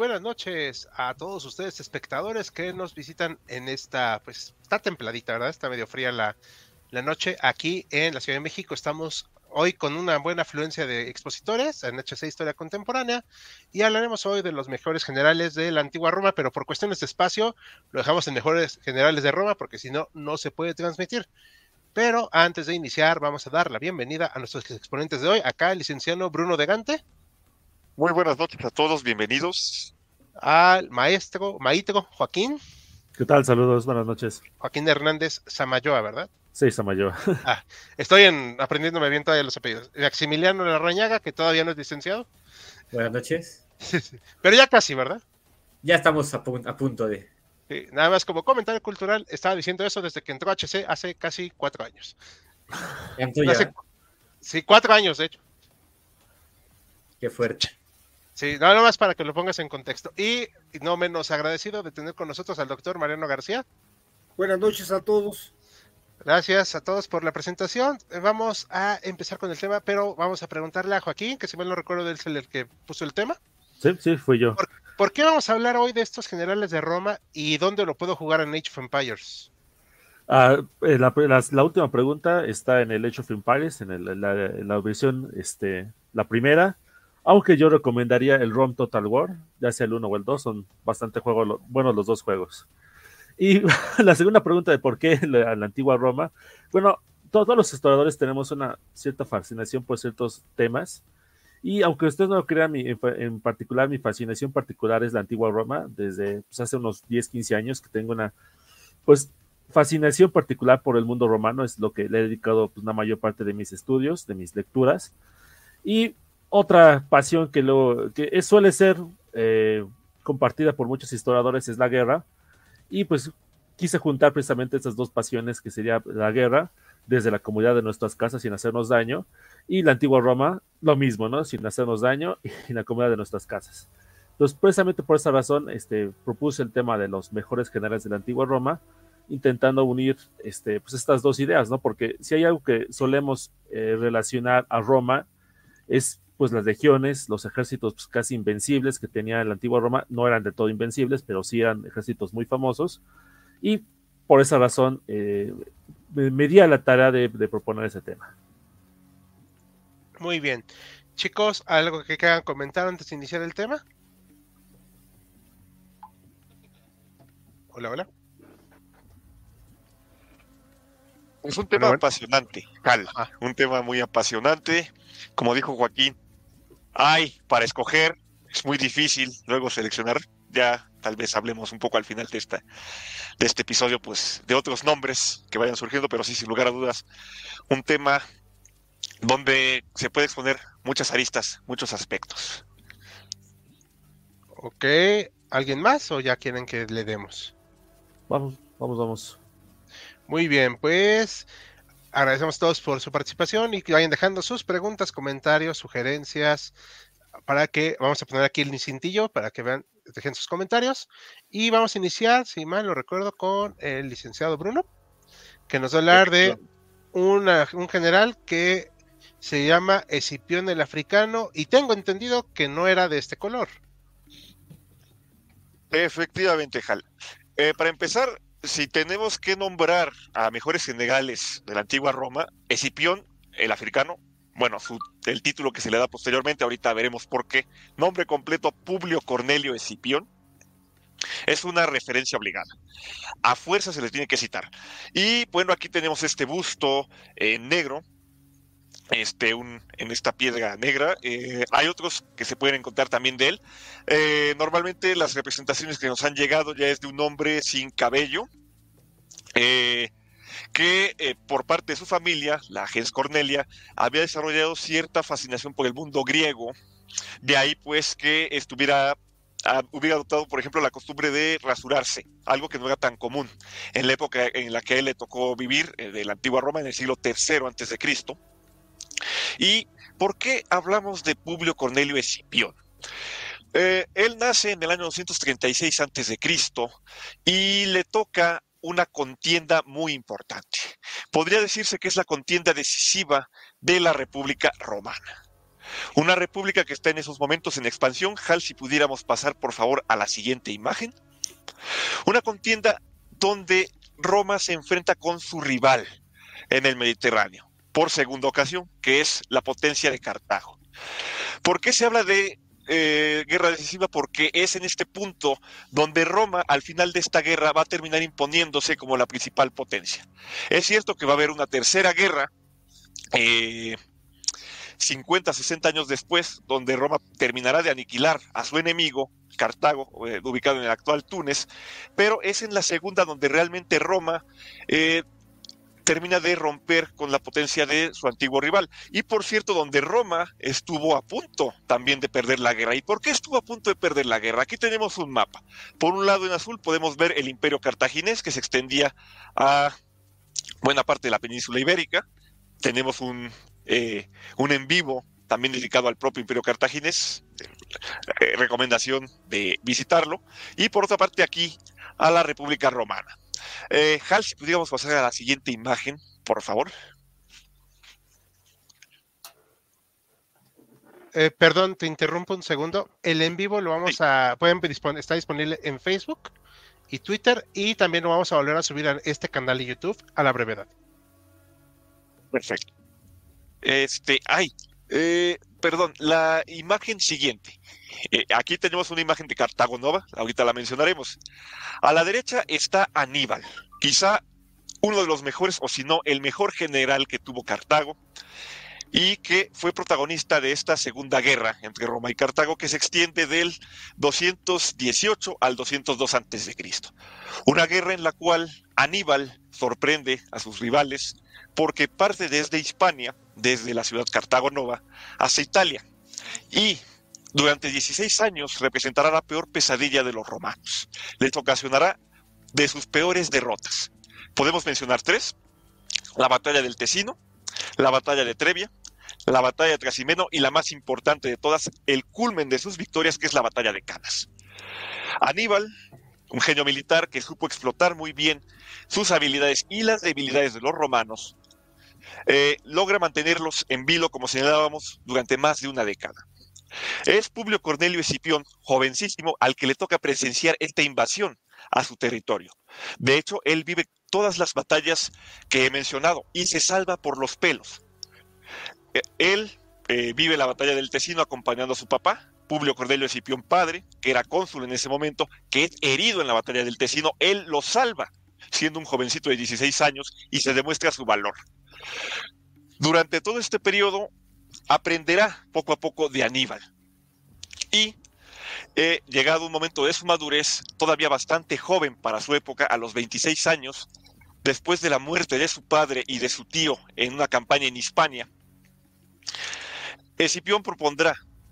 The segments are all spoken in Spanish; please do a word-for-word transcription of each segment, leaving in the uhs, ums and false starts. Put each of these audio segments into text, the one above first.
buenas noches a todos ustedes espectadores que nos visitan en esta, pues está templadita, ¿verdad? Está medio fría la, la noche aquí en la Ciudad de México. Estamos hoy con una buena afluencia de expositores en H C Historia Contemporánea y hablaremos hoy de los mejores generales de la antigua Roma, pero por cuestiones de espacio lo dejamos en mejores generales de Roma porque si no, no se puede transmitir. Pero antes de iniciar, vamos a dar la bienvenida a nuestros exponentes de hoy. Acá el licenciado Bruno de Gante. Muy buenas noches a todos, bienvenidos. Al maestro, maestro Joaquín. ¿Qué tal? Saludos, buenas noches. Joaquín Hernández Samayoa, ¿verdad? Sí, Samayoa. Ah, estoy en, aprendiéndome bien todavía los apellidos. Maximiliano Larrañaga, que todavía no es licenciado. Buenas noches. Pero ya casi, ¿verdad? Ya estamos a, pu a punto de... Sí, nada más como comentario cultural, estaba diciendo eso desde que entró a H C hace casi cuatro años. ¿Ya? Hace, sí, cuatro años, de hecho. Qué fuerte. Sí, nada más para que lo pongas en contexto. Y no menos agradecido de tener con nosotros al doctor Mariano García. Buenas noches a todos. Gracias a todos por la presentación. Vamos a empezar con el tema, pero vamos a preguntarle a Joaquín, que si mal no recuerdo, él es el que puso el tema. Sí, sí, fui yo. ¿Por, ¿Por qué vamos a hablar hoy de estos generales de Roma y dónde lo puedo jugar en Age of Empires? Ah, la, la, la última pregunta está en el Age of Empires, en, el, la, la versión, este, la primera. Aunque yo recomendaría el Rome Total War, ya sea el uno o el dos, son bastante juegos, lo, buenos los dos juegos. Y la segunda pregunta de por qué la, la antigua Roma, bueno, todos los historiadores tenemos una cierta fascinación por ciertos temas, y aunque ustedes no lo crean, mi, en, en particular, mi fascinación particular es la antigua Roma, desde pues, hace unos diez, quince años que tengo una, pues, fascinación particular por el mundo romano, es lo que le he dedicado pues, la mayor parte de mis estudios, de mis lecturas, y otra pasión que, lo, que es, suele ser eh, compartida por muchos historiadores es la guerra, y pues quise juntar precisamente estas dos pasiones que sería la guerra desde la comodidad de nuestras casas sin hacernos daño, y la antigua Roma lo mismo, ¿no? Sin hacernos daño y la comodidad de nuestras casas. Entonces precisamente por esa razón este, propuse el tema de los mejores generales de la antigua Roma, intentando unir este, pues estas dos ideas, ¿no? Porque si hay algo que solemos eh, relacionar a Roma es pues las legiones, los ejércitos pues, casi invencibles que tenía la antigua Roma, no eran de todo invencibles, pero sí eran ejércitos muy famosos, y por esa razón eh, me, me di a la tarea de, de proponer ese tema. Muy bien. Chicos, ¿algo que quieran comentar antes de iniciar el tema? Hola, hola. Es un tema bueno, apasionante, Cal, ah. un tema muy apasionante. Como dijo Joaquín, hay para escoger, es muy difícil luego seleccionar. Ya tal vez hablemos un poco al final de, esta, de este episodio, pues de otros nombres que vayan surgiendo, pero sí, sin lugar a dudas, un tema donde se puede exponer muchas aristas, muchos aspectos. Ok, ¿alguien más o ya quieren que le demos? Vamos, vamos, vamos. Muy bien, pues agradecemos a todos por su participación y que vayan dejando sus preguntas, comentarios, sugerencias, para que, vamos a poner aquí el cintillo para que vean, dejen sus comentarios, y vamos a iniciar, si mal lo recuerdo, con el licenciado Bruno, que nos va a hablar de una, un general que se llama Escipión el Africano, y tengo entendido que no era de este color. Efectivamente, Jal. Eh, para empezar, si tenemos que nombrar a mejores generales de la antigua Roma, Escipión el Africano, bueno, su, el título que se le da posteriormente, ahorita veremos por qué, nombre completo Publio Cornelio Escipión, es una referencia obligada. A fuerza se les tiene que citar. Y bueno, aquí tenemos este busto eh, negro, este, un, en esta piedra negra. Eh, hay otros que se pueden encontrar también de él. Eh, normalmente las representaciones que nos han llegado ya es de un hombre sin cabello, eh, que eh, por parte de su familia, la gens Cornelia, había desarrollado cierta fascinación por el mundo griego, de ahí pues que estuviera, uh, hubiera adoptado por ejemplo la costumbre de rasurarse, algo que no era tan común en la época en la que a él le tocó vivir, eh, de la antigua Roma, en el siglo tercero antes de Cristo. ¿Y por qué hablamos de Publio Cornelio Escipión? Eh, él nace en el año doscientos treinta y seis antes de Cristo y le toca una contienda muy importante. Podría decirse que es la contienda decisiva de la República Romana. Una república que está en esos momentos en expansión. Hal, si pudiéramos pasar por favor a la siguiente imagen. Una contienda donde Roma se enfrenta con su rival en el Mediterráneo, por segunda ocasión, que es la potencia de Cartago. ¿Por qué se habla de eh, guerra decisiva? Porque es en este punto donde Roma, al final de esta guerra, va a terminar imponiéndose como la principal potencia. Es cierto que va a haber una tercera guerra, eh, cincuenta, sesenta años después, donde Roma terminará de aniquilar a su enemigo, Cartago, eh, ubicado en el actual Túnez, pero es en la segunda donde realmente Roma eh, termina de romper con la potencia de su antiguo rival. Y por cierto, donde Roma estuvo a punto también de perder la guerra. ¿Y por qué estuvo a punto de perder la guerra? Aquí tenemos un mapa. Por un lado, en azul, podemos ver el imperio cartaginés, que se extendía a buena parte de la península ibérica. Tenemos un, eh, un en vivo también dedicado al propio imperio cartaginés. Eh, recomendación de visitarlo. Y por otra parte, aquí a la República Romana. Eh, Hal, si pudiéramos pasar a la siguiente imagen, por favor. Eh, perdón, te interrumpo un segundo. El en vivo lo vamos sí. a... pueden dispon está disponible en Facebook y Twitter, y también lo vamos a volver a subir a este canal de YouTube a la brevedad. Perfecto. Este, ay, eh, perdón, la imagen siguiente. Eh, aquí tenemos una imagen de Cartago Nova, ahorita la mencionaremos. A la derecha está Aníbal, quizá uno de los mejores, o si no, el mejor general que tuvo Cartago, y que fue protagonista de esta segunda guerra entre Roma y Cartago, que se extiende del doscientos dieciocho al doscientos dos antes de Cristo. Una guerra en la cual Aníbal sorprende a sus rivales porque parte desde Hispania, desde la ciudad Cartago Nova, hacia Italia, y durante dieciséis años representará la peor pesadilla de los romanos. Les ocasionará de sus peores derrotas. Podemos mencionar tres: la batalla del Tesino, la batalla de Trebia, la batalla de Trasimeno y la más importante de todas, el culmen de sus victorias, que es la batalla de Canas. Aníbal, un genio militar que supo explotar muy bien sus habilidades y las debilidades de los romanos, eh, logra mantenerlos en vilo, como señalábamos, durante más de una década. Es Publio Cornelio Escipión, jovencísimo, al que le toca presenciar esta invasión a su territorio. De hecho, él vive todas las batallas que he mencionado y se salva por los pelos. Él eh, vive la batalla del Tesino acompañando a su papá, Publio Cornelio Escipión padre, que era cónsul en ese momento, que es herido en la batalla del Tesino. Él lo salva, siendo un jovencito de dieciséis años, y se demuestra su valor. Durante todo este periodo, aprenderá poco a poco de Aníbal. Y eh, llegado un momento de su madurez, todavía bastante joven para su época, a los veintiséis años, después de la muerte de su padre y de su tío en una campaña en Hispania, Escipión propondrá: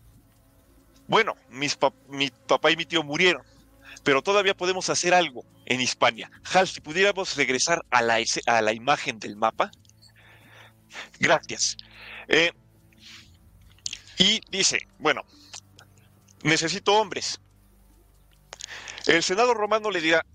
bueno, mis pa mi papá y mi tío murieron, pero todavía podemos hacer algo en Hispania. Hal, si pudiéramos regresar a la, a la imagen del mapa. Gracias. Eh, y dice, bueno, necesito hombres. El Senado romano le dirá,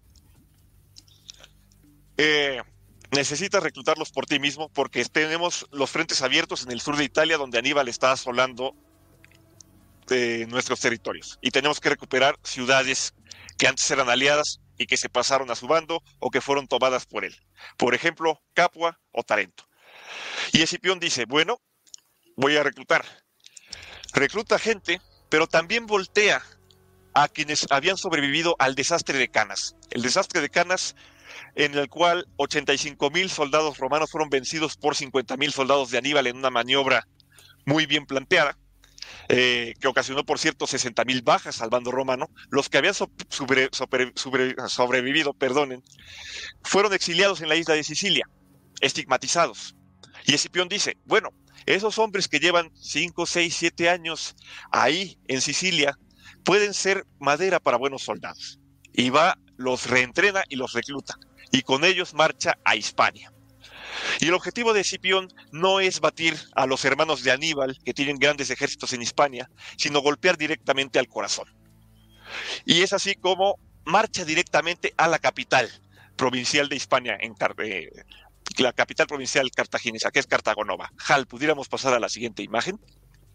eh, necesitas reclutarlos por ti mismo, porque tenemos los frentes abiertos en el sur de Italia, donde Aníbal está asolando eh, nuestros territorios, y tenemos que recuperar ciudades que antes eran aliadas y que se pasaron a su bando o que fueron tomadas por él. Por ejemplo, Capua o Tarento. Y Escipión dice, bueno, voy a reclutar. Recluta gente, pero también voltea a quienes habían sobrevivido al desastre de Canas. El desastre de Canas, en el cual ochenta y cinco mil soldados romanos fueron vencidos por cincuenta mil soldados de Aníbal en una maniobra muy bien planteada, eh, que ocasionó, por cierto, sesenta mil bajas al bando romano. Los que habían sobre, sobre, sobre, sobrevivido, perdonen, fueron exiliados en la isla de Sicilia, estigmatizados. Y Escipión dice, bueno, esos hombres que llevan cinco, seis, siete años ahí en Sicilia pueden ser madera para buenos soldados. Y va, los reentrena y los recluta. Y con ellos marcha a Hispania. Y el objetivo de Escipión no es batir a los hermanos de Aníbal, que tienen grandes ejércitos en Hispania, sino golpear directamente al corazón. Y es así como marcha directamente a la capital provincial de Hispania, en eh, la capital provincial cartaginesa, que es Cartago Nova. Hal, ¿pudiéramos pasar a la siguiente imagen?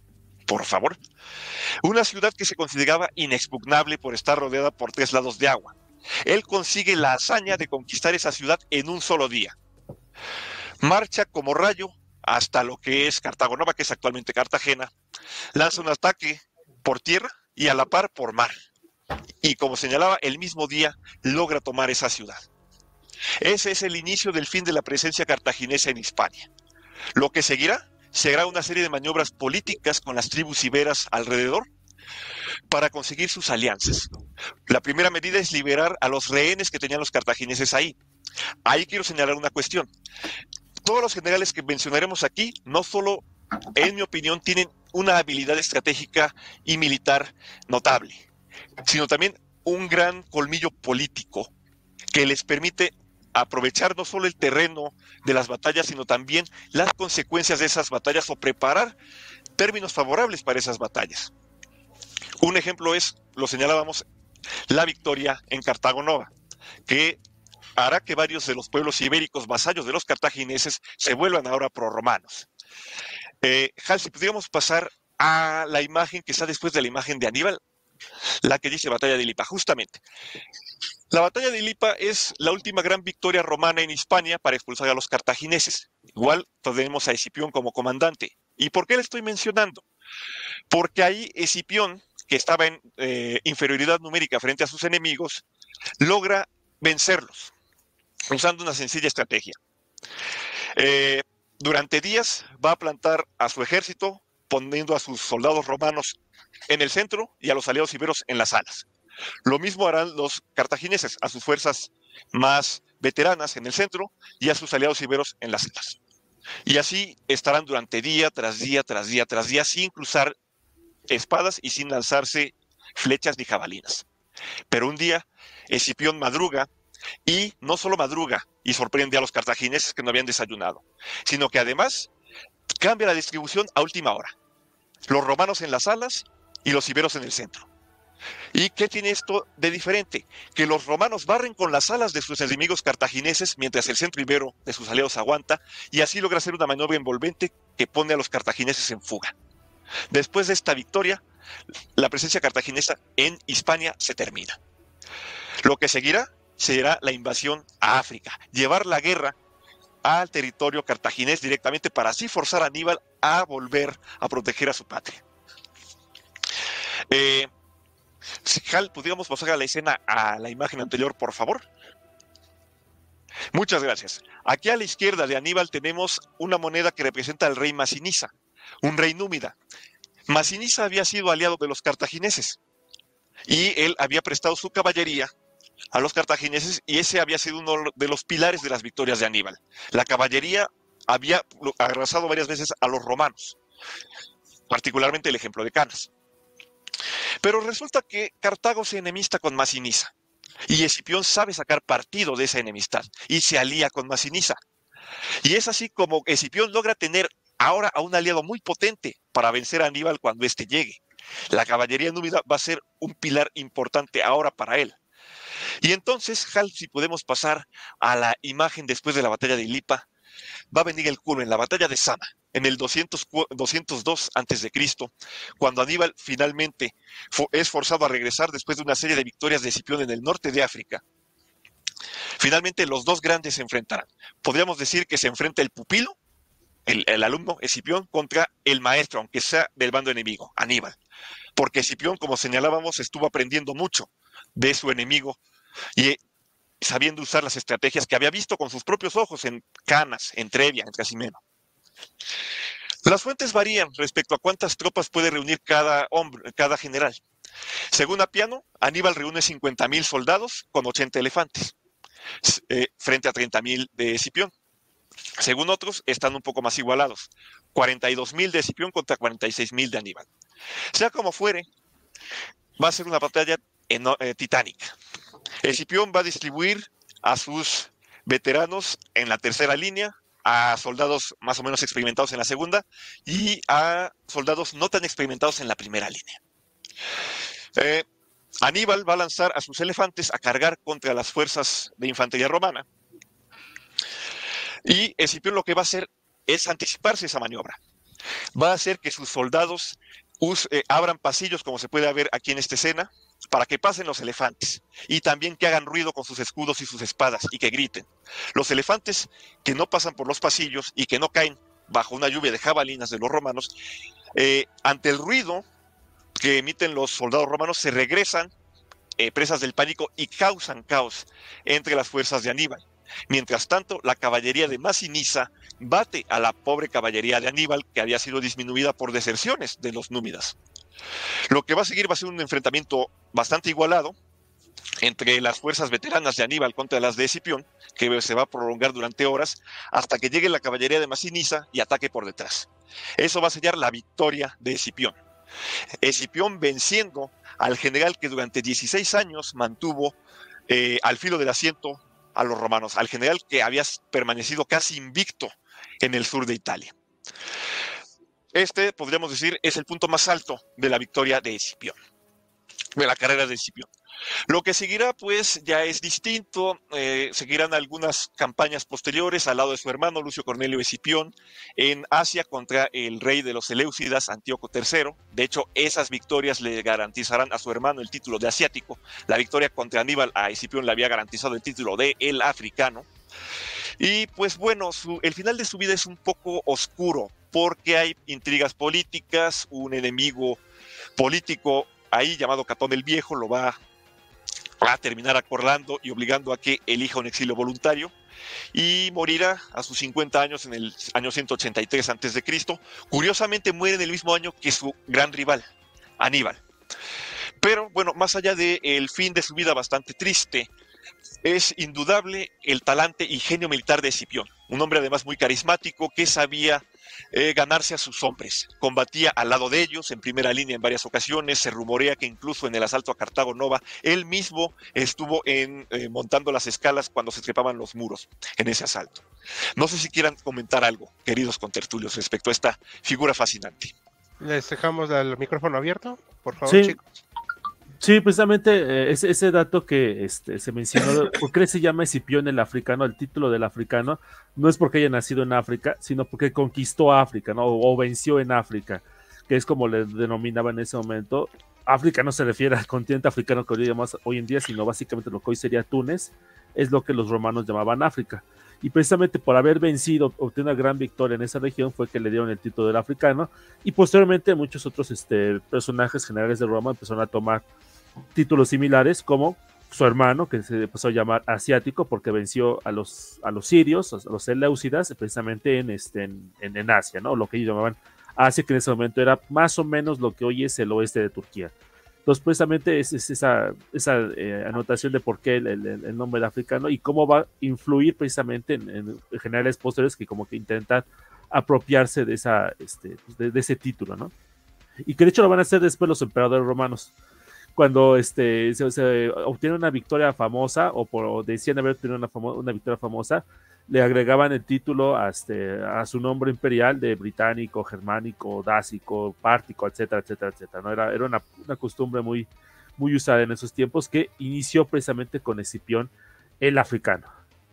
por favor. Una ciudad que se consideraba inexpugnable por estar rodeada por tres lados de agua. Él consigue la hazaña de conquistar esa ciudad en un solo día. Marcha como rayo hasta lo que es Cartago Nova, que es actualmente Cartagena. Lanza un ataque por tierra y a la par por mar. Y como señalaba, el mismo día logra tomar esa ciudad. Ese es el inicio del fin de la presencia cartaginesa en Hispania. Lo que seguirá será una serie de maniobras políticas con las tribus iberas alrededor para conseguir sus alianzas. La primera medida es liberar a los rehenes que tenían los cartagineses ahí. Ahí quiero señalar una cuestión. Todos los generales que mencionaremos aquí, no solo, en mi opinión, tienen una habilidad estratégica y militar notable, sino también un gran colmillo político que les permite aprovechar no solo el terreno de las batallas, sino también las consecuencias de esas batallas o preparar términos favorables para esas batallas. Un ejemplo es, lo señalábamos, la victoria en Cartago Nova, que hará que varios de los pueblos ibéricos vasallos de los cartagineses se vuelvan ahora prorromanos. Eh, Hal, si pudiéramos pasar a la imagen que está después de la imagen de Aníbal, la que dice Batalla de Ilipa, justamente. La Batalla de Ilipa es la última gran victoria romana en Hispania para expulsar a los cartagineses. Igual tenemos a Escipión como comandante. ¿Y por qué le estoy mencionando? Porque ahí Escipión, que estaba en eh, inferioridad numérica frente a sus enemigos, logra vencerlos usando una sencilla estrategia. Eh, durante días va a plantar a su ejército, poniendo a sus soldados romanos en el centro y a los aliados iberos en las alas. Lo mismo harán los cartagineses, a sus fuerzas más veteranas en el centro y a sus aliados iberos en las alas. Y así estarán durante día tras día, tras día, tras día, sin cruzar espadas y sin lanzarse flechas ni jabalinas. Pero un día, Escipión madruga, y no solo madruga y sorprende a los cartagineses que no habían desayunado, sino que además cambia la distribución a última hora. Los romanos en las alas y los iberos en el centro. ¿Y qué tiene esto de diferente? Que los romanos barren con las alas de sus enemigos cartagineses mientras el centro ibero de sus aliados aguanta, y así logra hacer una maniobra envolvente que pone a los cartagineses en fuga. Después de esta victoria, la presencia cartaginesa en Hispania se termina. Lo que seguirá será la invasión a África, llevar la guerra al territorio cartaginés directamente para así forzar a Aníbal a volver a proteger a su patria. Eh, si Hal, pudiéramos pasar a la escena, a la imagen anterior, por favor. Muchas gracias. Aquí a la izquierda de Aníbal tenemos una moneda que representa al rey Masinisa, un rey númida. Masinisa había sido aliado de los cartagineses y él había prestado su caballería a los cartagineses, y ese había sido uno de los pilares de las victorias de Aníbal. La caballería había arrasado varias veces a los romanos, particularmente el ejemplo de Canas. Pero resulta que Cartago se enemista con Masinisa, y Escipión sabe sacar partido de esa enemistad y se alía con Masinisa. Y es así como Escipión logra tener ahora a un aliado muy potente para vencer a Aníbal cuando éste llegue. La caballería númida va a ser un pilar importante ahora para él. Y entonces, Hal, si podemos pasar a la imagen después de la batalla de Ilipa, va a venir el culmen, la batalla de Zama, en el doscientos dos antes de Cristo, cuando Aníbal finalmente es forzado a regresar después de una serie de victorias de Escipión en el norte de África. Finalmente los dos grandes se enfrentarán. Podríamos decir que se enfrenta el pupilo, el, el alumno Escipión, contra el maestro, aunque sea del bando enemigo, Aníbal. Porque Escipión, como señalábamos, estuvo aprendiendo mucho de su enemigo y sabiendo usar las estrategias que había visto con sus propios ojos en Canas, en Trevia, en Trasimeno. Las fuentes varían respecto a cuántas tropas puede reunir cada hombre, cada general. Según Apiano, Aníbal reúne cincuenta mil soldados con ochenta elefantes, eh, frente a treinta mil de Escipión. Según otros, están un poco más igualados, cuarenta y dos mil de Escipión contra cuarenta y seis mil de Aníbal. Sea como fuere, va a ser una batalla eno- eh, titánica. Escipión va a distribuir a sus veteranos en la tercera línea, a soldados más o menos experimentados en la segunda y a soldados no tan experimentados en la primera línea. Eh, Aníbal va a lanzar a sus elefantes a cargar contra las fuerzas de infantería romana, y Escipión lo que va a hacer es anticiparse esa maniobra. Va a hacer que sus soldados us, eh, abran pasillos, como se puede ver aquí en esta escena, para que pasen los elefantes y también que hagan ruido con sus escudos y sus espadas y que griten. Los elefantes que no pasan por los pasillos y que no caen bajo una lluvia de jabalinas de los romanos, eh, ante el ruido que emiten los soldados romanos, se regresan eh, presas del pánico y causan caos entre las fuerzas de Aníbal. Mientras tanto, la caballería de Masinisa bate a la pobre caballería de Aníbal, que había sido disminuida por deserciones de los númidas. Lo que va a seguir va a ser un enfrentamiento bastante igualado entre las fuerzas veteranas de Aníbal contra las de Escipión, que se va a prolongar durante horas hasta que llegue la caballería de Masinisa y ataque por detrás. Eso va a sellar la victoria de Escipión. Escipión venciendo al general que durante dieciséis años mantuvo eh, al filo del asiento a los romanos, al general que había permanecido casi invicto en el sur de Italia. Este, podríamos decir, es el punto más alto de la victoria de Escipión, de la carrera de Escipión. Lo que seguirá, pues, ya es distinto. Eh, seguirán algunas campañas posteriores al lado de su hermano Lucio Cornelio Escipión en Asia contra el rey de los Seleucidas, Antíoco tercero. De hecho, esas victorias le garantizarán a su hermano el título de asiático. La victoria contra Aníbal a Escipión le había garantizado el título de el africano. Y pues bueno, su, el final de su vida es un poco oscuro porque hay intrigas políticas, un enemigo político ahí llamado Catón el Viejo lo va a terminar acorralando y obligando a que elija un exilio voluntario y morirá a sus cincuenta años en el año ciento ochenta y tres antes de Cristo. Curiosamente muere en el mismo año que su gran rival, Aníbal. Pero bueno, más allá del fin de su vida bastante triste, es indudable el talante y genio militar de Escipión, un hombre además muy carismático que sabía eh, ganarse a sus hombres, combatía al lado de ellos en primera línea en varias ocasiones, se rumorea que incluso en el asalto a Cartago Nova, él mismo estuvo en, eh, montando las escalas cuando se trepaban los muros en ese asalto. No sé si quieran comentar algo, queridos contertulios, respecto a esta figura fascinante. Les dejamos el micrófono abierto, por favor, Sí. chicos. Sí, precisamente eh, ese, ese dato que este, se mencionó, ¿por qué se llama Escipión el africano? El título del africano no es porque haya nacido en África, sino porque conquistó África, ¿no? O, o venció en África, que es como le denominaba en ese momento. África no se refiere al continente africano que hoy llamamos hoy en día, sino básicamente lo que hoy sería Túnez, es lo que los romanos llamaban África. Y precisamente por haber vencido, obtener una gran victoria en esa región, fue que le dieron el título del africano, y posteriormente muchos otros este, personajes generales de Roma empezaron a tomar títulos similares, como su hermano, que se empezó a llamar asiático, porque venció a los, a los sirios, a los seleucidas, precisamente en, este, en, en, en Asia, ¿no? Lo que ellos llamaban Asia, que en ese momento era más o menos lo que hoy es el oeste de Turquía. Entonces, precisamente es, es esa, esa eh, anotación de por qué el, el, el nombre de africano y cómo va a influir precisamente en, en generales posteriores que como que intentan apropiarse de, esa, este, de, de ese título, ¿no? Y que de hecho lo van a hacer después los emperadores romanos. Cuando este, se, se obtiene una victoria famosa, o, por, o decían haber tenido una, famo, una victoria famosa, le agregaban el título a, este, a su nombre imperial de británico, germánico, dácico, pártico, etcétera, etcétera, etcétera, ¿no? Era, era una, una costumbre muy, muy usada en esos tiempos que inició precisamente con Escipión el africano.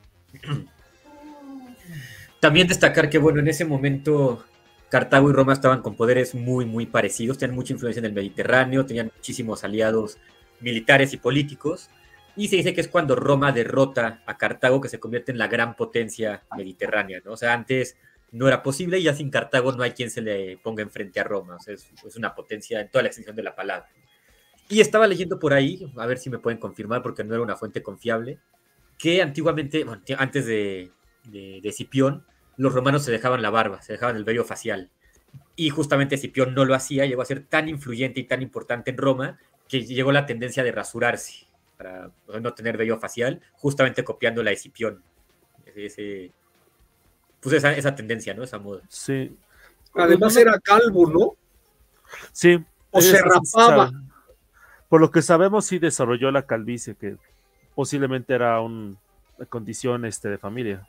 También destacar que, bueno, en ese momento Cartago y Roma estaban con poderes muy, muy parecidos, tenían mucha influencia en el Mediterráneo, tenían muchísimos aliados militares y políticos, y se dice que es cuando Roma derrota a Cartago que se convierte en la gran potencia mediterránea, ¿no? O sea, antes no era posible y ya sin Cartago no hay quien se le ponga enfrente a Roma, o sea, es, es una potencia en toda la extensión de la palabra. Y estaba leyendo por ahí, a ver si me pueden confirmar porque no era una fuente confiable, que antiguamente, bueno, antes de, de, de Escipión, los romanos se dejaban la barba, se dejaban el vello facial. Y justamente Escipión no lo hacía, llegó a ser tan influyente y tan importante en Roma que llegó la tendencia de rasurarse para no tener vello facial, justamente copiando la Escipión. Ese, pues esa, esa tendencia, ¿no? Esa moda. Sí. Además era calvo, ¿no? Sí. O se rapaba. Por lo que sabemos, sí desarrolló la calvicie, que posiblemente era un, una condición este, de familia.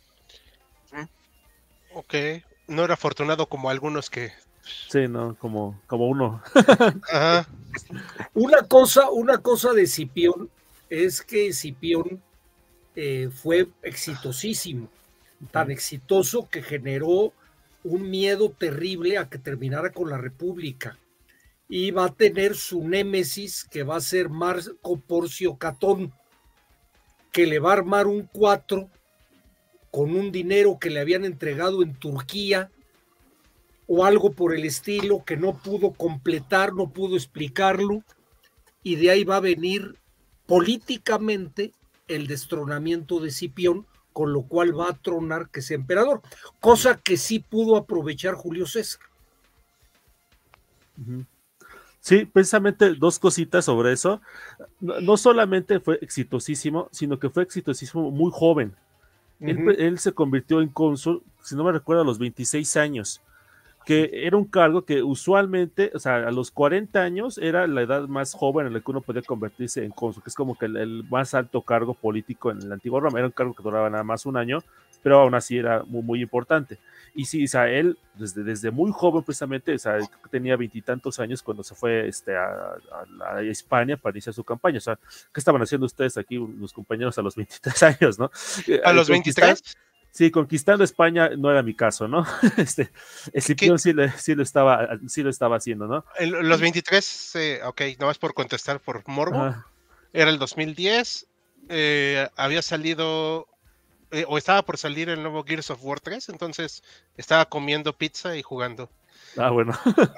Ok, no era afortunado como algunos que... Sí, no, como, como uno. Ajá. Una cosa, una cosa de Escipión es que Escipión eh, fue exitosísimo, tan exitoso que generó un miedo terrible a que terminara con la República. y va a tener su némesis, que va a ser Marco Porcio Catón, que le va a armar un cuatro con un dinero que le habían entregado en Turquía o algo por el estilo, que no pudo completar, no pudo explicarlo, y de ahí va a venir políticamente el destronamiento de Escipión, con lo cual va a tronar que sea emperador, cosa que sí pudo aprovechar Julio César. Uh-huh. Sí, precisamente dos cositas sobre eso. No, no solamente fue exitosísimo, sino que fue exitosísimo muy joven. Uh-huh. Él, él se convirtió en cónsul, si no me recuerdo, a los veintiséis años, que era un cargo que usualmente, o sea, a los cuarenta años era la edad más joven en la que uno podía convertirse en cónsul, que es como que el, el más alto cargo político en la antigua Roma. Era un cargo que duraba nada más un año, pero aún así era muy, muy importante. Y sí, o sea, él desde, desde muy joven precisamente, o sea, tenía veintitantos años cuando se fue este, a, a, a España para iniciar su campaña. O sea, ¿qué estaban haciendo ustedes aquí, los compañeros, a los veintitrés años, no? ¿A los veintitrés? Sí, conquistando España no era mi caso, ¿no? Este, Escipión sí, sí, lo estaba, sí lo estaba haciendo, ¿no? El, los veintitrés, eh, ok, no más por contestar por morbo, ajá, era el dos mil diez, eh, había salido, eh, o estaba por salir el nuevo Gears of War tres, entonces estaba comiendo pizza y jugando. Ah, bueno.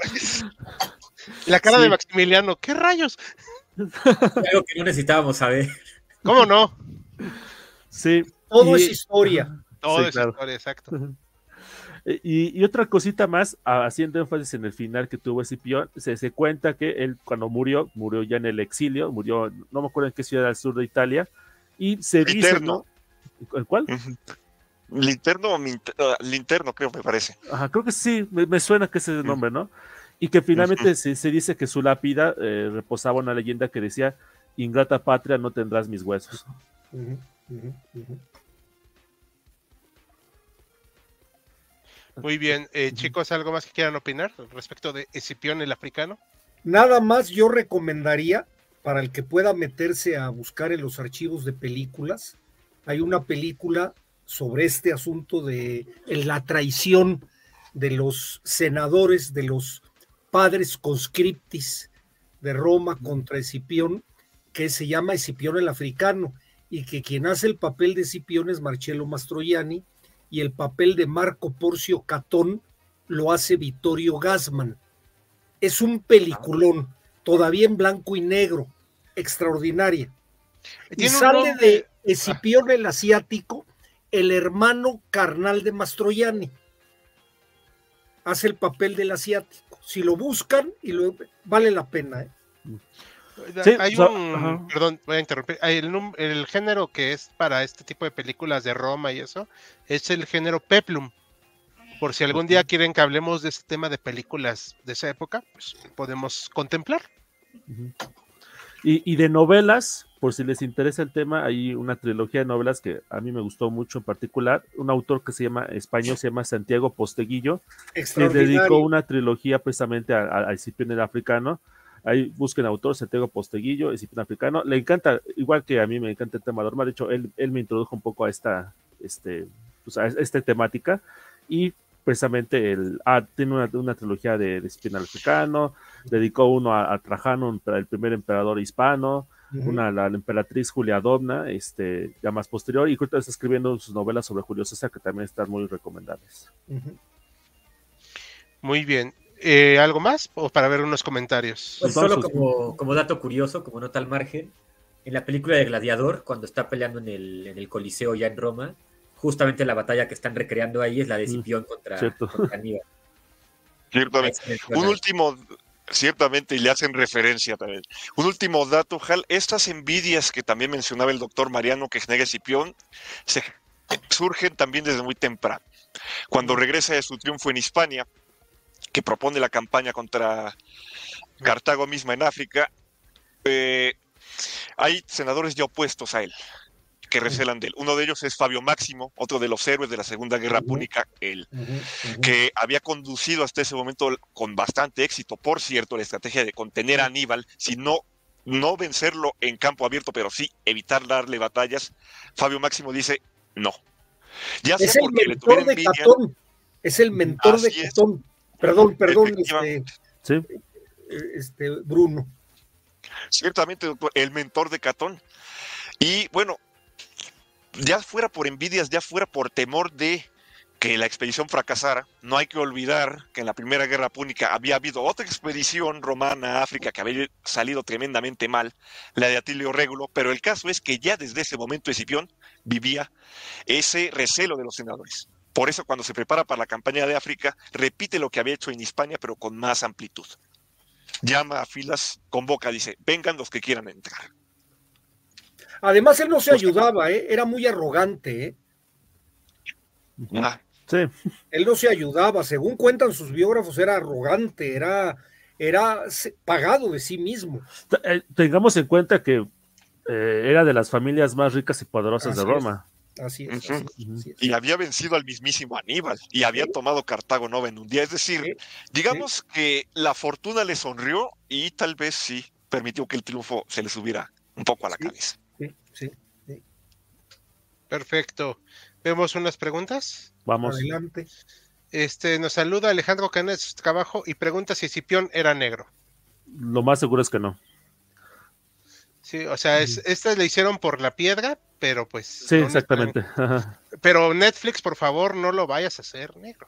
La cara sí. de Maximiliano, ¿qué rayos? Algo que no necesitábamos saber. ¿Cómo no? Sí. Todo y... es historia. Todo sí, es claro. historia, exacto. Y, y otra cosita más, haciendo énfasis en el final que tuvo Escipión, se, se cuenta que él cuando murió, murió ya en el exilio, murió, no me acuerdo en qué ciudad al sur de Italia, y se dice, ¿no? ¿En cuál? Uh-huh. Linterno, uh, Linterno creo me parece. Ajá, creo que sí, me, me suena que ese es el nombre, ¿no? Y que finalmente uh-huh. se, se dice que su lápida eh, reposaba una leyenda que decía, ingrata patria, no tendrás mis huesos. Uh-huh. Uh-huh. Uh-huh. Muy bien, eh, chicos, ¿algo más que quieran opinar respecto de Escipión el africano? Nada más yo recomendaría, para el que pueda meterse a buscar en los archivos de películas, hay una película sobre este asunto de la traición de los senadores, de los padres conscriptis de Roma contra Escipión, que se llama Escipión el africano, y que quien hace el papel de Escipión es Marcello Mastroianni, y el papel de Marco Porcio Catón lo hace Vittorio Gassman. Es un peliculón, todavía en blanco y negro, extraordinaria. Y sale de Escipión el asiático, el hermano carnal de Mastroianni. Hace el papel del asiático. Si lo buscan, y lo, vale la pena, ¿eh? Sí, hay un, uh-huh. perdón, voy a interrumpir, el, el género que es para este tipo de películas de Roma y eso, es el género peplum, por si algún día quieren que hablemos de este tema de películas de esa época, pues podemos contemplar. Uh-huh. y, y de novelas, por si les interesa el tema, hay una trilogía de novelas que a mí me gustó mucho en particular, un autor que se llama, español, se llama Santiago Posteguillo, que dedicó una trilogía precisamente a, a, a Escipión el africano. Ahí busquen autor, Santiago Posteguillo, Escipión africano. Le encanta, igual que a mí me encanta el tema de Roma. De hecho, él, él me introdujo un poco a esta, este, pues a esta temática. Y precisamente él ah, tiene una, una trilogía de, de Escipión africano. Dedicó uno a, a Trajano, el primer emperador hispano. Uh-huh. Una a la, la emperatriz Julia Domna, este, ya más posterior. Y ahorita está escribiendo sus novelas sobre Julio César, que también están muy recomendables. Uh-huh. Muy bien. Eh, ¿Algo más? ¿O para ver unos comentarios? Pues solo como, como dato curioso, como nota al margen, en la película de Gladiador, cuando está peleando en el, en el Coliseo ya en Roma, justamente la batalla que están recreando ahí es la de Escipión mm, contra, contra Aníbal. Ciertamente. Un último, ciertamente, y le hacen referencia también. Un último dato, Hal, estas envidias que también mencionaba el doctor Mariano que genera Escipión, se, surgen también desde muy temprano. Cuando regresa de su triunfo en Hispania, que propone la campaña contra Cartago misma en África, eh, hay senadores ya opuestos a él, que recelan de él. Uno de ellos es Fabio Máximo, otro de los héroes de la Segunda Guerra uh-huh. Púnica, él, uh-huh. Uh-huh. que había conducido hasta ese momento con bastante éxito, por cierto, la estrategia de contener a Aníbal, si no, no vencerlo en campo abierto, pero sí evitar darle batallas. Fabio Máximo dice, no. Ya es el mentor de Catón, es el mentor de Catón. Perdón, perdón, este, ¿sí? este, Bruno. Ciertamente, doctor, el mentor de Catón. Y bueno, ya fuera por envidias, ya fuera por temor de que la expedición fracasara, no hay que olvidar que en la Primera Guerra Púnica había habido otra expedición romana a África que había salido tremendamente mal, la de Atilio Régulo, pero el caso es que ya desde ese momento Escipión vivía ese recelo de los senadores. Por eso cuando se prepara para la campaña de África, repite lo que había hecho en Hispania, pero con más amplitud. Llama a filas, convoca, dice, vengan los que quieran entrar. Además, él no se ayudaba, ¿eh? Era muy arrogante, ¿eh? Ah, Sí. Él no se ayudaba, según cuentan sus biógrafos, era arrogante, era, era pagado de sí mismo. Tengamos en cuenta que eh, era de las familias más ricas y poderosas Así de Roma. Es, así, es, uh-huh. así es, así es. Y había vencido al mismísimo Aníbal y había ¿Sí? tomado Cartago Nova en un día. Es decir, ¿Sí? digamos ¿Sí? que la fortuna le sonrió y tal vez sí permitió que el triunfo se le subiera un poco a la Sí. cabeza. Sí, sí, sí. Perfecto. ¿Vemos unas preguntas? Vamos. Adelante. Este, nos saluda Alejandro Canes Trabajo y pregunta si Escipión era negro. Lo más seguro es que no. Sí, o sea, es, estas le hicieron por la piedra, pero pues... Sí, no exactamente. Pero Netflix, por favor, no lo vayas a hacer negro.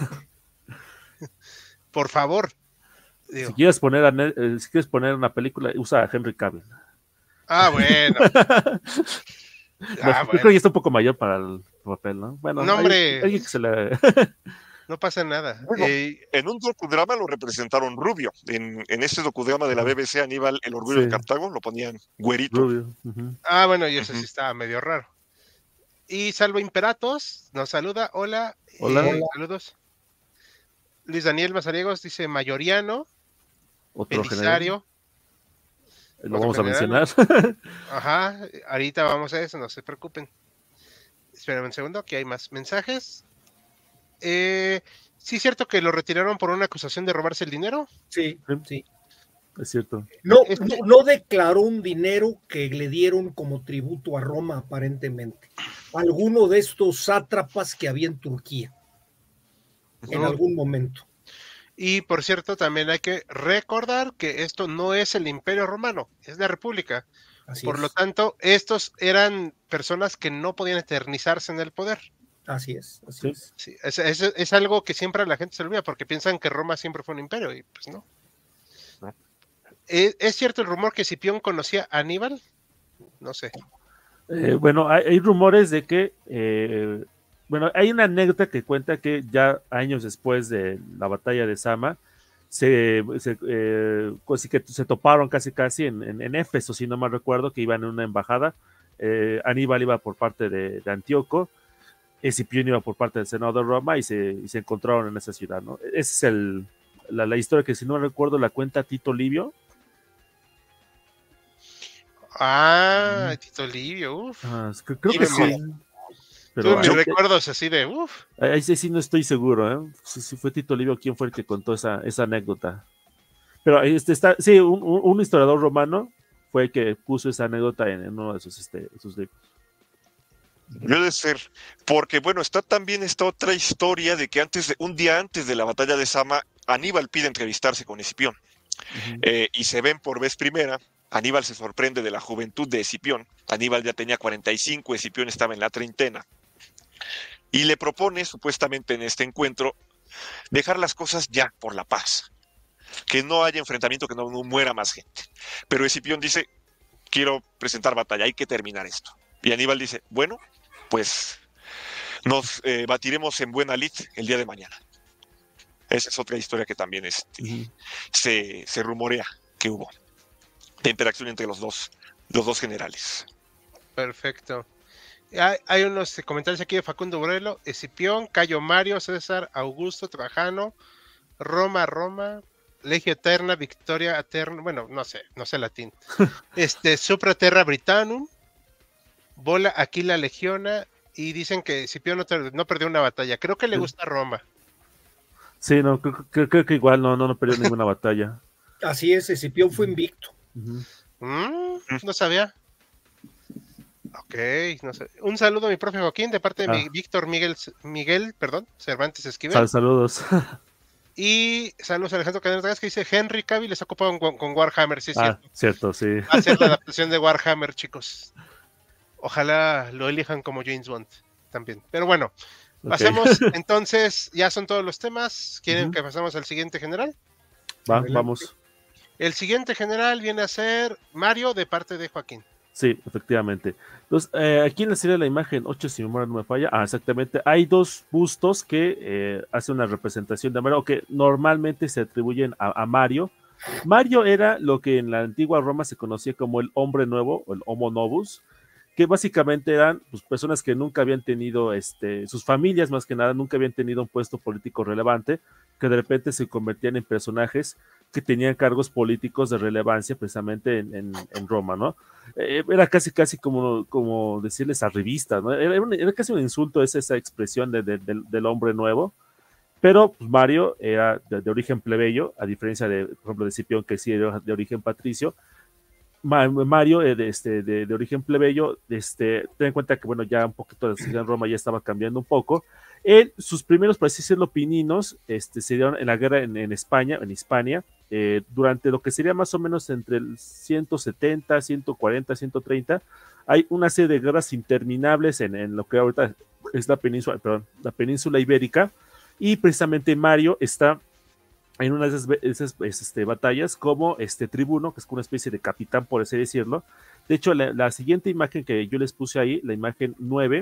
Por favor. Digo. Si quieres poner a Net, eh, si quieres poner una película, usa a Henry Cavill. Ah, bueno. No, Ah, yo bueno. creo que ya está un poco mayor para el papel, ¿no? Bueno, No, hombre. Hay, alguien que se le... No pasa nada. Bueno, eh, en un docudrama lo representaron rubio. En, en este docudrama de la B B C, Aníbal, el orgullo Sí. de Cartago, lo ponían güerito. Rubio. Uh-huh. ah, bueno, y eso Ujú. sí estaba medio raro. Y Salvo Imperatos nos saluda. Hola. Hola. eh, Hola. Saludos. Luis Daniel Mazariegos dice Mayoriano, Otro general. Belisario. Lo otro vamos a general. mencionar. Ajá, ahorita vamos a eso, no se preocupen. Espérenme un segundo, aquí hay más mensajes. Eh, sí, es cierto que lo retiraron por una acusación de robarse el dinero. Sí, sí. Es cierto. No, Este- no, no declaró un dinero que le dieron como tributo a Roma, aparentemente. Alguno de estos sátrapas que había en Turquía, en No. algún momento. Y por cierto, también hay que recordar que esto no es el Imperio Romano, es la República. Así Por es. lo tanto, estos eran personas que no podían eternizarse en el poder. Así es, así Sí. es. Sí, es, es, es algo que siempre a la gente se olvida porque piensan que Roma siempre fue un imperio y pues no. No. ¿Es, ¿Es cierto el rumor que Escipión conocía a Aníbal? No sé. Eh, bueno, hay, hay rumores de que, eh, bueno, hay una anécdota que cuenta que ya años después de la batalla de Sama, se, se, eh, casi que se toparon casi casi en, en, en Éfeso, si no mal recuerdo, que iban en una embajada. Eh, Aníbal iba por parte de, de Antíoco, Escipión iba por parte del Senado de Roma y se, y se encontraron en esa ciudad, ¿no? Esa es el, la, la historia que, si no recuerdo, la cuenta Tito Livio. Ah, Mm. Tito Livio, uff. Ah, creo, creo Y que me sí. acuerdo. Pero Tuve mis ahí- recuerdos así de uff. ahí sí, sí no estoy seguro, ¿eh? Si, si fue Tito Livio quien fue el que contó esa, esa anécdota. Pero ahí este está, sí, un, un- un historiador romano fue el que puso esa anécdota en, en uno de sus, este, sus libros. Debe ser, porque bueno, está también esta otra historia de que antes de, un día antes de la batalla de Sama, Aníbal pide entrevistarse con Escipión. Ujú. Eh, y se ven por vez primera. Aníbal se sorprende de la juventud de Escipión. Aníbal ya tenía cuarenta y cinco, Escipión estaba en la treintena. Y le propone, supuestamente en este encuentro, dejar las cosas ya por la paz. Que no haya enfrentamiento, que no, no muera más gente. Pero Escipión dice, quiero presentar batalla, hay que terminar esto. Y Aníbal dice, bueno, pues nos eh, batiremos en buena lid el día de mañana. Esa es otra historia que también este, Ujú. se, se rumorea que hubo de interacción entre los dos, los dos generales. Perfecto. Hay, hay unos comentarios aquí de Facundo Borelo, Escipión, Cayo Mario, César, Augusto, Trajano, Roma, Roma, Legio Eterna, Victoria Eterna, bueno, no sé, no sé latín. Este, Supra Terra Britanum, Bola Aquila Legiona, y dicen que Escipión no, ter- no perdió una batalla. Creo que le Sí. gusta Roma. Sí, no, creo, creo- creo que igual no, no, no perdió ninguna batalla. Así es, Escipión fue invicto. Ujú. Mm, no sabía. Ok, no sé. Un saludo a mi profe Joaquín de parte de mi Ah. Víctor Miguel, Miguel, perdón, Cervantes Esquivel. Sal- saludos. Y saludos a Alejandro Cadena que dice Henry Cavill está ocupado con, con Warhammer, sí es Ah, cierto. cierto, sí. Va a ser la adaptación de Warhammer, chicos. Ojalá lo elijan como James Bond también. Pero bueno, Ok. pasemos entonces, ya son todos los temas. ¿Quieren Ujú. que pasemos al siguiente general? Va, Adelante. vamos. El siguiente general viene a ser Mario de parte de Joaquín. Sí, efectivamente. Entonces, eh, aquí en la serie de la imagen ocho, si mi memoria no me falla, ah, exactamente, hay dos bustos que eh, hacen una representación de Mario, o que normalmente se atribuyen a, a Mario. Mario era lo que en la antigua Roma se conocía como el hombre nuevo, o el Homo Novus, que básicamente eran pues, personas que nunca habían tenido, este, sus familias más que nada, nunca habían tenido un puesto político relevante, que de repente se convertían en personajes que tenían cargos políticos de relevancia precisamente en, en, en Roma, ¿no? Eh, era casi, casi como, como decirles a revistas, ¿no? Era, un, era casi un insulto esa, esa expresión de, de, de, del hombre nuevo, pero pues, Mario era de, de, origen plebeyo, a diferencia de, por ejemplo, de Cipión, que sí era de origen patricio. Mario, eh, de, este, de, de, origen plebeyo, este, ten en cuenta que, bueno, ya un poquito la sociedad en Roma ya estaba cambiando un poco. Él, sus primeros, por así decirlo, pininos, este, se dieron en la guerra en, en España, en Hispania, eh, durante lo que sería más o menos entre el ciento setenta, ciento cuarenta, ciento treinta. Hay una serie de guerras interminables en, en lo que ahorita es la península, perdón, la península ibérica, y precisamente Mario está en una de esas, esas este, batallas como este tribuno, que es una especie de capitán, por así decirlo. De hecho, la, la siguiente imagen que yo les puse ahí, la imagen nueve,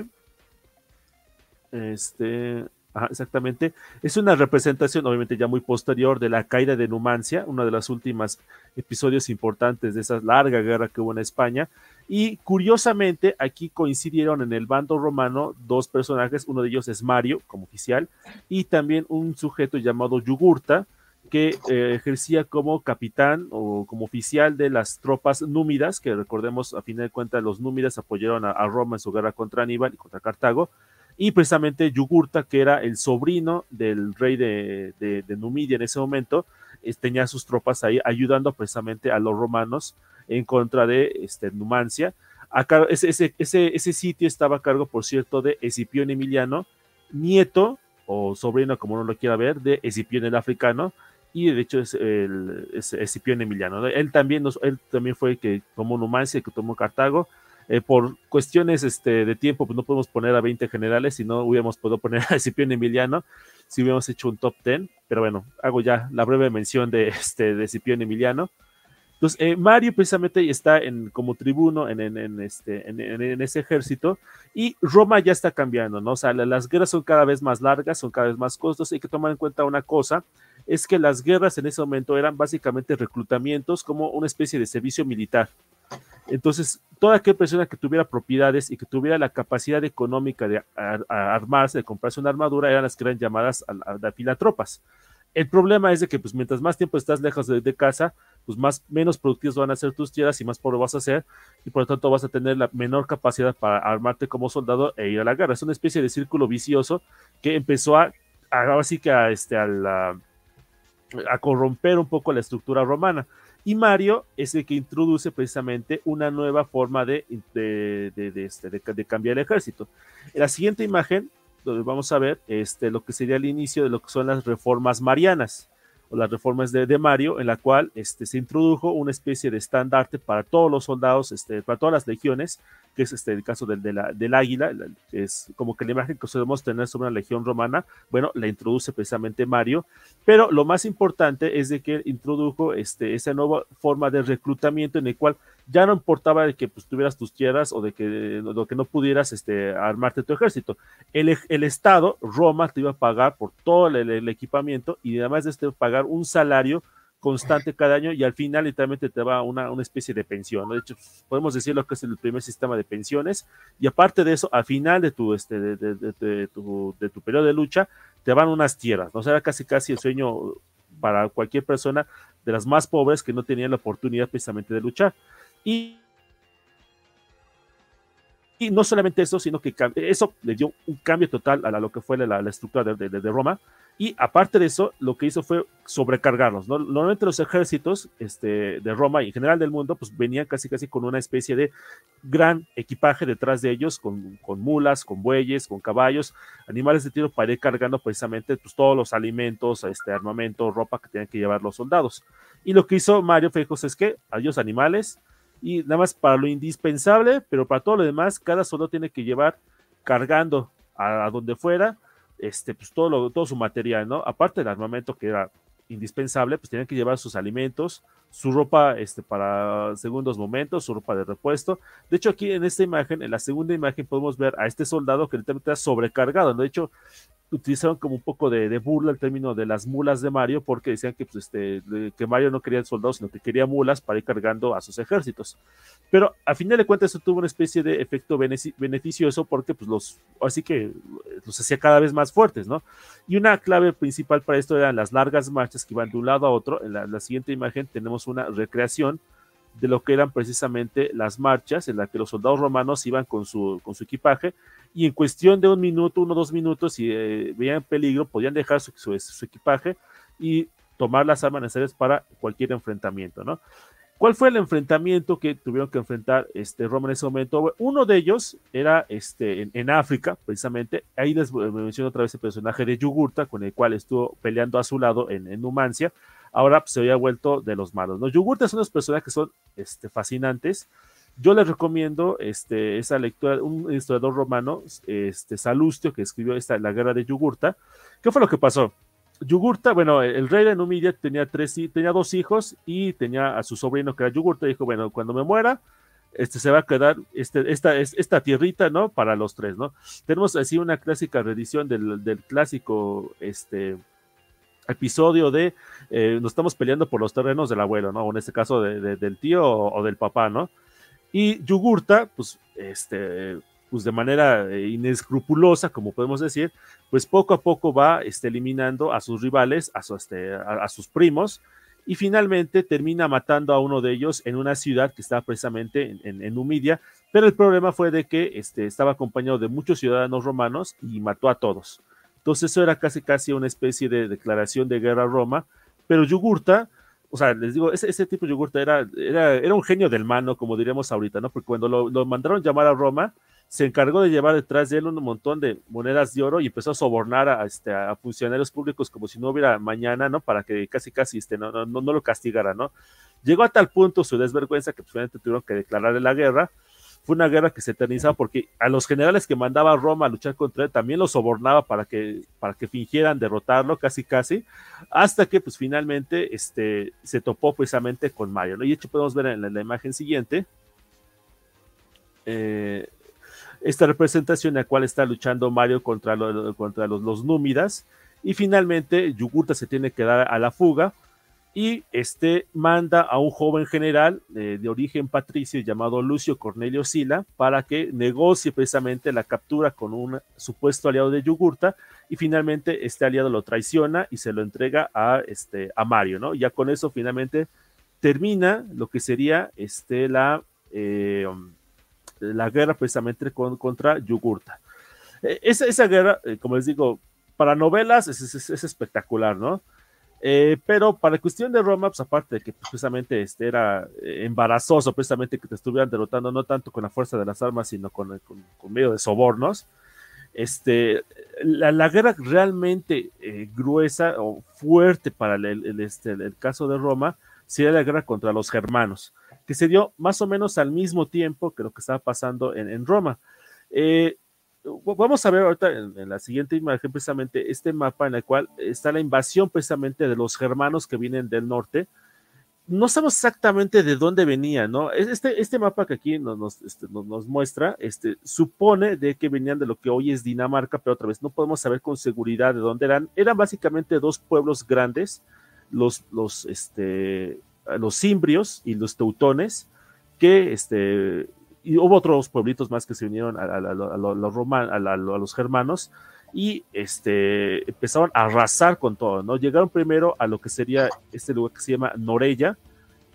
este, ajá, exactamente, es una representación, obviamente ya muy posterior, de la caída de Numancia, uno de los últimos episodios importantes de esa larga guerra que hubo en España. Y curiosamente, aquí coincidieron en el bando romano dos personajes, uno de ellos es Mario, como oficial, y también un sujeto llamado Yugurta, que eh, ejercía como capitán o como oficial de las tropas númidas, que recordemos, a fin de cuentas, los númidas apoyaron a, a Roma en su guerra contra Aníbal y contra Cartago, y precisamente Yugurta, que era el sobrino del rey de, de, de Numidia en ese momento, eh, tenía sus tropas ahí ayudando precisamente a los romanos en contra de este, Numancia. Acá, ese, ese, ese, ese sitio estaba a cargo, por cierto, de Escipión Emiliano, nieto o sobrino, como uno lo quiera ver, de Escipión el Africano, y de hecho es, el, es Escipión Emiliano, ¿no? Él también, nos, él también fue el que tomó Numancia, el que tomó Cartago. Eh, por cuestiones este, de tiempo, pues no podemos poner a veinte generales, si no hubiéramos podido poner a Escipión Emiliano, si hubiéramos hecho un top diez, pero bueno, hago ya la breve mención de, este, de Escipión Emiliano. Entonces, eh, Mario precisamente está en, como tribuno en, en, en, este, en, en, en ese ejército, y Roma ya está cambiando, ¿no? O sea, las guerras son cada vez más largas, son cada vez más costosas. Hay que tomar en cuenta una cosa, es que las guerras en ese momento eran básicamente reclutamientos como una especie de servicio militar. Entonces, toda aquella persona que tuviera propiedades y que tuviera la capacidad económica de a, a armarse, de comprarse una armadura, eran las que eran llamadas a, a, a filatropas. El problema es de que pues, mientras más tiempo estás lejos de, de casa, pues más, menos productivos van a ser tus tierras y más pobre vas a ser, y por lo tanto vas a tener la menor capacidad para armarte como soldado e ir a la guerra. Es una especie de círculo vicioso que empezó a, a ahora sí que a, este, a, la, a corromper un poco la estructura romana. Y Mario es el que introduce precisamente una nueva forma de, de, de, de, este, de, de cambiar el ejército. En la siguiente imagen, donde vamos a ver este, lo que sería el inicio de lo que son las reformas marianas, o las reformas de, de Mario, en la cual este, se introdujo una especie de estandarte para todos los soldados, este, para todas las legiones, que es este, el caso del, de la, del águila, que es como que la imagen que podemos tener sobre una legión romana. Bueno, la introduce precisamente Mario, pero lo más importante es de que introdujo este, esa nueva forma de reclutamiento en el cual ya no importaba de que pues, tuvieras tus tierras o de que, de que no pudieras este, armarte tu ejército. El, el Estado, Roma, te iba a pagar por todo el, el equipamiento, y además de este pagar un salario constante cada año, y al final literalmente te va una, una especie de pensión, ¿no? De hecho, podemos decirlo que es el primer sistema de pensiones, y aparte de eso, al final de tu, este, de, de, de, de, tu, de tu periodo de lucha, te van unas tierras, ¿no? O sea, era casi casi el sueño para cualquier persona de las más pobres que no tenían la oportunidad precisamente de luchar. Y Y no solamente eso, sino que eso le dio un cambio total a lo que fue la, la estructura de, de, de Roma. y aparte de eso, lo que hizo fue sobrecargarlos, ¿no? Normalmente los ejércitos este, de Roma y en general del mundo, pues venían casi casi con una especie de gran equipaje detrás de ellos, con, con mulas, con bueyes, con caballos, animales de tiro para ir cargando precisamente pues, todos los alimentos, este, armamento, ropa que tenían que llevar los soldados. Y lo que hizo Mario fue, es que, adiós animales, y nada más para lo indispensable, pero para todo lo demás, cada soldado tiene que llevar cargando a, a donde fuera, este, pues todo, lo, todo su material, ¿no? Aparte del armamento que era indispensable, pues tenían que llevar sus alimentos, su ropa este, para segundos momentos, su ropa de repuesto. De hecho, aquí en esta imagen, en la segunda imagen, podemos ver a este soldado que literalmente está sobrecargado, ¿no? De hecho, utilizaron como un poco de, de burla el término de las mulas de Mario, porque decían que, pues, este, que Mario no quería soldados, sino que quería mulas para ir cargando a sus ejércitos. Pero a final de cuentas eso tuvo una especie de efecto beneficioso porque pues los, así que los hacía cada vez más fuertes, ¿no? Y una clave principal para esto eran las largas marchas que iban de un lado a otro. En la, en la siguiente imagen tenemos una recreación de lo que eran precisamente las marchas en las que los soldados romanos iban con su, con su equipaje y en cuestión de un minuto, uno o dos minutos, si eh, veían peligro, podían dejar su, su, su equipaje y tomar las armas necesarias para cualquier enfrentamiento, ¿no? ¿Cuál fue el enfrentamiento que tuvieron que enfrentar este, Roma en ese momento? Uno de ellos era este, en, en África, precisamente. Ahí les me menciono otra vez el personaje de Yugurta, con el cual estuvo peleando a su lado en, en Numancia. Ahora pues, se había vuelto de los malos, ¿no? Yugurta son unos personajes que son este, fascinantes. Yo les recomiendo este, esa lectura, un historiador romano, este, Salustio, que escribió esta, La Guerra de Yugurta. ¿Qué fue lo que pasó? Yugurta, bueno, el rey de Numidia tenía, tres, tenía dos hijos y tenía a su sobrino que era Yugurta. Dijo, bueno, cuando me muera, este, se va a quedar este, esta, esta tierrita, ¿no? Para los tres, ¿no? Tenemos así una clásica reedición del, del clásico este, episodio de eh, nos estamos peleando por los terrenos del abuelo, ¿no? O en este caso de, de, del tío o, o del papá, ¿no? Y Yugurta, pues, este... pues de manera eh, inescrupulosa, como podemos decir, pues poco a poco va este, eliminando a sus rivales, a, su, este, a, a sus primos, y finalmente termina matando a uno de ellos en una ciudad que estaba precisamente en, en, en Numidia, pero el problema fue de que este, estaba acompañado de muchos ciudadanos romanos y mató a todos. Entonces eso era casi casi una especie de declaración de guerra a Roma, pero Yugurta, o sea, les digo, ese, ese tipo de Yugurta era, era, era un genio del mano, como diríamos ahorita, ¿no? Porque cuando lo, lo mandaron llamar a Roma, se encargó de llevar detrás de él un montón de monedas de oro y empezó a sobornar a, este, a funcionarios públicos como si no hubiera mañana, ¿no? Para que casi casi este, no, no, no lo castigara, ¿no? Llegó a tal punto su desvergüenza que finalmente tuvieron que declararle la guerra. Fue una guerra que se eternizaba porque a los generales que mandaba a Roma a luchar contra él también los sobornaba para que, para que fingieran derrotarlo casi casi, hasta que pues finalmente este, se topó precisamente con Mario, ¿no? Y de hecho podemos ver en la, en la imagen siguiente eh, esta representación en la cual está luchando Mario contra, lo, contra los, los númidas, y finalmente Yugurta se tiene que dar a la fuga, y este manda a un joven general eh, de origen patricio llamado Lucio Cornelio Sila para que negocie precisamente la captura con un supuesto aliado de Yugurta, y finalmente este aliado lo traiciona y se lo entrega a, este, a Mario, ¿no? Ya con eso finalmente termina lo que sería este, la... Eh, la guerra precisamente con, contra Yugurta. Eh, esa, esa guerra, eh, como les digo, para novelas es, es, es espectacular, ¿no? Eh, pero para cuestión de Roma, pues aparte de que pues, precisamente este era eh, embarazoso, precisamente que te estuvieran derrotando no tanto con la fuerza de las armas, sino con, con, con medio de sobornos, este, la, la guerra realmente eh, gruesa o fuerte para el, el, este, el caso de Roma sería la guerra contra los germanos, que se dio más o menos al mismo tiempo que lo que estaba pasando en, en Roma. Eh, vamos a ver ahorita en, en la siguiente imagen precisamente este mapa en el cual está la invasión precisamente de los germanos que vienen del norte. No sabemos exactamente de dónde venían, ¿no? Este, este mapa que aquí nos, nos, este, nos, nos muestra, este, supone de que venían de lo que hoy es Dinamarca, pero otra vez no podemos saber con seguridad de dónde eran. Eran básicamente dos pueblos grandes, los, los, este, los cimbrios y los teutones, que este, y hubo otros pueblitos más que se unieron a, a, a, a, a, los, roman, a, a, a los germanos, y este, empezaron a arrasar con todo, ¿no? Llegaron primero a lo que sería este lugar que se llama Norella,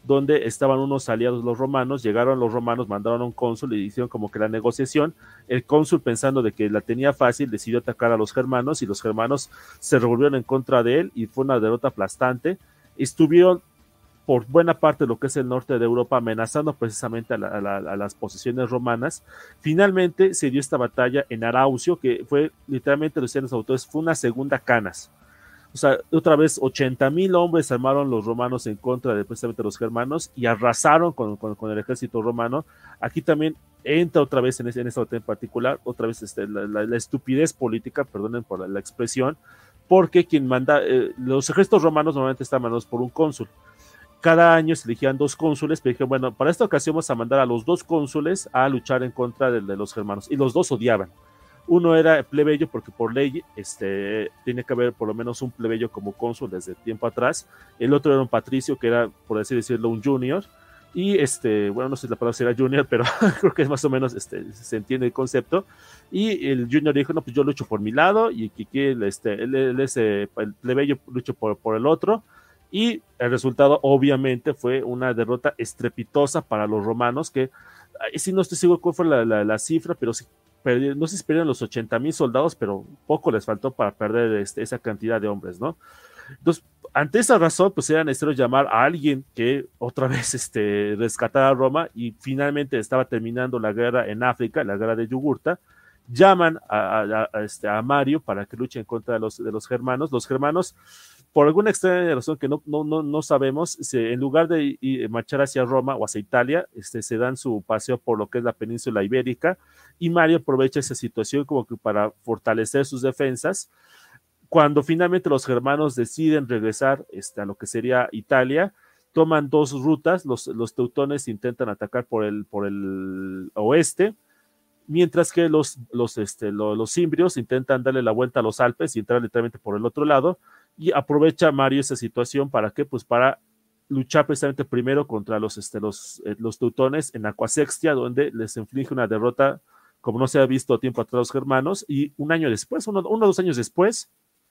donde estaban unos aliados los romanos, llegaron los romanos, mandaron a un cónsul y hicieron como que la negociación. El cónsul, pensando de que la tenía fácil, decidió atacar a los germanos y los germanos se revolvieron en contra de él y fue una derrota aplastante. Estuvieron por buena parte de lo que es el norte de Europa amenazando precisamente a, la, a, la, a las posesiones romanas. Finalmente se dio esta batalla en Araucio, que fue literalmente, lo decían los autores, fue una segunda Canas. O sea, otra vez ochenta mil hombres armaron los romanos en contra de precisamente los germanos y arrasaron con, con, con el ejército romano. Aquí también entra otra vez en, ese, en esta batalla en particular, otra vez este, la, la, la estupidez política, perdonen por la, la expresión, porque quien manda, eh, los ejércitos romanos normalmente están mandados por un cónsul. Cada año se elegían dos cónsules, pero dijeron, bueno, para esta ocasión vamos a mandar a los dos cónsules a luchar en contra de, de los germanos, y los dos odiaban. Uno era plebeyo porque por ley este, tiene que haber por lo menos un plebeyo como cónsul desde tiempo atrás. El otro era un patricio que era, por así decirlo, un junior. Y este, bueno, no sé si la palabra será junior, pero creo que es más o menos, este, se entiende el concepto. Y el junior dijo, no, pues yo lucho por mi lado y Kiki, este, él, él es el plebeyo, lucho por, por el otro. Y el resultado obviamente fue una derrota estrepitosa para los romanos, que sí no estoy seguro cuál fue la, la, la cifra, pero sí, perdieron, no sé si perdieron los ochenta mil soldados, pero poco les faltó para perder este, esa cantidad de hombres, ¿no? Entonces, ante esa razón, pues era necesario llamar a alguien que otra vez este, rescatara a Roma, y finalmente estaba terminando la guerra en África, la guerra de Yugurta. Llaman a, a, a, este, a Mario para que luche en contra de los, de los germanos. Los germanos, por alguna extraña razón que no, no, no, no sabemos, se, en lugar de ir, marchar hacia Roma o hacia Italia, este, se dan su paseo por lo que es la península ibérica, y Mario aprovecha esa situación como que para fortalecer sus defensas. Cuando finalmente los germanos deciden regresar este, a lo que sería Italia, toman dos rutas. Los, los teutones intentan atacar por el, por el oeste, mientras que los, los, este, los, los cimbrios intentan darle la vuelta a los Alpes y entrar literalmente por el otro lado, y aprovecha Mario esa situación para qué, pues para luchar precisamente primero contra los, este, los, eh, los teutones en Aquasextia, donde les inflige una derrota como no se ha visto tiempo atrás los germanos, y un año después, uno o dos años después,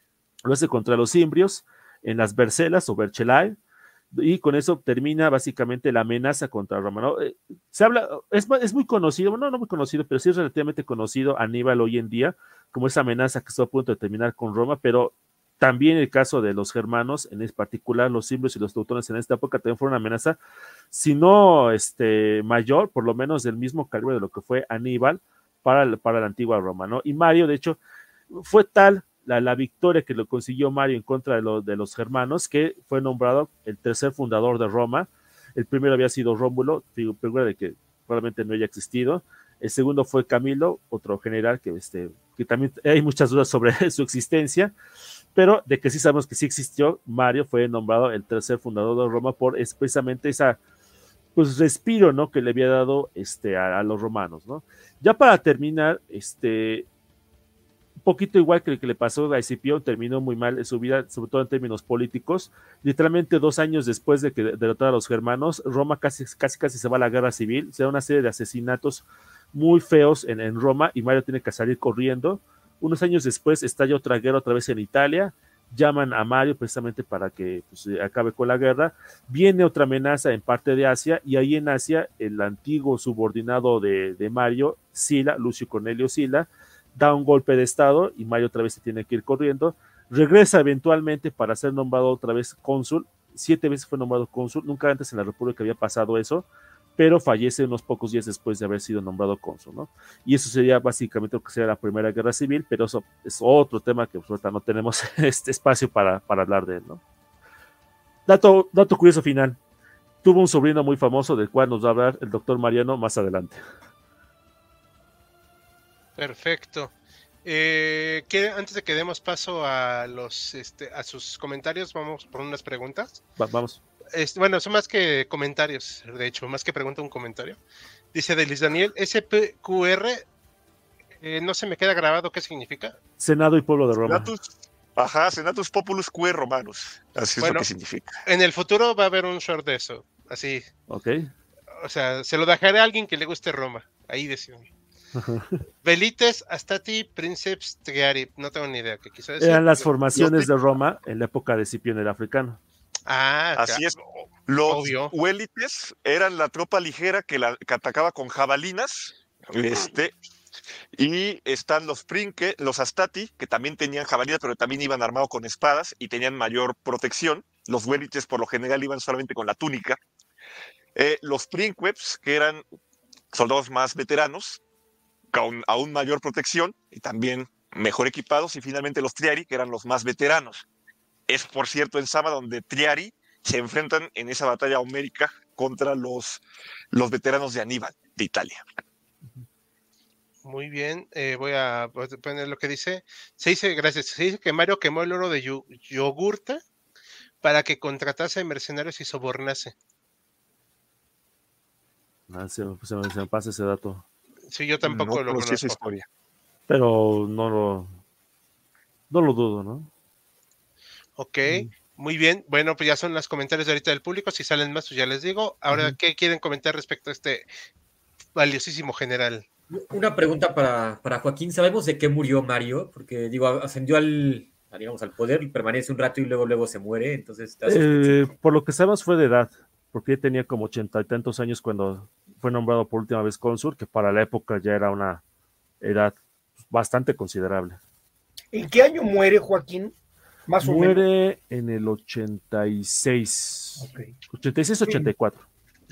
lo hace contra los cimbrios en las Bercelas o Berchelae, y con eso termina básicamente la amenaza contra Roma, ¿no? Eh, se habla, es, es muy conocido, no, no muy conocido, pero sí es relativamente conocido Aníbal hoy en día, como esa amenaza que está a punto de terminar con Roma, pero también el caso de los germanos, en particular los cimbrios y los teutones en esta época, también fue una amenaza, si no este, mayor, por lo menos del mismo calibre de lo que fue Aníbal para, para la antigua Roma, ¿no? Y Mario, de hecho, fue tal La, la victoria que lo consiguió Mario en contra de, lo, de los germanos, que fue nombrado el tercer fundador de Roma. El primero había sido Rómulo, figura de que probablemente no haya existido. El segundo fue Camilo, otro general que, este, que también hay muchas dudas sobre su existencia, pero de que sí sabemos que sí existió. Mario fue nombrado el tercer fundador de Roma por es precisamente esa pues respiro, ¿no?, que le había dado este, a, a los romanos, ¿no? Ya para terminar, este un poquito igual que el que le pasó a Escipión, terminó muy mal en su vida, sobre todo en términos políticos. Literalmente dos años después de que derrotar a los germanos, Roma casi, casi, casi se va a la guerra civil, se da una serie de asesinatos muy feos en, en Roma, y Mario tiene que salir corriendo. Unos años después estalla otra guerra otra vez en Italia, llaman a Mario precisamente para que pues, acabe con la guerra. Viene otra amenaza en parte de Asia, y ahí en Asia el antiguo subordinado de, de Mario, Sila, Lucio Cornelio Sila, da un golpe de estado y Mario otra vez se tiene que ir corriendo. Regresa eventualmente para ser nombrado otra vez cónsul. Siete veces fue nombrado cónsul, nunca antes en la República había pasado eso, pero fallece unos pocos días después de haber sido nombrado cónsul, ¿no? Y eso sería básicamente lo que sería la Primera Guerra Civil, pero eso es otro tema que pues, ahorita no tenemos este espacio para, para hablar de él, ¿no? Dato, dato curioso final: tuvo un sobrino muy famoso del cual nos va a hablar el doctor Mariano más adelante. Perfecto. Eh, ¿qué, antes de que demos paso a los este, a sus comentarios, vamos por unas preguntas. Va, vamos. Este, bueno, son más que comentarios, de hecho, más que pregunta, un comentario. Dice Delis Daniel, S P Q R, eh, no se me queda grabado qué significa. Senado y Pueblo de Roma. Senatus, ajá, Senatus Populus Quae Romanus. Así bueno, es lo que significa. En el futuro va a haber un short de eso, así. Ok. O sea, se lo dejaré a alguien que le guste Roma. Ahí decía. Velites, Astati, Princeps, Triari, no tengo ni idea qué quiso decir. Eran las formaciones de Roma en la época de Escipión el africano. Ah, Así ca- es. Los obvio. huélites eran la tropa ligera que, la, que atacaba con jabalinas. Este, y están los Prinque, los Astati, que también tenían jabalinas, pero también iban armados con espadas y tenían mayor protección. Los huélites por lo general iban solamente con la túnica. Eh, los Princeps, que eran soldados más veteranos, con aún mayor protección y también mejor equipados. Y finalmente los Triari, que eran los más veteranos. Es, por cierto, en Sama donde Triari se enfrentan en esa batalla homérica contra los, los veteranos de Aníbal, de Italia. Muy bien, eh, voy a poner lo que dice. Se dice, gracias, se dice que Mario quemó el oro de Yu- Yogurta para que contratase mercenarios y sobornase. Ah, se, me- se me, se me pasa ese dato. Sí, yo tampoco No lo conocí esa conozco. historia. Pero no lo, no lo dudo, ¿no? Ok, Mm. muy bien. Bueno, pues ya son los comentarios de ahorita del público. Si salen más, pues ya les digo. Ahora, Ujú. ¿qué quieren comentar respecto a este valiosísimo general? Una pregunta para, para Joaquín. ¿Sabemos de qué murió Mario? Porque, digo, ascendió al, a, digamos, al poder, permanece un rato y luego, luego se muere. Entonces está Eh, sospechoso. por lo que sabemos fue de edad, porque él tenía como ochenta y tantos años cuando fue nombrado por última vez cónsul, que para la época ya era una edad bastante considerable. ¿En qué año muere Joaquín? Más o menos. Muere en el ochenta y seis. Ok. ochenta y seis, ochenta y cuatro.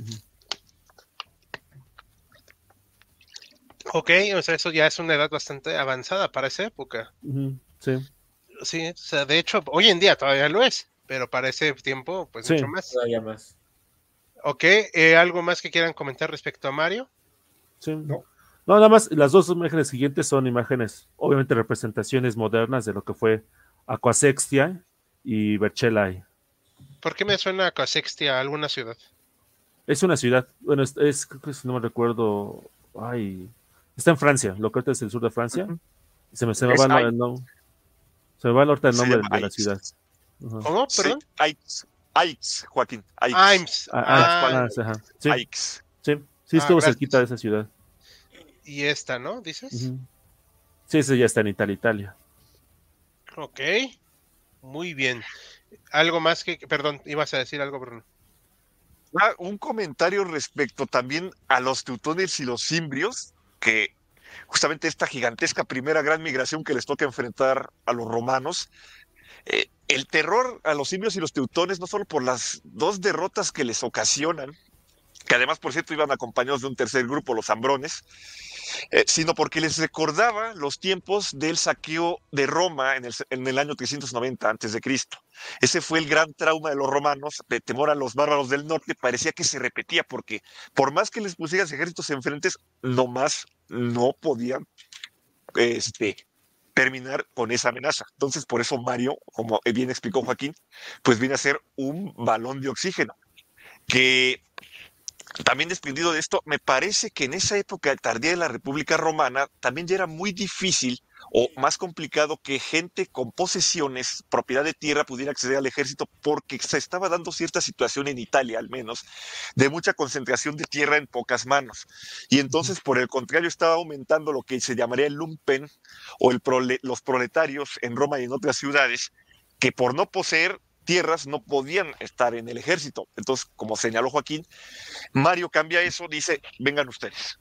Ok, o sea, eso ya es una edad bastante avanzada para esa época. Ujú, sí, Sí, o sea, de hecho, hoy en día todavía lo es, pero para ese tiempo, pues Sí. mucho más. Todavía más. Ok, eh, ¿algo más que quieran comentar respecto a Mario? sí. No. No, nada más, las dos imágenes siguientes son imágenes, obviamente representaciones modernas de lo que fue Aquasextia y Vercellae. ¿Por qué me suena a Casextia, a alguna ciudad? Es una ciudad, bueno, es, es- creo que si no me recuerdo, ay, está en Francia, lo que ahorita es el sur de Francia. Ujú. Se me, se me Es va el, Aix. el nom- se me va ahorita el Se nombre llama de la Aix. ciudad. Ajá. ¿Cómo? Sí, Perdón. Aix. Aix, Joaquín. Aix. Aims. Ah, Tal ah, cual. Ah, ah, sí, ajá. Sí, Aix. sí, sí ah, estuvo cerquita de gracias. esa ciudad. Y esta, ¿no? ¿Dices? Ujú. Sí, ese ya está en Italia, Italia. Ok, muy bien. Algo más que, perdón, ibas a decir algo, Bruno. Ah, un comentario respecto también a los teutones y los cimbrios, que justamente esta gigantesca primera gran migración que les toca enfrentar a los romanos, eh, el terror a los cimbrios y los teutones, no solo por las dos derrotas que les ocasionan, que además, por cierto, iban acompañados de un tercer grupo, los ambrones, eh, sino porque les recordaba los tiempos del saqueo de Roma en el, en el año trescientos noventa antes de Cristo. Ese fue el gran trauma de los romanos, de temor a los bárbaros del norte, parecía que se repetía, porque por más que les pusieran ejércitos enfrentes, nomás no podían este, terminar con esa amenaza. Entonces, por eso Mario, como bien explicó Joaquín, pues viene a ser un balón de oxígeno, que también desprendido de esto, me parece que en esa época tardía de la República Romana también ya era muy difícil o más complicado que gente con posesiones, propiedad de tierra, pudiera acceder al ejército porque se estaba dando cierta situación en Italia, al menos, de mucha concentración de tierra en pocas manos. Y entonces, por el contrario, estaba aumentando lo que se llamaría el lumpen o el prole los proletarios en Roma y en otras ciudades, que por no poseer tierras no podían estar en el ejército. Entonces, como señaló Joaquín, Mario cambia eso, dice, vengan ustedes.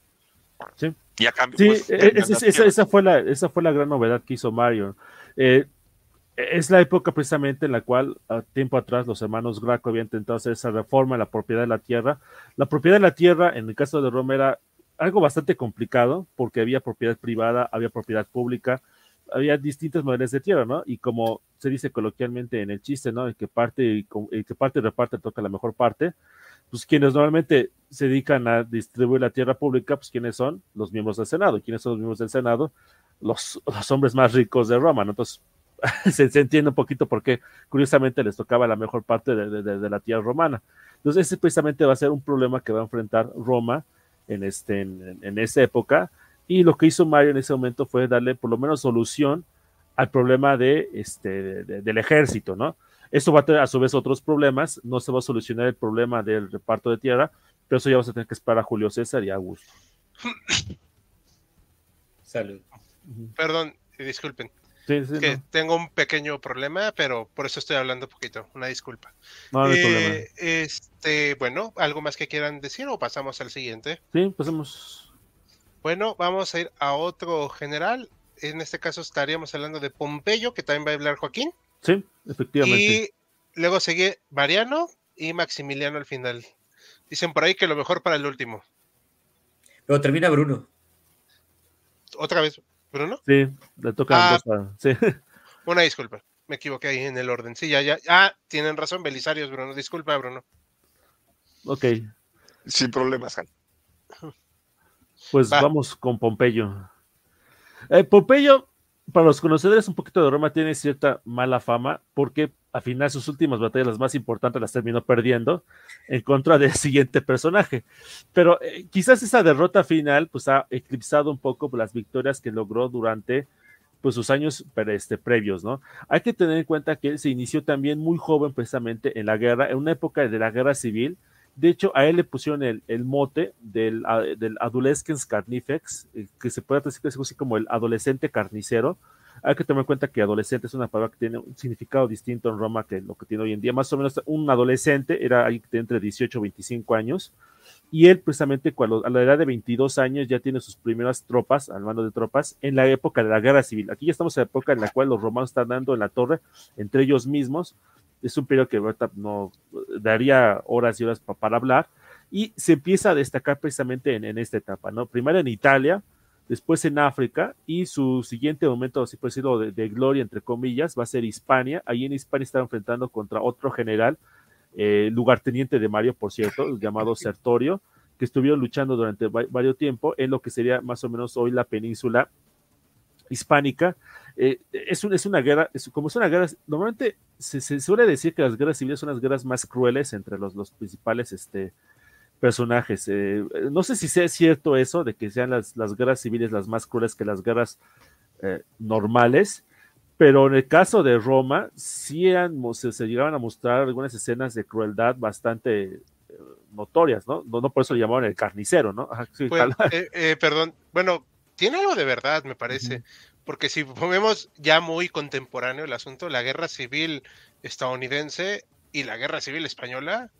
Sí. Y a cambio, Sí, pues, e- vengan es- las es- esa, tierras. esa fue la, esa fue la gran novedad que hizo Mario. Eh, es la época precisamente en la cual, a tiempo atrás, los hermanos Graco habían intentado hacer esa reforma en la propiedad de la tierra. La propiedad de la tierra, en el caso de Roma, era algo bastante complicado, porque había propiedad privada, había propiedad pública, había distintas modelos de tierra, ¿no? Y como se dice coloquialmente en el chiste, ¿no? El que parte, y co- el que parte y reparte toca la mejor parte. Pues quienes normalmente se dedican a distribuir la tierra pública, pues ¿quiénes son? Los miembros del Senado. ¿Quiénes son los miembros del Senado? Los, los hombres más ricos de Roma, ¿no? Entonces, se, se entiende un poquito por qué, curiosamente, les tocaba la mejor parte de, de, de la tierra romana. Entonces, ese precisamente va a ser un problema que va a enfrentar Roma en, este, en, en esa época. Y lo que hizo Mario en ese momento fue darle por lo menos solución al problema de, este, de, de, del ejército, ¿no? Esto va a tener a su vez otros problemas, no se va a solucionar el problema del reparto de tierra, pero eso ya vamos a tener que esperar a Julio César y a Augusto. Salud. Perdón, disculpen. Sí, sí, que no. tengo un pequeño problema, pero por eso estoy hablando un poquito. Una disculpa. No, no hay Eh, problema. este, bueno, ¿algo más que quieran decir o pasamos al siguiente? Sí, pasemos. Bueno, vamos a ir a otro general. En este caso estaríamos hablando de Pompeyo, que también va a hablar Joaquín. Sí, efectivamente. Y luego sigue Mariano y Maximiliano al final. Dicen por ahí que lo mejor para el último. Pero termina Bruno. ¿Otra vez, Bruno? Sí, le tocan Ah, dos a... Sí. Una disculpa. Me equivoqué ahí en el orden. Sí, ya, ya. Ah, tienen razón, Belisarios, Bruno. Disculpa, Bruno. Ok, Sin problemas, Hal. pues Va. vamos con Pompeyo. Eh, Pompeyo, para los conocedores un poquito de Roma, tiene cierta mala fama porque al final sus últimas batallas, las más importantes, las terminó perdiendo en contra del siguiente personaje. Pero eh, quizás esa derrota final pues ha eclipsado un poco las victorias que logró durante pues sus años este, previos, ¿no? Hay que tener en cuenta que él se inició también muy joven precisamente en la guerra, en una época de la guerra civil. De hecho, a él le pusieron el, el mote del, del Adolescens Carnifex, que se puede decir así como el adolescente carnicero. Hay que tener en cuenta que adolescente es una palabra que tiene un significado distinto en Roma que lo que tiene hoy en día. Más o menos un adolescente era alguien de entre dieciocho y veinticinco años, y él precisamente cuando, a la edad de veintidós años ya tiene sus primeras tropas, al mando de tropas, en la época de la guerra civil. Aquí ya estamos en la época en la cual los romanos están dando en la torre entre ellos mismos. Es un periodo que ahorita no daría horas y horas pa, para hablar, y se empieza a destacar precisamente en, en esta etapa, ¿no? Primero en Italia, después en África, y su siguiente momento, así por decirlo, de, de gloria, entre comillas, va a ser Hispania. Ahí en Hispania está enfrentando contra otro general, eh, lugarteniente de Mario, por cierto, llamado Sertorio, que estuvieron luchando durante varios tiempo en lo que sería más o menos hoy la península hispánica. Eh, es, un, es una guerra, es, como es una guerra, normalmente se, se, suele decir que las guerras civiles son las guerras más crueles entre los, los principales este, personajes. Eh, no sé si sea cierto eso, de que sean las, las guerras civiles las más crueles que las guerras eh, normales, pero en el caso de Roma, sí eran, se, se llegaban a mostrar algunas escenas de crueldad bastante eh, notorias, ¿no? ¿no? No por eso le llamaban el carnicero, ¿no? Ajá, sí, Pues, eh, eh, perdón, bueno, tiene algo de verdad, me parece, uh-huh. Porque si vemos ya muy contemporáneo el asunto, la guerra civil estadounidense y la guerra civil española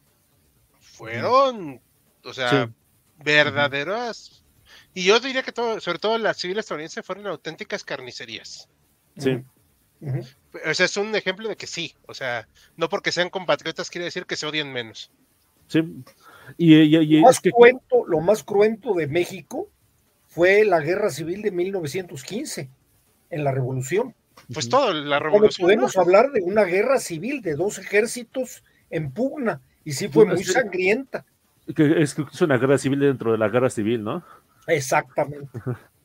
fueron, uh-huh. o sea, sí. verdaderas, uh-huh. Y yo diría que todo, sobre todo la civil estadounidense, fueron auténticas carnicerías. Sí. Uh-huh. O sea, es un ejemplo de que sí, o sea, no porque sean compatriotas quiere decir que se odien menos. Sí. Y, y, y lo, más es que... cruento, lo más cruento de México fue la guerra civil de mil novecientos quince, en la revolución. Pues todo, la revolución. Podemos ¿no? hablar de una guerra civil de dos ejércitos en pugna, y sí fue muy sangrienta. Que es, es una guerra civil dentro de la guerra civil, ¿no? Exactamente.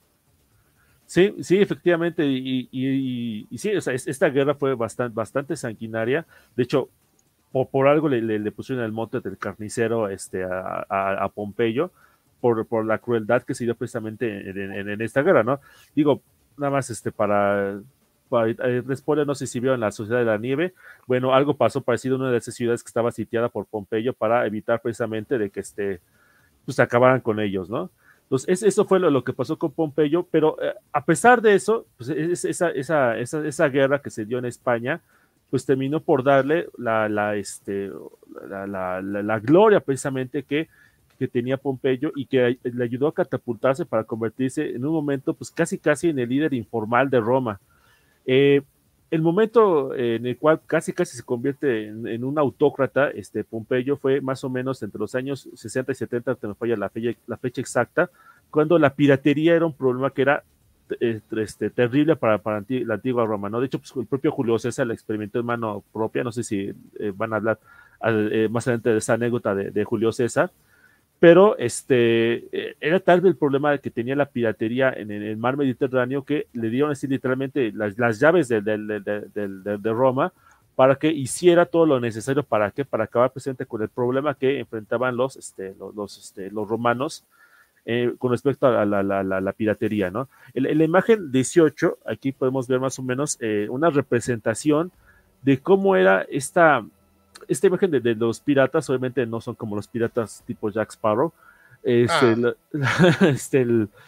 Sí, sí, efectivamente, y, y, y, y sí, o sea, esta guerra fue bastante, bastante sanguinaria. De hecho, por, por algo le, le, le pusieron el mote del carnicero este, a, a, a Pompeyo, por, por la crueldad que se dio precisamente en, en, en esta guerra, ¿no? Digo, nada más este, para, para eh, spoiler, no sé si vieron la Sociedad de la Nieve. Bueno, algo pasó parecido en una de esas ciudades que estaba sitiada por Pompeyo para evitar precisamente de que este, pues, acabaran con ellos, ¿no? Entonces, eso fue lo, lo que pasó con Pompeyo, pero eh, a pesar de eso, pues, esa, esa, esa, esa guerra que se dio en España, pues terminó por darle la, la, este, la, la, la, la gloria precisamente que, que tenía Pompeyo, y que le ayudó a catapultarse para convertirse en un momento pues casi casi en el líder informal de Roma. Eh, el momento en el cual casi casi se convierte en, en un autócrata, este Pompeyo, fue más o menos entre los años sesenta y setenta, que me falla la fecha, la fecha exacta, cuando la piratería era un problema que era este, terrible para, para la antigua Roma, ¿no? De hecho, pues, el propio Julio César la experimentó en mano propia. No sé si eh, van a hablar eh, más adelante de esa anécdota de, de Julio César, pero este, eh, era tal el problema que tenía la piratería en, en el mar Mediterráneo, que le dieron así literalmente las, las llaves de, de, de, de, de, de Roma para que hiciera todo lo necesario para, que, para acabar presente con el problema que enfrentaban los, este, los, los, este, los romanos eh, con respecto a la, la, la, la piratería, ¿no? En, en la imagen dieciocho, aquí podemos ver más o menos eh, una representación de cómo era esta... esta imagen de, de los piratas. Obviamente no son como los piratas tipo Jack Sparrow. Este, ah. la, este, el,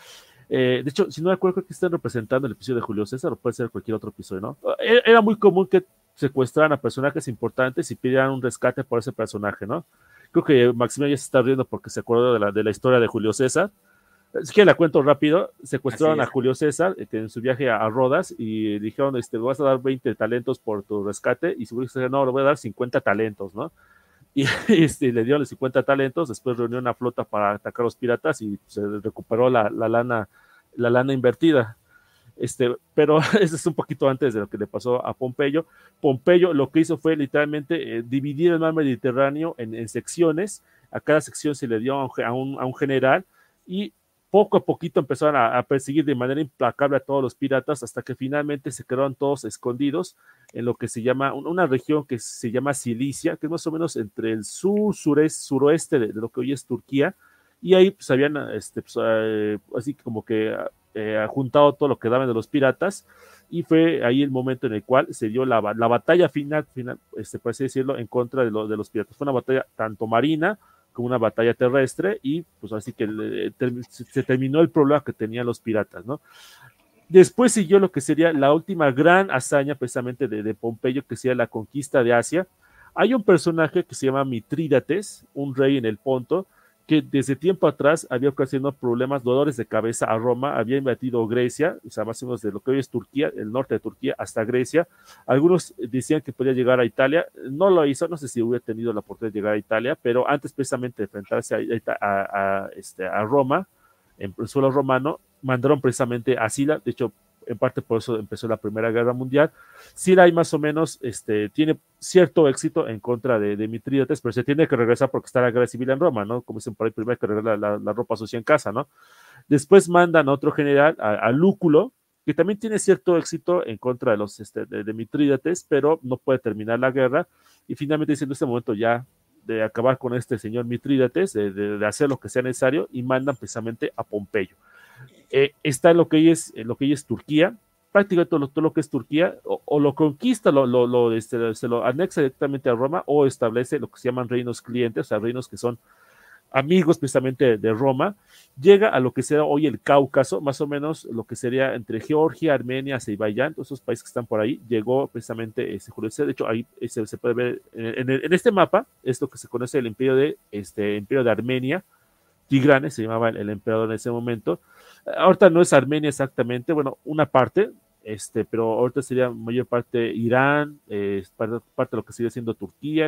Eh, de hecho, si no me acuerdo, creo que están representando el episodio de Julio César, o puede ser cualquier otro episodio, ¿no? Era, era muy común que secuestraran a personajes importantes y pidieran un rescate por ese personaje, ¿no? Creo que Maximiliano ya se está riendo porque se acuerda de la, de la historia de Julio César. Es que la cuento rápido. Secuestraron a Julio César eh, que en su viaje a, a Rodas y dijeron, este, vas a dar veinte talentos por tu rescate, y Julio César, no, le voy a dar cincuenta talentos, ¿no? Y este, le dio los cincuenta talentos, después reunió una flota para atacar a los piratas y se recuperó la, la lana, la lana invertida. Este, pero eso es un poquito antes de lo que le pasó a Pompeyo. Pompeyo lo que hizo fue literalmente eh, dividir el mar Mediterráneo en, en secciones. A cada sección se le dio a un, a un, a un general, y poco a poquito empezaron a, a perseguir de manera implacable a todos los piratas, hasta que finalmente se quedaron todos escondidos en lo que se llama una región que se llama Cilicia, que es más o menos entre el sur, sureste, suroeste de, de lo que hoy es Turquía, y ahí pues habían este, pues, eh, así como que eh, juntado todo lo que daban de los piratas, y fue ahí el momento en el cual se dio la, la batalla final, final este, por así decirlo, en contra de, lo, de los piratas. Fue una batalla tanto marina como una batalla terrestre, y pues así que le, ter, se terminó el problema que tenían los piratas, ¿no? Después siguió lo que sería la última gran hazaña precisamente de, de Pompeyo, que sería la conquista de Asia. Hay un personaje que se llama Mitrídates, un rey en el Ponto, que desde tiempo atrás había ocasionado problemas, dolores de cabeza a Roma, había invadido Grecia, o sea, más o menos de lo que hoy es Turquía, el norte de Turquía, hasta Grecia. Algunos decían que podía llegar a Italia, no lo hizo, no sé si hubiera tenido la oportunidad de llegar a Italia, pero antes precisamente de enfrentarse a, a, a, este, a Roma, en el suelo romano, mandaron precisamente a Sila. De hecho, en parte por eso empezó la Primera Guerra Mundial. Sila ahí más o menos este, tiene cierto éxito en contra de, de Mitrídates, pero se tiene que regresar porque está la guerra civil en Roma, ¿no? Como dicen por ahí, primero hay que arreglar la, la, la ropa sucia en casa, ¿no? Después mandan a otro general, a, a Lúculo, que también tiene cierto éxito en contra de los este, de, de Mitrídates, pero no puede terminar la guerra, y finalmente diciendo en este momento ya de acabar con este señor Mitrídates, de, de, de hacer lo que sea necesario, y mandan precisamente a Pompeyo. Eh, está en lo que hoy es, lo que hoy es Turquía, prácticamente todo lo, todo lo que es Turquía, o, o lo conquista, lo, lo, lo, este, se lo anexa directamente a Roma, o establece lo que se llaman reinos clientes, o sea, reinos que son amigos precisamente de Roma. Llega a lo que será hoy el Cáucaso, más o menos lo que sería entre Georgia, Armenia, Azerbaiyán, todos esos países que están por ahí. Llegó precisamente ese Julio César. De hecho, ahí se, se puede ver en, en, en este mapa, es lo que se conoce el imperio de, este, imperio de Armenia. Tigranes se llamaba el, el emperador en ese momento. Ahorita no es Armenia exactamente, bueno, una parte, este, pero ahorita sería mayor parte Irán, eh, parte, parte de lo que sigue siendo Turquía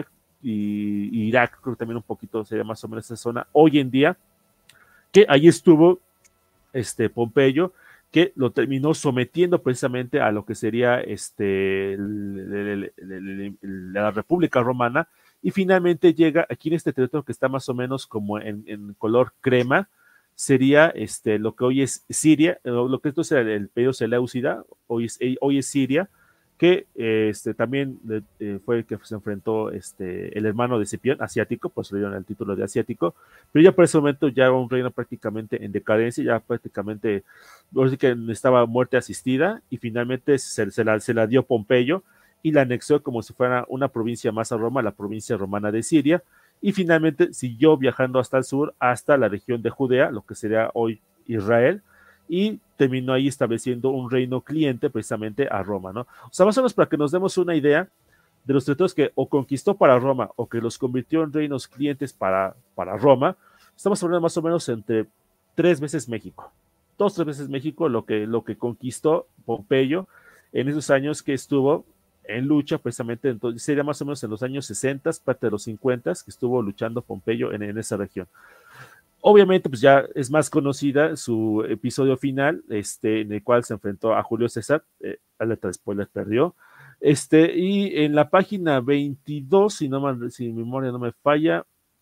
y, y Irak, creo que también un poquito sería más o menos esa zona hoy en día, que ahí estuvo este Pompeyo, que lo terminó sometiendo precisamente a lo que sería este, el, el, el, el, la República Romana, y finalmente llega aquí en este territorio que está más o menos como en, en color crema, sería este, lo que hoy es Siria, lo que entonces era el periodo Seleucida, hoy es, hoy es Siria, que este, también eh, fue el que se enfrentó este, el hermano de Escipión, asiático, pues le dieron el título de asiático, pero ya por ese momento ya era un reino prácticamente en decadencia, ya prácticamente, así que estaba muerte asistida, y finalmente se, se, la, se la dio Pompeyo, y la anexó como si fuera una provincia más a Roma, la provincia romana de Siria, y finalmente siguió viajando hasta el sur, hasta la región de Judea, lo que sería hoy Israel, y terminó ahí estableciendo un reino cliente precisamente a Roma, ¿no? O sea, más o menos para que nos demos una idea de los territorios que o conquistó para Roma o que los convirtió en reinos clientes para, para Roma, estamos hablando más o menos entre tres veces México, dos, tres veces México, lo que, lo que conquistó Pompeyo en esos años que estuvo en lucha, precisamente, entonces sería más o menos en los años sesenta, parte de los cincuenta, que estuvo luchando Pompeyo en, en esa región. Obviamente, pues ya es más conocida su episodio final, este, en el cual se enfrentó a Julio César, eh, alerta de spoiler, perdió, este, y en la página veintidós, si, no me, si mi memoria no me falla,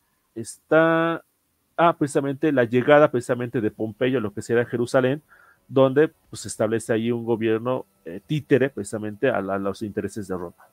está, ah, precisamente la llegada precisamente de Pompeyo, lo que será Jerusalén, donde pues, se establece ahí un gobierno eh, títere precisamente a, a los intereses de Roma.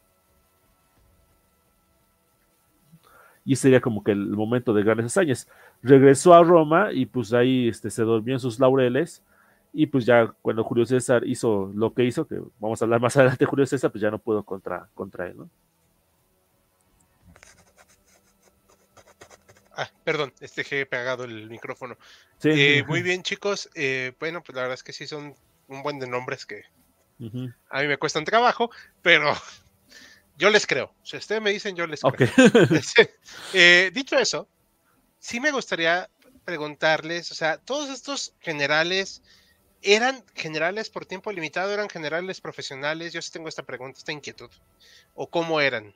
Y sería como que el momento de grandes hazañas. Regresó a Roma y pues ahí este, se durmió en sus laureles, y pues ya cuando Julio César hizo lo que hizo, que vamos a hablar más adelante de Julio César, pues ya no pudo contra, contra él, ¿no? Ah, perdón, este dejé pegado el micrófono. Sí. Eh, muy bien, chicos. Eh, bueno, pues la verdad es que sí son un buen de nombres que Uh-huh. a mí me cuestan trabajo, pero yo les creo. Si ustedes me dicen, yo les creo. Okay. eh, dicho eso, sí me gustaría preguntarles, o sea, todos estos generales, ¿eran generales por tiempo limitado? ¿Eran generales profesionales? Yo sí tengo esta pregunta, esta inquietud. ¿O cómo eran?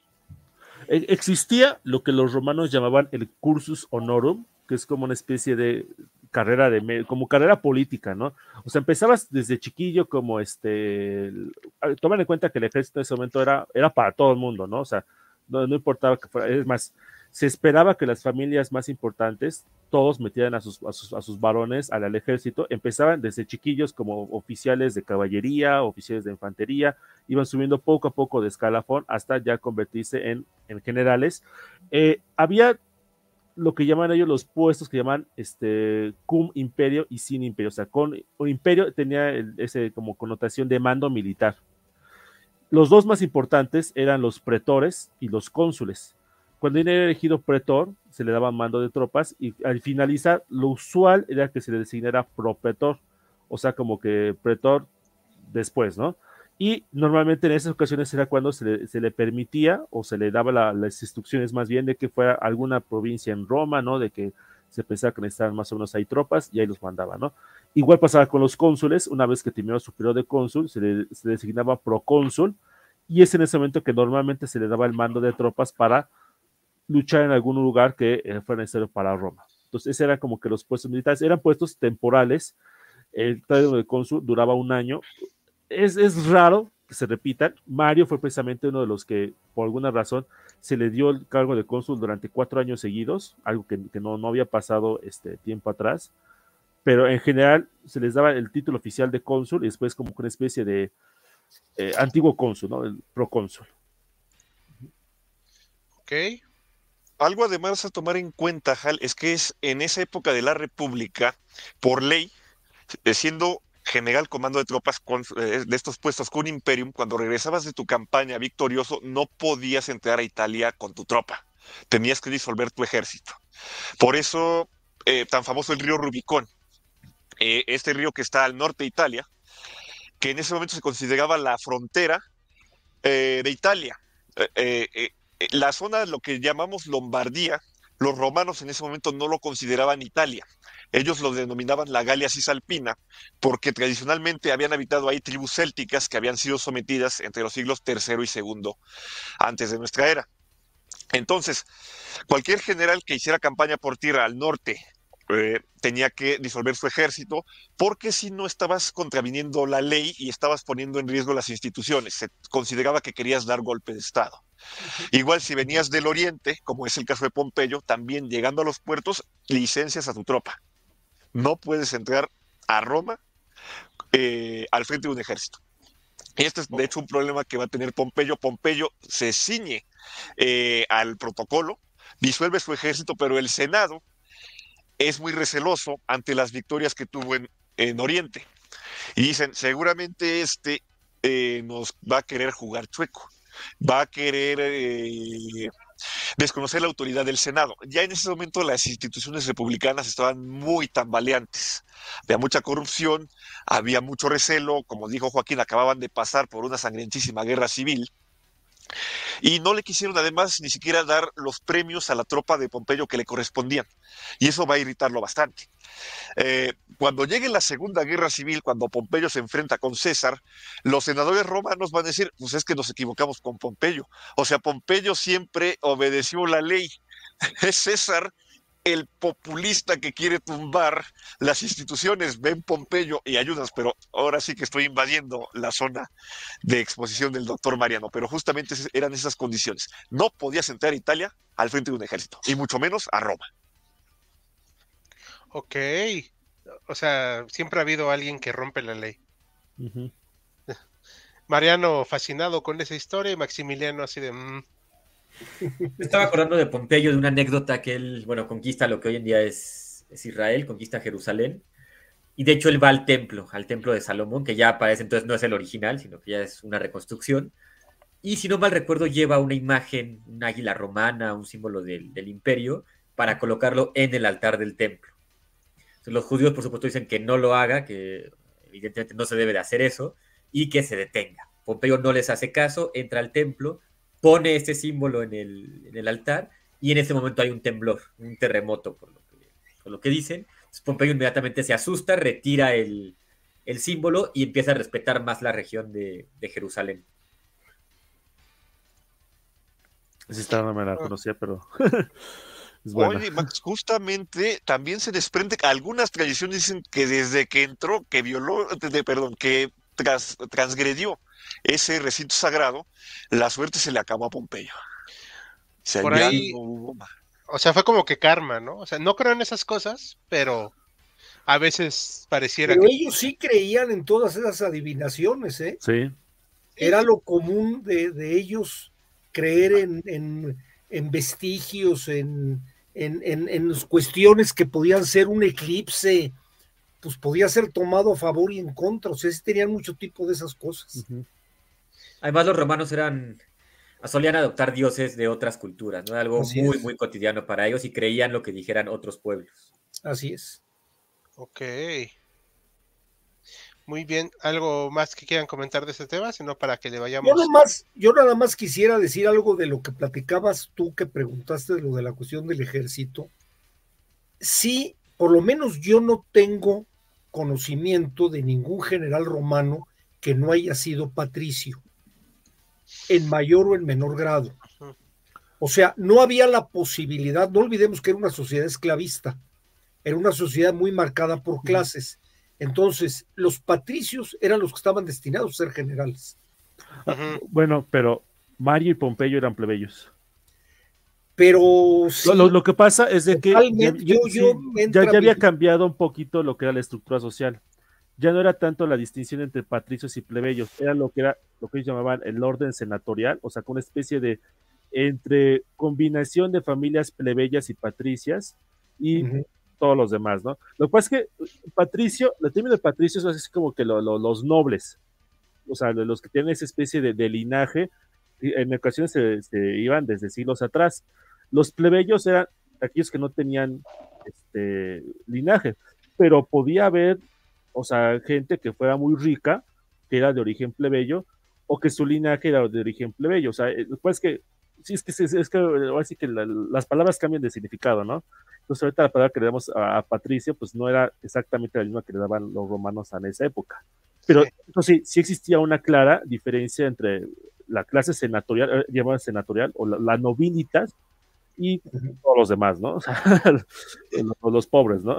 Existía lo que los romanos llamaban el cursus honorum, que es como una especie de carrera de como carrera política, ¿no? O sea, empezabas desde chiquillo como este, toman en cuenta que el ejército en ese momento era, era para todo el mundo, ¿no? O sea, no, no importaba que fuera, es más, se esperaba que las familias más importantes todos metieran a sus, a sus, a sus varones al, al ejército, empezaban desde chiquillos como oficiales de caballería, oficiales de infantería, iban subiendo poco a poco de escalafón hasta ya convertirse en, en generales. Eh, había lo que llaman ellos los puestos que llaman este, cum imperio y sin imperio, o sea, con un imperio tenía el, ese como connotación de mando militar. Los dos más importantes eran los pretores y los cónsules. Cuando era elegido pretor, se le daba mando de tropas y al finalizar, lo usual era que se le designara propretor, o sea, como que pretor después, ¿no? Y normalmente en esas ocasiones era cuando se le, se le permitía o se le daba la, las instrucciones más bien de que fuera alguna provincia en Roma, ¿no? De que se pensaba que necesitaban más o menos ahí tropas y ahí los mandaba, ¿no? Igual pasaba con los cónsules, una vez que terminaba su periodo de cónsul, se le, se le designaba procónsul y es en ese momento que normalmente se le daba el mando de tropas para luchar en algún lugar que eh, fuera necesario para Roma. Entonces, ese era como que los puestos militares, eran puestos temporales, el término de cónsul duraba un año, es, es raro que se repitan. Mario fue precisamente uno de los que, por alguna razón, se le dio el cargo de cónsul durante cuatro años seguidos, algo que, que no, no había pasado este tiempo atrás, pero en general se les daba el título oficial de cónsul y después como una especie de eh, antiguo cónsul, ¿no? El procónsul. Ok. Algo además a tomar en cuenta, Hal, es que es en esa época de la República, por ley, siendo general comando de tropas con, eh, de estos puestos con Imperium, cuando regresabas de tu campaña victorioso, no podías entrar a Italia con tu tropa. Tenías que disolver tu ejército. Por eso, eh, tan famoso el río Rubicón, eh, este río que está al norte de Italia, que en ese momento se consideraba la frontera eh, de Italia. Eh, eh, eh, la zona, lo que llamamos Lombardía, los romanos en ese momento no lo consideraban Italia. Ellos lo denominaban la Galia Cisalpina, porque tradicionalmente habían habitado ahí tribus célticas que habían sido sometidas entre los siglos tercero y segundo antes de nuestra era. Entonces, cualquier general que hiciera campaña por tierra al norte eh, tenía que disolver su ejército, porque si no estabas contraviniendo la ley y estabas poniendo en riesgo las instituciones. Se consideraba que querías dar golpe de Estado. Igual si venías del oriente, como es el caso de Pompeyo, también llegando a los puertos, licencias a tu tropa. No puedes entrar a Roma eh, al frente de un ejército. Y este es de hecho un problema que va a tener Pompeyo. Pompeyo se ciñe eh, al protocolo, disuelve su ejército, pero el Senado es muy receloso ante las victorias que tuvo en, en Oriente. Y dicen, seguramente este eh, nos va a querer jugar chueco, va a querer eh, desconocer la autoridad del Senado. Ya en ese momento las instituciones republicanas estaban muy tambaleantes. Había mucha corrupción, había mucho recelo, como dijo Joaquín, acababan de pasar por una sangrientísima guerra civil. Y no le quisieron además ni siquiera dar los premios a la tropa de Pompeyo que le correspondían. Y eso va a irritarlo bastante. Eh, cuando llegue la Segunda Guerra Civil, cuando Pompeyo se enfrenta con César, los senadores romanos van a decir, pues es que nos equivocamos con Pompeyo. O sea, Pompeyo siempre obedeció la ley. Es César el populista que quiere tumbar las instituciones. Ven Pompeyo y ayudas, pero ahora sí que estoy invadiendo la zona de exposición del doctor Mariano, pero justamente eran esas condiciones. No podías entrar a Italia al frente de un ejército, y mucho menos a Roma. Ok. O sea, siempre ha habido alguien que rompe la ley. Uh-huh. Mariano fascinado con esa historia y Maximiliano así de... Mm. Estaba acordando de Pompeyo, de una anécdota que él, bueno, conquista lo que hoy en día es, es Israel, conquista Jerusalén, y de hecho él va al templo, al templo de Salomón, que ya para ese entonces no es el original, sino que ya es una reconstrucción, y si no mal recuerdo lleva una imagen, un águila romana, un símbolo del, del imperio, para colocarlo en el altar del templo. Entonces, los judíos, por supuesto, dicen que no lo haga, que evidentemente no se debe de hacer eso, y que se detenga. Pompeyo no les hace caso, entra al templo, pone este símbolo en el, en el altar, y en ese momento hay un temblor, un terremoto, por lo que, por lo que dicen. Entonces, Pompeyo inmediatamente se asusta, retira el, el símbolo y empieza a respetar más la región de, de Jerusalén. Esa historia no me la conocía, pero es buena. Oye, Max, justamente también se desprende, algunas tradiciones dicen que desde que entró, que violó, de, perdón, que tras, transgredió ese recinto sagrado, la suerte se le acabó a Pompeyo. O sea, Por ya ahí, no hubo más. o sea, fue como que karma, ¿no? O sea, no creo en esas cosas, pero a veces pareciera Pero que... ellos sí creían en todas esas adivinaciones, ¿eh? Sí. Era lo común de, de ellos creer en, en, en vestigios, en, en, en, en cuestiones que podían ser un eclipse, pues podía ser tomado a favor y en contra, o sea, sí tenían mucho tipo de esas cosas. Uh-huh. Además, los romanos eran, solían adoptar dioses de otras culturas, ¿no? Algo Así muy, es. muy cotidiano para ellos y creían lo que dijeran otros pueblos. Así es. Ok. Muy bien. ¿Algo más que quieran comentar de este tema? Sino para que le vayamos... Yo nada más, yo nada más quisiera decir algo de lo que platicabas tú, que preguntaste de lo de la cuestión del ejército. Sí, por lo menos yo no tengo conocimiento de ningún general romano que no haya sido patricio, en mayor o en menor grado. O sea, no había la posibilidad, no olvidemos que era una sociedad esclavista, era una sociedad muy marcada por clases. Entonces, los patricios eran los que estaban destinados a ser generales. Uh-huh. Bueno, pero Mario y Pompeyo eran plebeyos. Pero sí, lo, lo, lo que pasa es de que ya, yo, ya, yo sí, ya, ya había mi... cambiado un poquito lo que era la estructura social. Ya no era tanto la distinción entre patricios y plebeyos, era lo que era lo que ellos llamaban el orden senatorial, o sea, con una especie de entre combinación de familias plebeyas y patricias y uh-huh. todos los demás, ¿no? Lo que pasa es que patricio, el término de patricio es así como que lo, lo, los nobles, o sea, los que tienen esa especie de, de linaje, en ocasiones se, se iban desde siglos atrás. Los plebeyos eran aquellos que no tenían este linaje, pero podía haber, o sea, gente que fuera muy rica, que era de origen plebeyo, o que su linaje era de origen plebeyo. O sea, pues que, sí, es que, es, es que, así que la, las palabras cambian de significado, ¿no? Entonces, ahorita la palabra que le damos a, a Patricio, pues no era exactamente la misma que le daban los romanos en esa época. Pero, sí. Entonces, sí, sí existía una clara diferencia entre la clase senatorial, eh, llamada senatorial, o la, la nobilitas, y todos los demás, ¿no? O sea, los, los pobres, ¿no?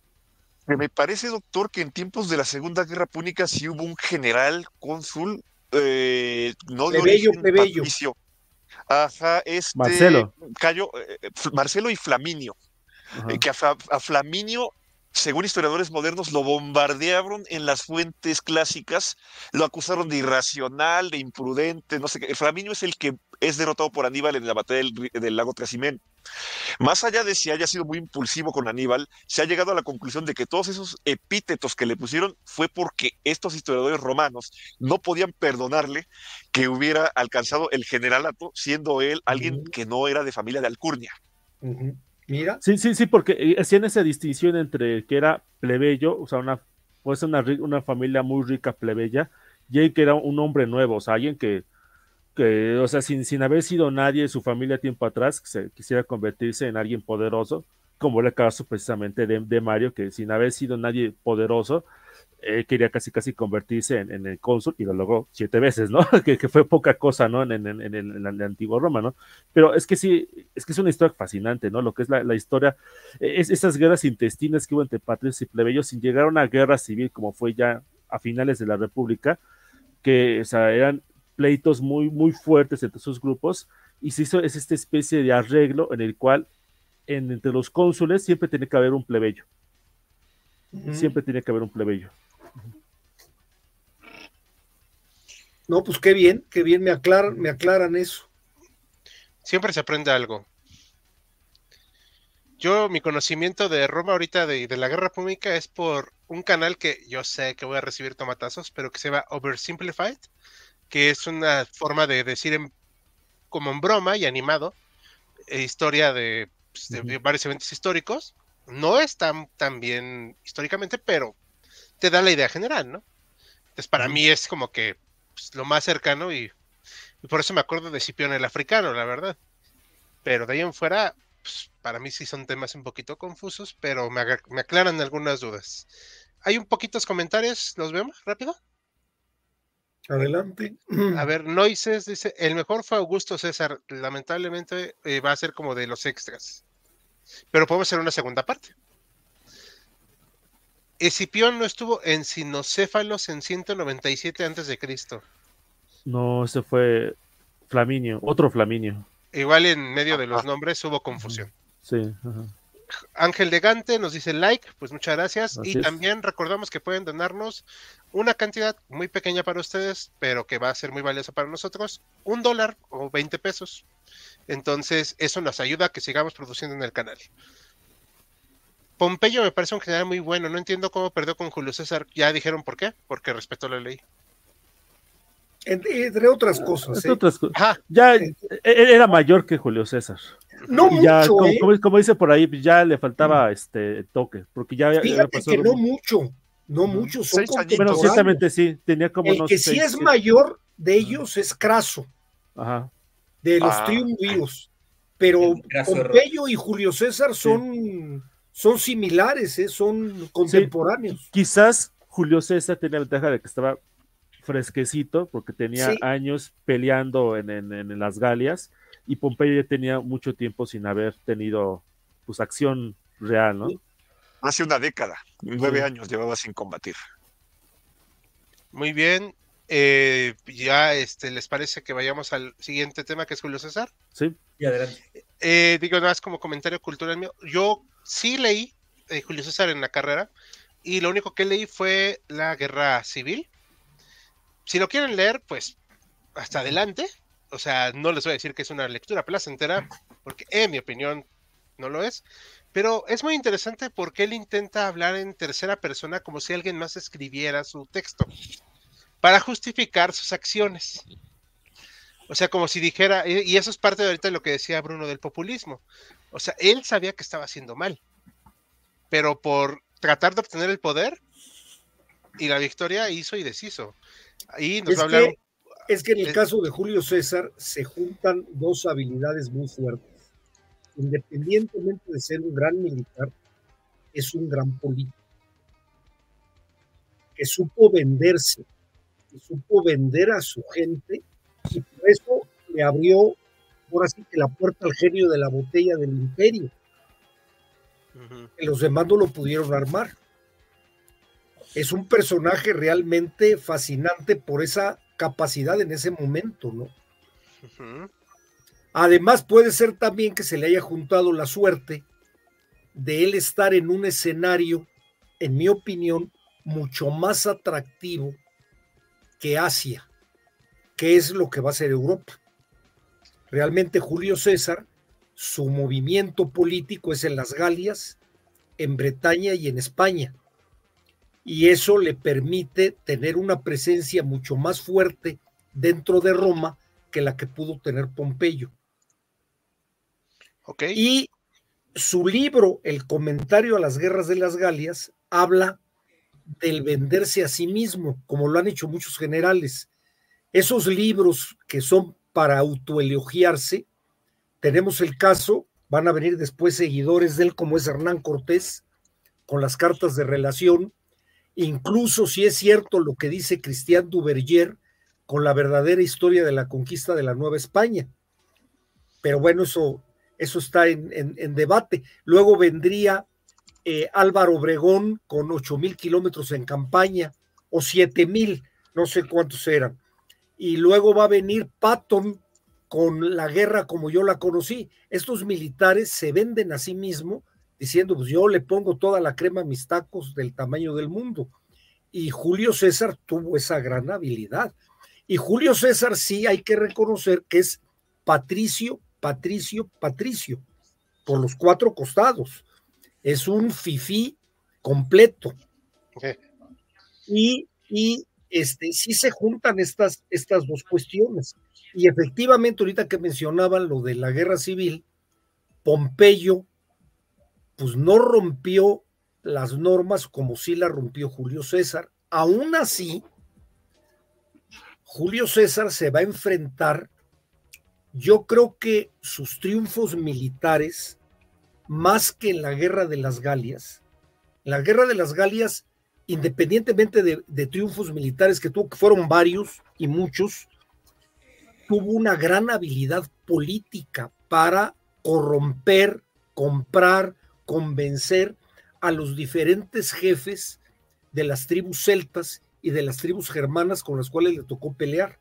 Me parece, doctor, que en tiempos de la Segunda Guerra Púnica sí hubo un general cónsul, eh, no de plebeyo, origen plebeyo. patricio. Ajá, este Marcelo. Cayo, eh, Marcelo y Flaminio. Eh, que a, a Flaminio, según historiadores modernos, lo bombardearon en las fuentes clásicas, lo acusaron de irracional, de imprudente, no sé qué. Flaminio es el que es derrotado por Aníbal en la batalla del, del lago Trasimén. Más allá de si haya sido muy impulsivo con Aníbal, se ha llegado a la conclusión de que todos esos epítetos que le pusieron fue porque estos historiadores romanos no podían perdonarle que hubiera alcanzado el generalato, siendo él alguien uh-huh. que no era de familia de alcurnia. Uh-huh. Mira. Sí, sí, sí, porque hacían esa distinción entre que era plebeyo, o sea, una, pues una, una familia muy rica plebeya, y alguien que era un hombre nuevo, o sea, alguien que que, o sea, sin, sin haber sido nadie de su familia tiempo atrás, que se quisiera convertirse en alguien poderoso, como era el caso precisamente de, de Mario, que sin haber sido nadie poderoso, eh, quería casi casi convertirse en, en el cónsul, y lo logró siete veces, ¿no? que, que fue poca cosa, ¿no? En, en, en, en, el, en el antiguo Roma, ¿no? Pero es que sí, es que es una historia fascinante, ¿no? Lo que es la, la historia, es, esas guerras intestinas que hubo entre patricios y plebeyos, sin llegar a una guerra civil como fue ya a finales de la República, que, o sea, eran pleitos muy, muy fuertes entre sus grupos, y se hizo es esta especie de arreglo en el cual en, entre los cónsules siempre tiene que haber un plebeyo. Uh-huh. Siempre tiene que haber un plebeyo. No, pues qué bien, qué bien, me aclaran, me aclaran eso. Siempre se aprende algo. Yo, mi conocimiento de Roma ahorita, de, de la Guerra Púnica, es por un canal que yo sé que voy a recibir tomatazos, pero que se llama Oversimplified, que es una forma de decir en, como en broma y animado, eh, historia de pues, de Ujú. varios eventos históricos. No es tan, tan bien históricamente, pero te da la idea general, ¿no? Entonces, para Ujú. mí es como que pues, lo más cercano y, y por eso me acuerdo de Escipión el africano, la verdad. Pero de ahí en fuera, pues, para mí sí son temas un poquito confusos, pero me, aga- me aclaran algunas dudas. Hay un poquitos comentarios, ¿los vemos rápido? Adelante. A ver, Noises dice, el mejor fue Augusto César, lamentablemente eh, va a ser como de los extras, pero podemos hacer una segunda parte. Escipión no estuvo en Cinocéfalos en ciento noventa y siete antes de Cristo. No, ese fue Flaminio, otro Flaminio. Igual en medio de los Ajá. nombres hubo Ujú. confusión. Sí, ajá. Ángel de Gante nos dice like, pues muchas gracias. Y Así es. también recordamos que pueden donarnos una cantidad muy pequeña para ustedes, pero que va a ser muy valiosa para nosotros, un dólar o veinte pesos. Entonces, eso nos ayuda a que sigamos produciendo en el canal. Pompeyo me parece un general muy bueno. No entiendo cómo perdió con Julio César. Ya dijeron por qué, porque respetó la ley. Entre, entre otras cosas, Entre ¿eh? otras co- Ajá. Ya Eh, e- e- era mayor que Julio César. No Y ya, mucho, como, ¿eh? como- como dice por ahí, pues ya le faltaba este toque, porque ya había Fíjate pasado. que no mucho, no Ujú. mucho, son Seis añitos. Bueno, contemporáneos. ciertamente sí, tenía como El unos que sí seis, es siete. mayor de ellos es Craso, Ajá. de los Ah. triunviros, pero El Craso de Pompeyo y Julio César son, son similares, ¿eh? Son contemporáneos. Quizás Julio César tenía la ventaja de que estaba fresquecito, porque tenía Sí. años peleando en, en- en las Galias, y Pompeyo ya tenía mucho tiempo sin haber tenido pues acción real, ¿no? Hace una década, nueve Sí. años llevaba sin combatir. Muy bien. Eh, ya este, ¿les parece que vayamos al siguiente tema que es Julio César? Sí. Y adelante. Eh, digo nada más como comentario cultural mío. Yo sí leí eh, Julio César en la carrera y lo único que leí fue la Guerra Civil. Si lo quieren leer, pues hasta adelante. O sea, no les voy a decir que es una lectura placentera, porque en mi opinión no lo es. Pero es muy interesante porque él intenta hablar en tercera persona como si alguien más escribiera su texto para justificar sus acciones. O sea, como si dijera, y eso es parte de ahorita de lo que decía Bruno del populismo. O sea, él sabía que estaba haciendo mal, pero por tratar de obtener el poder y la victoria hizo y deshizo. Ahí nos Es va a hablar que, un... es que en el eh, caso de Julio César se juntan dos habilidades muy fuertes. Independientemente de ser un gran militar, es un gran político, que supo venderse, que supo vender a su gente, y por eso le abrió, ahora sí que la puerta al genio de la botella del imperio, uh-huh. que los demás no lo pudieron armar. Es un personaje realmente fascinante por esa capacidad en ese momento, ¿no? Uh-huh. Además, puede ser también que se le haya juntado la suerte de él estar en un escenario, en mi opinión, mucho más atractivo que Asia, que es lo que va a ser Europa. Realmente Julio César, su movimiento político es en las Galias, en Bretaña y en España. Y eso le permite tener una presencia mucho más fuerte dentro de Roma que la que pudo tener Pompeyo. Okay. Y su libro, El comentario a las guerras de las Galias, habla del venderse a sí mismo, como lo han hecho muchos generales. Esos libros que son para autoelogiarse, tenemos el caso, van a venir después seguidores de él, como es Hernán Cortés, con las cartas de relación, incluso si es cierto lo que dice Christian Duverger, con la verdadera historia de la conquista de la Nueva España. Pero bueno, eso, eso está en, en, en debate. Luego vendría eh, Álvaro Obregón con ocho mil kilómetros en campaña, o siete mil, no sé cuántos eran. Y luego va a venir Patton con la guerra como yo la conocí. Estos militares se venden a sí mismos diciendo, pues yo le pongo toda la crema a mis tacos del tamaño del mundo. Y Julio César tuvo esa gran habilidad. Y Julio César sí hay que reconocer que es patricio, patricio, patricio, por los cuatro costados. Es un fifí completo. Okay. Y, y este, sí se juntan estas, estas dos cuestiones. Y efectivamente, ahorita que mencionaban lo de la guerra civil, Pompeyo, pues no rompió las normas como sí la rompió Julio César. Aún así, Julio César se va a enfrentar, yo creo que sus triunfos militares, más que en la Guerra de las Galias, en la Guerra de las Galias, independientemente de, de triunfos militares que tuvo, que fueron varios y muchos, tuvo una gran habilidad política para corromper, comprar, convencer a los diferentes jefes de las tribus celtas y de las tribus germanas con las cuales le tocó pelear.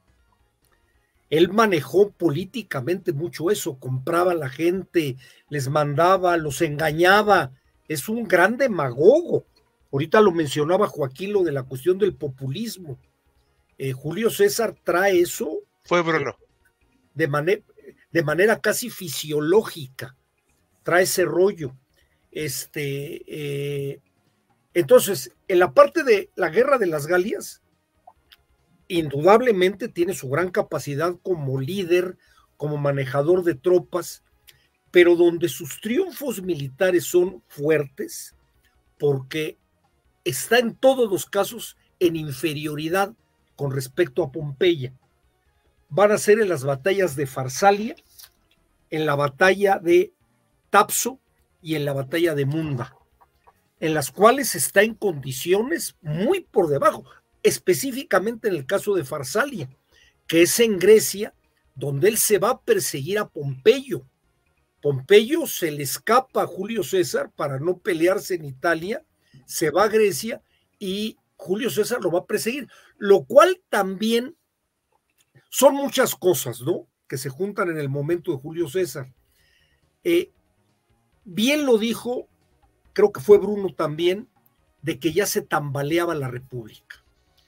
Él manejó políticamente mucho eso, compraba a la gente, les mandaba, los engañaba, es un gran demagogo. Ahorita lo mencionaba Joaquín, lo de la cuestión del populismo. Eh, Julio César trae eso. Fue Bruno. Eh, de, manera, de manera casi fisiológica, trae ese rollo. Este, eh, entonces, en la parte de la Guerra de las Galias, indudablemente tiene su gran capacidad como líder, como manejador de tropas, pero donde sus triunfos militares son fuertes, porque está en todos los casos en inferioridad con respecto a Pompeya. Van a ser en las batallas de Farsalia, en la batalla de Tapso y en la batalla de Munda, en las cuales está en condiciones muy por debajo, específicamente en el caso de Farsalia, que es en Grecia, donde él se va a perseguir a Pompeyo. Pompeyo se le escapa a Julio César para no pelearse en Italia, se va a Grecia y Julio César lo va a perseguir, lo cual también son muchas cosas, ¿no?, que se juntan en el momento de Julio César. Eh, bien lo dijo, creo que fue Bruno también, de que ya se tambaleaba la República.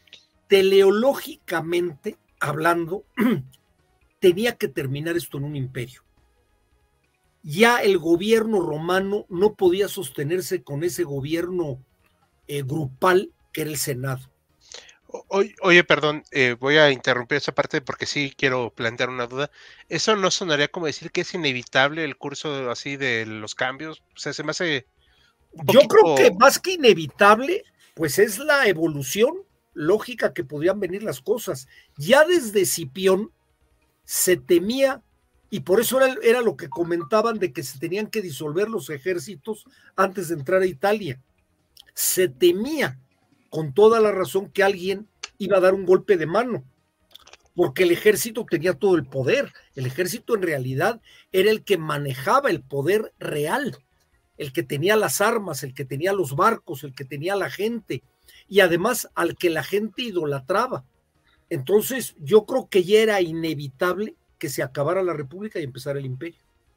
Teleológicamente hablando, tenía que terminar esto en un imperio. Ya el gobierno romano no podía sostenerse con ese gobierno eh, grupal que era el Senado. Oye, oye perdón, eh, voy a interrumpir esa parte porque sí quiero plantear una duda. ¿Eso no sonaría como decir que es inevitable el curso así de los cambios? O sea, se me hace un poquito... Yo creo que más que inevitable, pues es la evolución lógica que podrían venir las cosas. Ya desde Escipión se temía, y por eso era, era lo que comentaban de que se tenían que disolver los ejércitos antes de entrar a Italia. Se temía con toda la razón que alguien iba a dar un golpe de mano, porque el ejército tenía todo el poder. El ejército en realidad era el que manejaba el poder real, el que tenía las armas, el que tenía los barcos, el que tenía la gente, y además al que la gente idolatraba. Entonces yo creo que ya era inevitable que se acabara la república y empezara el imperio.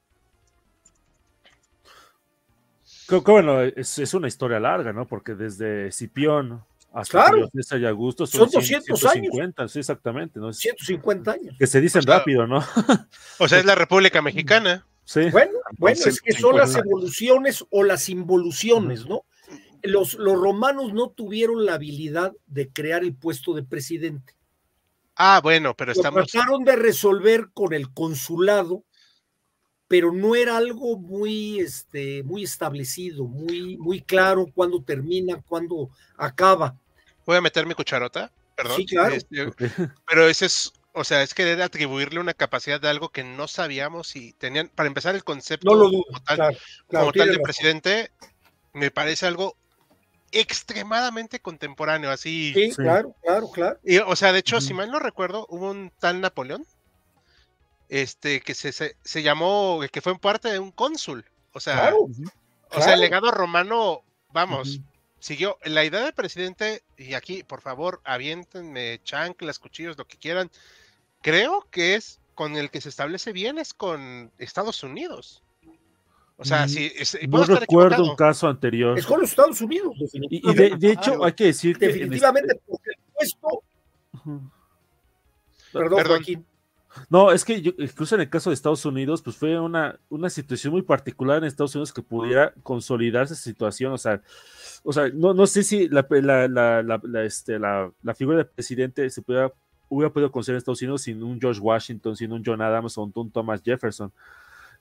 Creo que bueno, es, es una historia larga, ¿no? Porque desde Escipión hasta Claro. Julio César y Augusto Son son doscientos ciento cincuenta, sí, exactamente, ¿no? ciento cincuenta años. Que se dicen O sea, rápido, ¿no? O sea, es la República Mexicana. Sí. Bueno, bueno, es que son las cincuenta. evoluciones o las involuciones, ¿no? Los, los romanos no tuvieron la habilidad de crear el puesto de presidente. Ah, bueno, pero Lo estamos... trataron de resolver con el consulado, pero no era algo muy, este, muy establecido, muy, muy claro cuándo termina, cuándo acaba. Voy a meter mi cucharota, perdón. Sí, claro. Este, Okay. pero ese es, o sea, es querer atribuirle una capacidad de algo que no sabíamos y tenían, para empezar, el concepto No lo dudo, como tal, claro, claro, como tal tiene de razón. presidente, me parece algo extremadamente contemporáneo, así. Sí, Sí. claro, claro, claro. Y, o sea, de hecho, Ujú. si mal no recuerdo, hubo un tal Napoleón, este, que se, se, se llamó, que fue parte de un cónsul. O sea, Claro, Ujú. o sea, claro. el legado romano, vamos, Ujú. siguió. La idea de presidente, y aquí, por favor, aviéntenme chanclas, cuchillos, lo que quieran. Creo que es con el que se establece bien es con Estados Unidos. O sea, Mm, sí, es- y No puedo estar recuerdo un equivocado. caso anterior. Es con los Estados Unidos, Y, y definitivamente. de, de hecho, hay que decir que en Definitivamente, este- porque el puesto, Ujú. perdón, Perdón. Joaquín, No, es que yo, incluso en el caso de Estados Unidos, pues fue una, una situación muy particular en Estados Unidos que pudiera consolidarse esa situación. O sea, o sea no, no sé si la, la, la, la, la, este, la, la figura del presidente se pudiera, hubiera podido conseguir en Estados Unidos sin un George Washington, sin un John Adams o un Thomas Jefferson.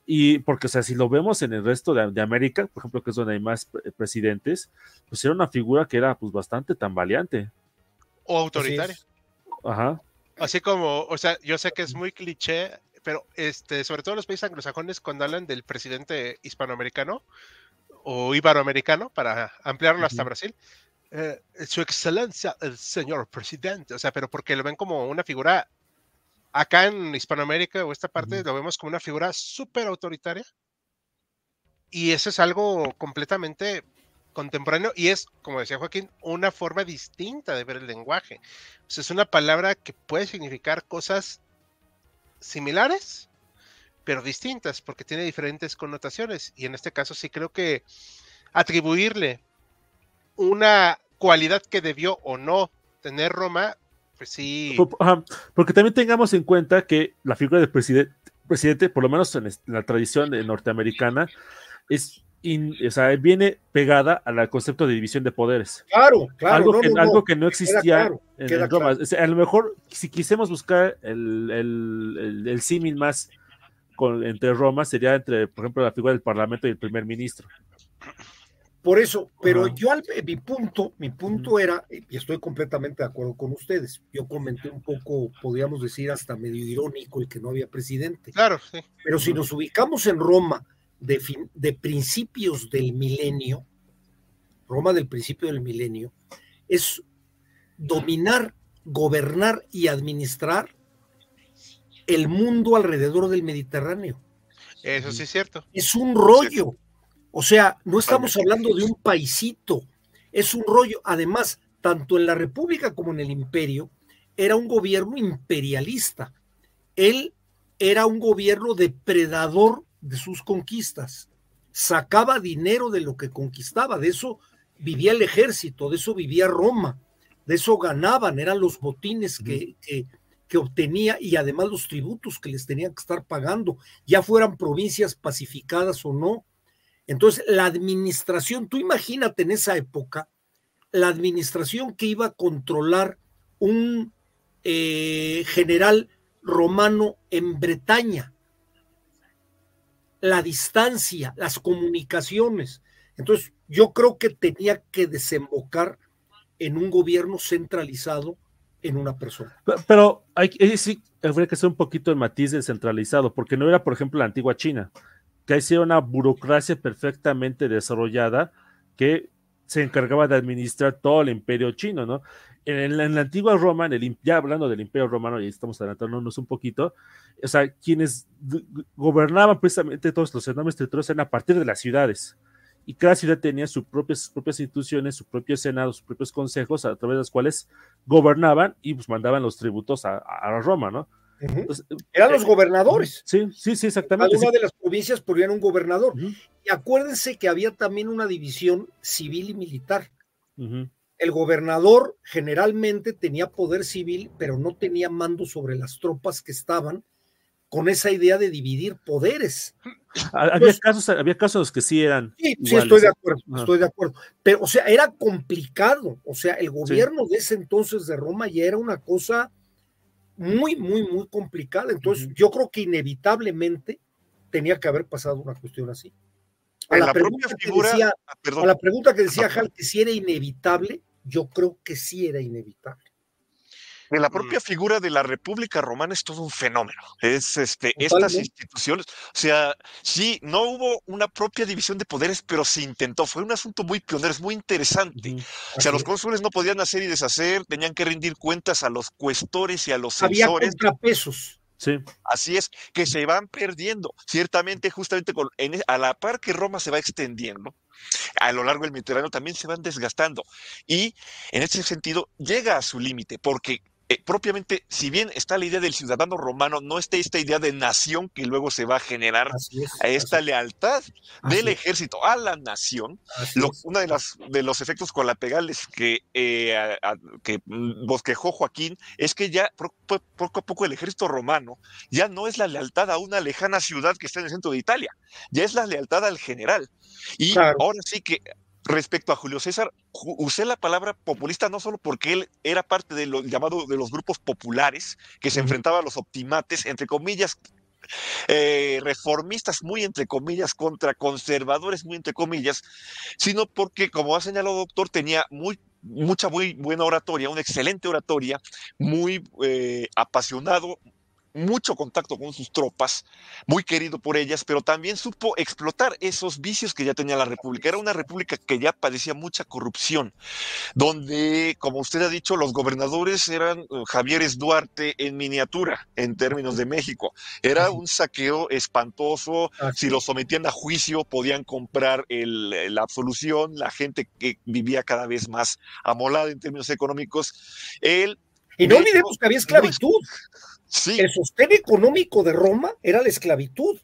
Y porque, o sea, si lo vemos en el resto de, de América, por ejemplo, que es donde hay más pre- presidentes, pues era una figura que era pues bastante tambaleante. O Así autoritaria. es. Ajá. Así como, o sea, yo sé que es muy cliché, pero este, sobre todo en los países anglosajones, cuando hablan del presidente hispanoamericano o iberoamericano, para ampliarlo hasta Ujú. Brasil, eh, su excelencia, el señor presidente, o sea, pero porque lo ven como una figura, acá en Hispanoamérica o esta parte, Ujú. lo vemos como una figura súper autoritaria, y eso es algo completamente contemporáneo, y es, como decía Joaquín, una forma distinta de ver el lenguaje. O sea, es una palabra que puede significar cosas similares, pero distintas, porque tiene diferentes connotaciones. Y en este caso sí creo que atribuirle una cualidad que debió o no tener Roma, pues sí, Por- ajá, porque también tengamos en cuenta que la figura del presidente, presidente por lo menos en, est- en la tradición de- norteamericana, es in- o sea, viene pegada al concepto de división de poderes. Claro, claro, Algo no, que, no, algo no. que no Me queda existía claro, en, queda en Roma. claro. O sea, a lo mejor, si quisiéramos buscar el, el, el- el símil más con, entre Roma, sería entre, por ejemplo, la figura del parlamento y el primer ministro. Por eso, pero Ajá. yo al, eh, mi punto, mi punto Ujú. era, y estoy completamente de acuerdo con ustedes, yo comenté un poco, podríamos decir hasta medio irónico, el que no había presidente, claro, sí. pero si Ujú. nos ubicamos en Roma de, fin, de principios del milenio, Roma del principio del milenio, es dominar, gobernar y administrar el mundo alrededor del Mediterráneo. Eso sí es cierto. Es un Sí, rollo. O sea, no estamos totalmente. hablando de un paisito, es un rollo. Además, tanto en la República como en el Imperio, era un gobierno imperialista. Él era un gobierno depredador de sus conquistas. Sacaba dinero de lo que conquistaba, de eso vivía el ejército, de eso vivía Roma, de eso ganaban, eran los botines que, que, que obtenía y además los tributos que les tenían que estar pagando, ya fueran provincias pacificadas o no. Entonces, la administración, tú imagínate en esa época, la administración que iba a controlar un eh, general romano en Bretaña, la distancia, las comunicaciones. Entonces, yo creo que tenía que desembocar en un gobierno centralizado en una persona. Pe- Pero hay, ahí sí habría que hacer un poquito el matiz descentralizado, porque no era, por ejemplo, la antigua China, que ahí sí era una burocracia perfectamente desarrollada que se encargaba de administrar todo el imperio chino, ¿no? En la, en la antigua Roma, en el, im- ya hablando del imperio romano, y estamos adelantándonos un poquito, o sea, quienes g- g- gobernaban precisamente todos los enormes territorios eran a partir de las ciudades. Y cada ciudad tenía sus propias, sus propias instituciones, su propio senado, sus propios consejos, a través de los cuales gobernaban y pues mandaban los tributos a, a Roma, ¿no? Uh-huh. Entonces, Eran eh, los gobernadores. Sí, sí, sí, Cada exactamente. una Sí. de las provincias ponían un gobernador. Ujú, Y acuérdense que había también una división civil y militar. ujú. El gobernador generalmente tenía poder civil, pero no tenía mando sobre las tropas que estaban con esa idea de dividir poderes. Ha- Había Entonces, casos, había casos en los que sí eran sí, sí, iguales, estoy de ¿eh? acuerdo, Ajá. estoy de acuerdo. Pero, o sea, era complicado. O sea, el gobierno de ese entonces de Roma ya era una cosa muy, muy, muy complicada. Entonces, Ujú. yo creo que inevitablemente tenía que haber pasado una cuestión así. A En la la pregunta propia que figura, decía, ah, a perdón, la pregunta que decía Ajá. Hal, que si era inevitable, yo creo que sí era inevitable. en la Mm, propia figura de la República Romana es todo un fenómeno. Es este, estas Totalmente. instituciones, o sea, sí, no hubo una propia división de poderes, pero se intentó. Fue un asunto muy pionero, es muy interesante. Ujú. O sea, Así los es. cónsules no podían hacer y deshacer, tenían que rendir cuentas a los cuestores y a los Había censores. contrapesos. Sí. Así es, que se van perdiendo. Ciertamente, justamente con, en, e- a la par que Roma se va extendiendo, a lo largo del Mediterráneo también se van desgastando. Y en ese sentido llega a su límite, porque eh, propiamente, si bien está la idea del ciudadano romano, no está esta idea de nación que luego se va a generar Así es. a esta Así, lealtad así del es, ejército a la nación. así Lo, es. uno de, las, de los efectos colaterales que, eh, a- a- que mm, bosquejó Joaquín es que ya pro- po- poco a poco el ejército romano ya no es la lealtad a una lejana ciudad que está en el centro de Italia, ya es la lealtad al general. Y Claro. ahora sí que respecto a Julio César, ju- usé la palabra populista no solo porque él era parte de lo llamado de los grupos populares que se Ujú. enfrentaban a los optimates, entre comillas, eh, reformistas, muy entre comillas, contra conservadores, muy entre comillas, sino porque, como ha señalado el doctor, tenía muy mucha muy buena oratoria, una excelente oratoria, muy eh, apasionado, mucho contacto con sus tropas, muy querido por ellas, pero también supo explotar esos vicios que ya tenía la República. Era una república que ya padecía mucha corrupción, donde, como usted ha dicho, los gobernadores eran Javieres Duarte en miniatura, en términos de México. Era un saqueo espantoso. Si los sometían a juicio, podían comprar el, la absolución, la gente que vivía cada vez más amolada en términos económicos. Él, y no olvidemos hecho, que había esclavitud. Sí. El sostén económico de Roma era la esclavitud.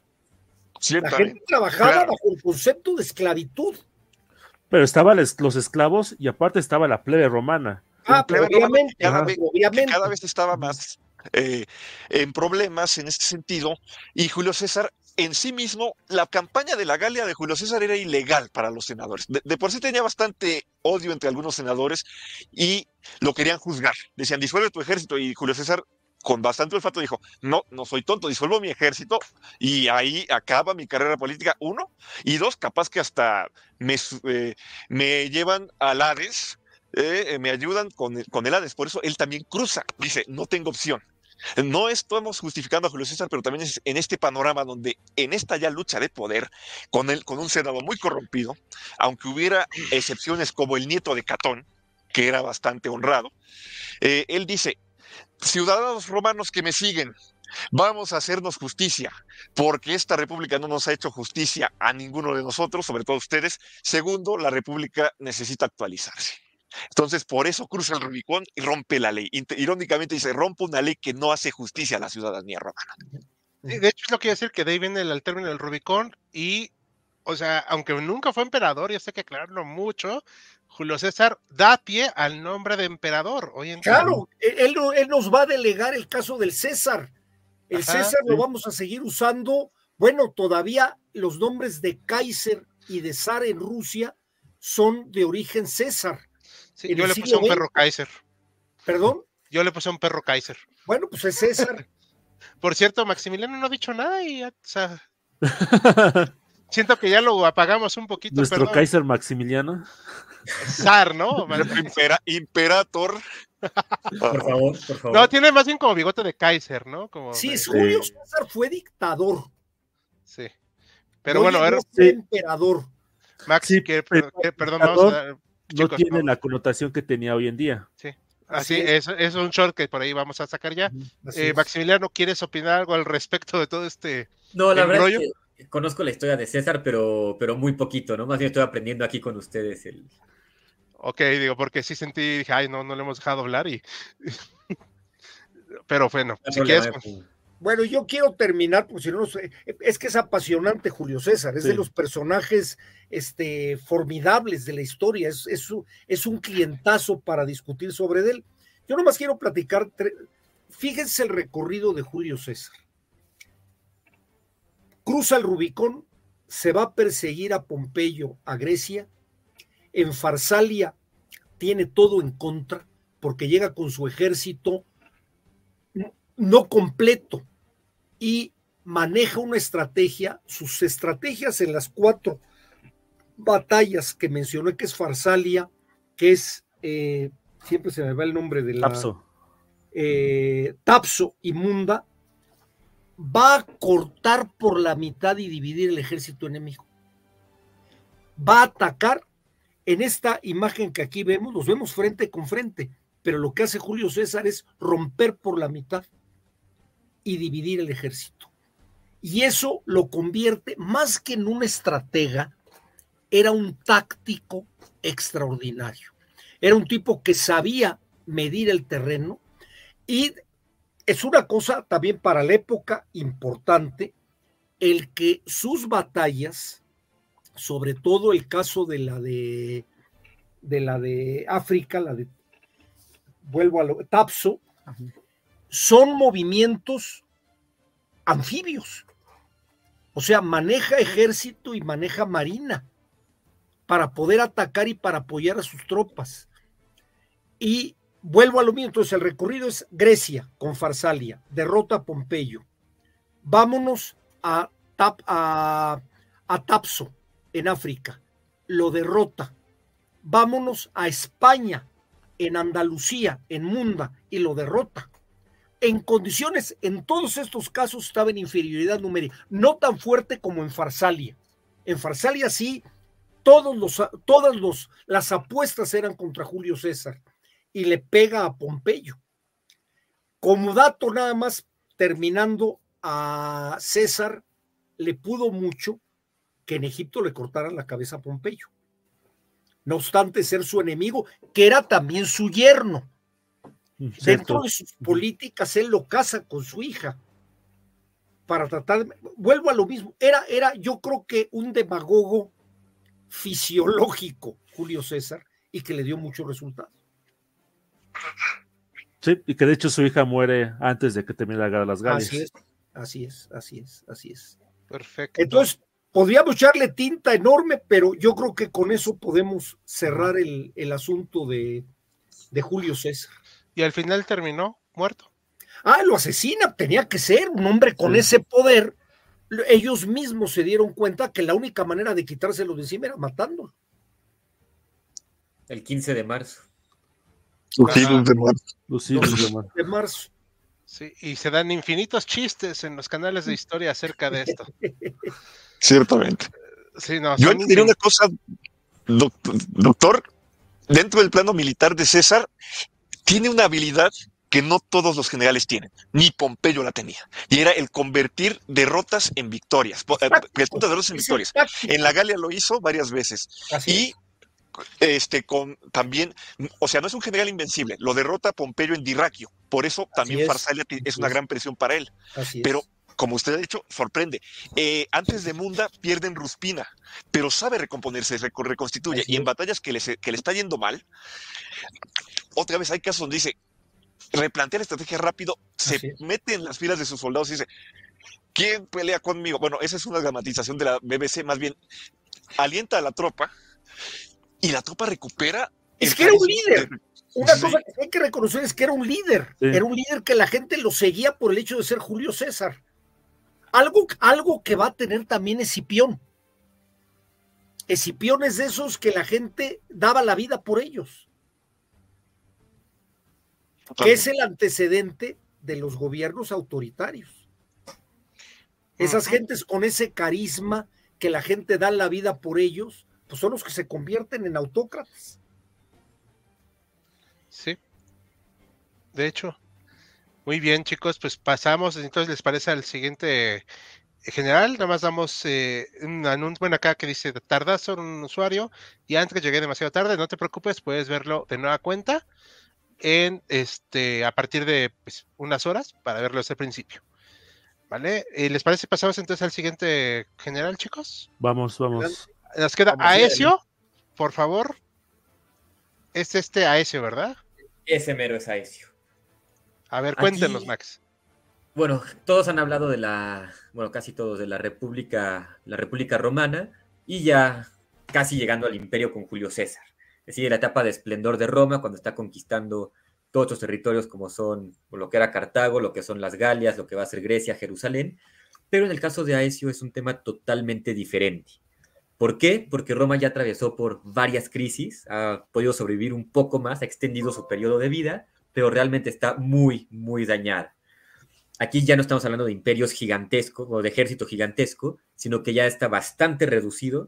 La gente trabajaba claro. bajo el concepto de esclavitud. Pero estaban los esclavos y aparte estaba la plebe romana. Ah, plebe obviamente, romana cada, ah, vez, obviamente. cada vez estaba más eh, en problemas en este sentido. Y Julio César, en sí mismo, la campaña de la Galia de Julio César era ilegal para los senadores. De, de por sí tenía bastante odio entre algunos senadores y lo querían juzgar. Decían, disuelve tu ejército, y Julio César, con bastante olfato, dijo, no, no soy tonto, disuelvo mi ejército y ahí acaba mi carrera política, uno, y dos, capaz que hasta me, eh, me llevan al Hades, eh, me ayudan con el, con el Hades. Por eso él también cruza, dice, no tengo opción. No estamos justificando a Julio César, pero también es en este panorama donde en esta ya lucha de poder, con, el, con un senado muy corrompido, aunque hubiera excepciones como el nieto de Catón, que era bastante honrado, eh, él dice, ciudadanos romanos que me siguen, vamos a hacernos justicia, porque esta república no nos ha hecho justicia a ninguno de nosotros, sobre todo a ustedes. Segundo, la república necesita actualizarse. Entonces, por eso cruza el Rubicón y rompe la ley. Irónicamente dice, rompe una ley que no hace justicia a la ciudadanía romana. Sí, de hecho, es lo que iba a decir, que de ahí viene el, el término del Rubicón, y, o sea, aunque nunca fue emperador, y esto hay que aclararlo mucho, Julio César da pie al nombre de emperador hoy en día. Claro, él, él nos va a delegar el caso del César. El Ajá, César sí. lo vamos a seguir usando. Bueno, todavía los nombres de Kaiser y de zar en Rusia son de origen César. Sí, yo le puse un perro Kaiser. ¿Perdón? Yo le puse un perro Kaiser. Bueno, pues es César. Por cierto, Maximiliano no ha dicho nada y ya, o sea, siento que ya lo apagamos un poquito. Nuestro perdón. Kaiser Maximiliano. Zar, ¿no? Impera, imperator. Por favor, por favor. No, tiene más bien como bigote de Kaiser, ¿no? Como sí, de... Julio César fue dictador. Sí. Pero no bueno, era... fue emperador. Max, sí, que, pero que, perdón, vamos a... no Chicos, tiene vamos. la connotación que tenía hoy en día. Sí. Así, Así es, es un short que por ahí vamos a sacar ya. Eh, Maximiliano, ¿quieres opinar algo al respecto de todo este No, la embrollo? verdad es que conozco la historia de César, pero, pero muy poquito, ¿no? Más bien estoy aprendiendo aquí con ustedes. El... Ok, digo, porque sí sentí, dije, ay, no, no le hemos dejado hablar y... pero bueno, no si problema, quieres... eh. Bueno, yo quiero terminar, porque si no, es que es apasionante Julio César, es sí. de los personajes este, formidables de la historia, es, es, es un clientazo para discutir sobre él. Yo nomás quiero platicar, fíjense el recorrido de Julio César. Cruza el Rubicón, se va a perseguir a Pompeyo, a Grecia, en Farsalia tiene todo en contra, porque llega con su ejército no completo, y maneja una estrategia, sus estrategias en las cuatro batallas que mencioné, que es Farsalia, que es, eh, siempre se me va el nombre de la... Tapso. Eh, Tapso y Munda, va a cortar por la mitad y dividir el ejército enemigo. Va a atacar, en esta imagen que aquí vemos, los vemos frente con frente, pero lo que hace Julio César es romper por la mitad y dividir el ejército. Y eso lo convierte, más que en un estratega, era un táctico extraordinario. Era un tipo que sabía medir el terreno, y es una cosa también para la época importante, el que sus batallas, sobre todo el caso de la de, de, la de África, la de, vuelvo a lo, Tapso, uh-huh. son movimientos anfibios, o sea, maneja ejército y maneja marina para poder atacar y para apoyar a sus tropas. Y vuelvo a lo mismo, entonces el recorrido es Grecia con Farsalia, derrota a Pompeyo, Vámonos a, Tap, a, a Tapso, en África, lo derrota. Vámonos a España, en Andalucía, en Munda, y lo derrota. En condiciones, en todos estos casos estaba en inferioridad numérica, no tan fuerte como en Farsalia. En Farsalia sí, todos los, todas los, las apuestas eran contra Julio César, y le pega a Pompeyo. Como dato nada más, terminando, a César le pudo mucho que en Egipto le cortaran la cabeza a Pompeyo, no obstante ser su enemigo, que era también su yerno. Cierto. Dentro de sus políticas, él lo casa con su hija para tratar de... Vuelvo a lo mismo, era, era yo creo que un demagogo fisiológico, Julio César, y que le dio muchos resultados. Sí, y que de hecho su hija muere antes de que termine la guerra de las Galias. Así es, así es, así es, así es. Perfecto. Entonces, podríamos echarle tinta enorme, pero yo creo que con eso podemos cerrar el, el asunto de, de Julio César. Y al final terminó muerto. Ah, lo asesina, tenía que ser un hombre con sí. ese poder. Ellos mismos se dieron cuenta que la única manera de quitárselo de encima era matándolo. El quince de marzo. Lucidos de marzo. Lucidos de marzo. Sí, y se dan infinitos chistes en los canales de historia acerca de esto. Ciertamente. Sí, no, yo diré una cosa, doctor, dentro del plano militar de César, tiene una habilidad que no todos los generales tienen, ni Pompeyo la tenía, y era el convertir derrotas en victorias, el punto de derrotas en victorias. En la Galia lo hizo varias veces. Así y es. Este, con también, o sea, no es un general invencible, lo derrota Pompeyo en Dirraquio, por eso también es. Farsalia es, es una gran presión para él. Así pero, es. como usted ha dicho, sorprende. Eh, antes de Munda pierden Ruspina, pero sabe recomponerse, rec reconstituye, Así y en es. batallas que, les, que le está yendo mal, otra vez hay casos donde dice, replantea la estrategia rápido, Así se es. mete en las filas de sus soldados y dice, ¿quién pelea conmigo? Bueno, esa es una dramatización de la B B C, más bien, alienta a la tropa, y la tropa recupera... Es que era un líder. De... Una sí. cosa que hay que reconocer es que era un líder. Sí. Era un líder que la gente lo seguía por el hecho de ser Julio César. Algo, algo que va a tener también Escipión. Escipión es de esos que la gente daba la vida por ellos. Que es el antecedente de los gobiernos autoritarios. Esas gentes con ese carisma que la gente da la vida por ellos, pues son los que se convierten en autócratas. Sí. De hecho. Muy bien, chicos, pues pasamos, entonces les parece al siguiente general, nada más damos eh, un anuncio, bueno, acá que dice tardazo en un usuario, y antes que llegué demasiado tarde, no te preocupes, puedes verlo de nueva cuenta en este a partir de pues, unas horas para verlo desde el principio. ¿Vale? Eh, ¿Les parece pasamos entonces al siguiente general, chicos? Vamos, vamos. Nos queda Aecio, por favor. Es este Aecio, ¿verdad? Ese mero es Aecio. A ver, cuéntenos, Aquí, Max. Bueno, todos han hablado de la, bueno, casi todos, de la República, la República Romana, y ya casi llegando al imperio con Julio César. Es decir, la etapa de esplendor de Roma, cuando está conquistando todos estos territorios como son lo que era Cartago, lo que son las Galias, lo que va a ser Grecia, Jerusalén. Pero en el caso de Aecio es un tema totalmente diferente. ¿Por qué? Porque Roma ya atravesó por varias crisis, ha podido sobrevivir un poco más, ha extendido su periodo de vida, pero realmente está muy, muy dañada. Aquí ya no estamos hablando de imperios gigantescos o de ejército gigantesco, sino que ya está bastante reducido.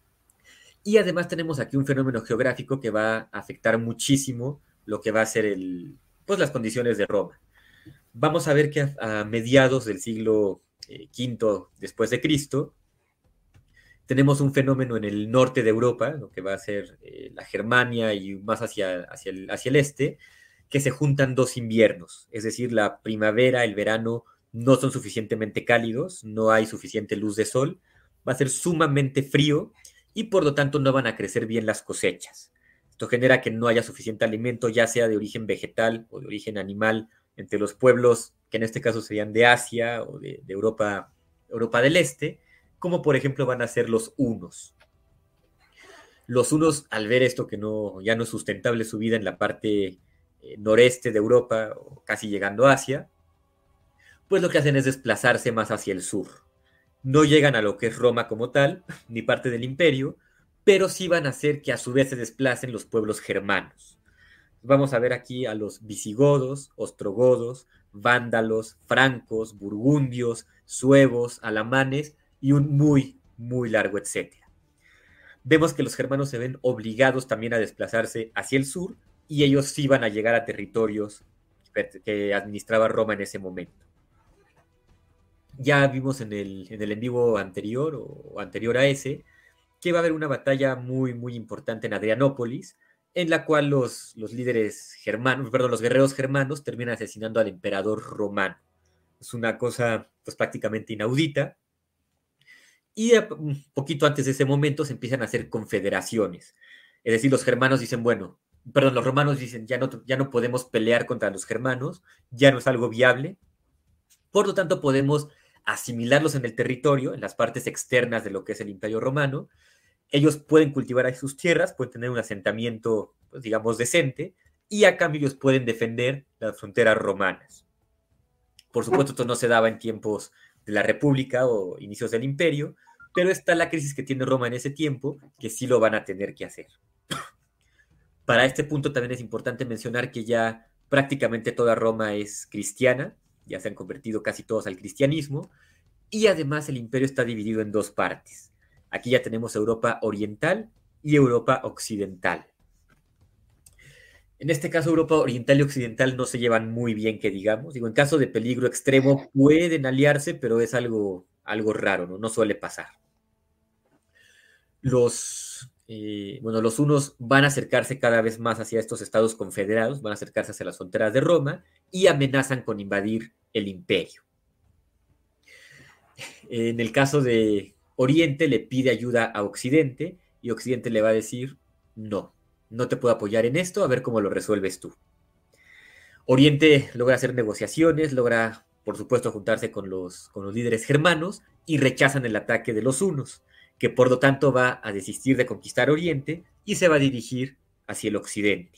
Y además tenemos aquí un fenómeno geográfico que va a afectar muchísimo lo que va a ser el, pues, las condiciones de Roma. Vamos a ver que a, a mediados del siglo eh, quinto después de Cristo, tenemos un fenómeno en el norte de Europa, lo que va a ser eh, la Germania y más hacia, hacia, el, hacia el este, que se juntan dos inviernos, es decir, la primavera, el verano no son suficientemente cálidos, no hay suficiente luz de sol, va a ser sumamente frío y por lo tanto no van a crecer bien las cosechas. Esto genera que no haya suficiente alimento, ya sea de origen vegetal o de origen animal, entre los pueblos que en este caso serían de Asia o de, de Europa, Europa del Este, como por ejemplo van a ser los hunos. Los hunos, al ver esto que no, ya no es sustentable su vida en la parte eh, noreste de Europa, o casi llegando a Asia, pues lo que hacen es desplazarse más hacia el sur. No llegan a lo que es Roma como tal, ni parte del imperio, pero sí van a hacer que a su vez se desplacen los pueblos germanos. Vamos a ver aquí a los visigodos, ostrogodos, vándalos, francos, burgundios, suevos, alamanes y un muy, muy largo etcétera. Vemos que los germanos se ven obligados también a desplazarse hacia el sur y ellos sí van a llegar a territorios que administraba Roma en ese momento. Ya vimos en el, en el en vivo anterior o anterior a ese que va a haber una batalla muy, muy importante en Adrianópolis, en la cual los, los líderes germanos, perdón, los guerreros germanos terminan asesinando al emperador romano. Es una cosa pues prácticamente inaudita. Y un poquito antes de ese momento se empiezan a hacer confederaciones. Es decir, los germanos dicen, bueno, perdón, los romanos dicen, ya no, ya no podemos pelear contra los germanos, ya no es algo viable. Por lo tanto, podemos asimilarlos en el territorio, en las partes externas de lo que es el Imperio Romano. Ellos pueden cultivar ahí sus tierras, pueden tener un asentamiento, pues, digamos, decente, y a cambio ellos pueden defender las fronteras romanas. Por supuesto, esto no se daba en tiempos de la República o inicios del Imperio, pero está la crisis que tiene Roma en ese tiempo, que sí lo van a tener que hacer. Para este punto también es importante mencionar que ya prácticamente toda Roma es cristiana, ya se han convertido casi todos al cristianismo, y además el imperio está dividido en dos partes. Aquí ya tenemos Europa oriental y Europa occidental. En este caso, Europa oriental y occidental no se llevan muy bien, que digamos. Digo, en caso de peligro extremo pueden aliarse, pero es algo, algo raro, ¿no? No suele pasar. Los, eh, bueno, los hunos van a acercarse cada vez más hacia estos estados confederados, van a acercarse hacia las fronteras de Roma y amenazan con invadir el imperio. En el caso de Oriente, le pide ayuda a Occidente y Occidente le va a decir, no, no te puedo apoyar en esto, a ver cómo lo resuelves tú. Oriente logra hacer negociaciones, logra, por supuesto, juntarse con los, con los líderes germanos y rechazan el ataque de los hunos, que por lo tanto va a desistir de conquistar Oriente y se va a dirigir hacia el occidente.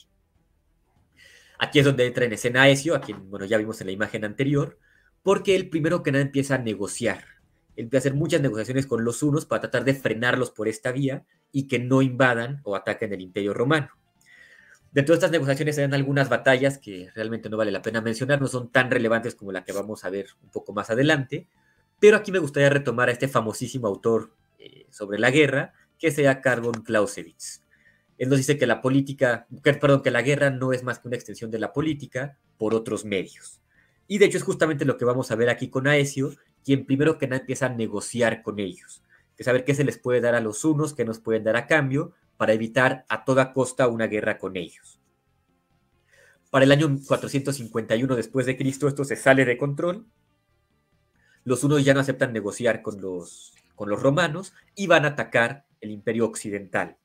Aquí es donde entra en escena Aecio, a quien, bueno, ya vimos en la imagen anterior, porque él primero que nada empieza a negociar. Él empieza a hacer muchas negociaciones con los hunos para tratar de frenarlos por esta vía y que no invadan o ataquen el Imperio Romano. Dentro de estas negociaciones se dan algunas batallas que realmente no vale la pena mencionar, no son tan relevantes como la que vamos a ver un poco más adelante, pero aquí me gustaría retomar a este famosísimo autor eh, sobre la guerra, que sea Karl von Clausewitz. Él nos dice que la política, que, perdón, que la guerra no es más que una extensión de la política por otros medios. Y de hecho es justamente lo que vamos a ver aquí con Aecio, quien primero que nada empieza a negociar con ellos, que saber qué se les puede dar a los hunos, qué nos pueden dar a cambio, para evitar a toda costa una guerra con ellos. Para el año cuatrocientos cincuenta y uno después de Cristo esto se sale de control, los hunos ya no aceptan negociar con los, con los romanos y van a atacar el Imperio Occidental.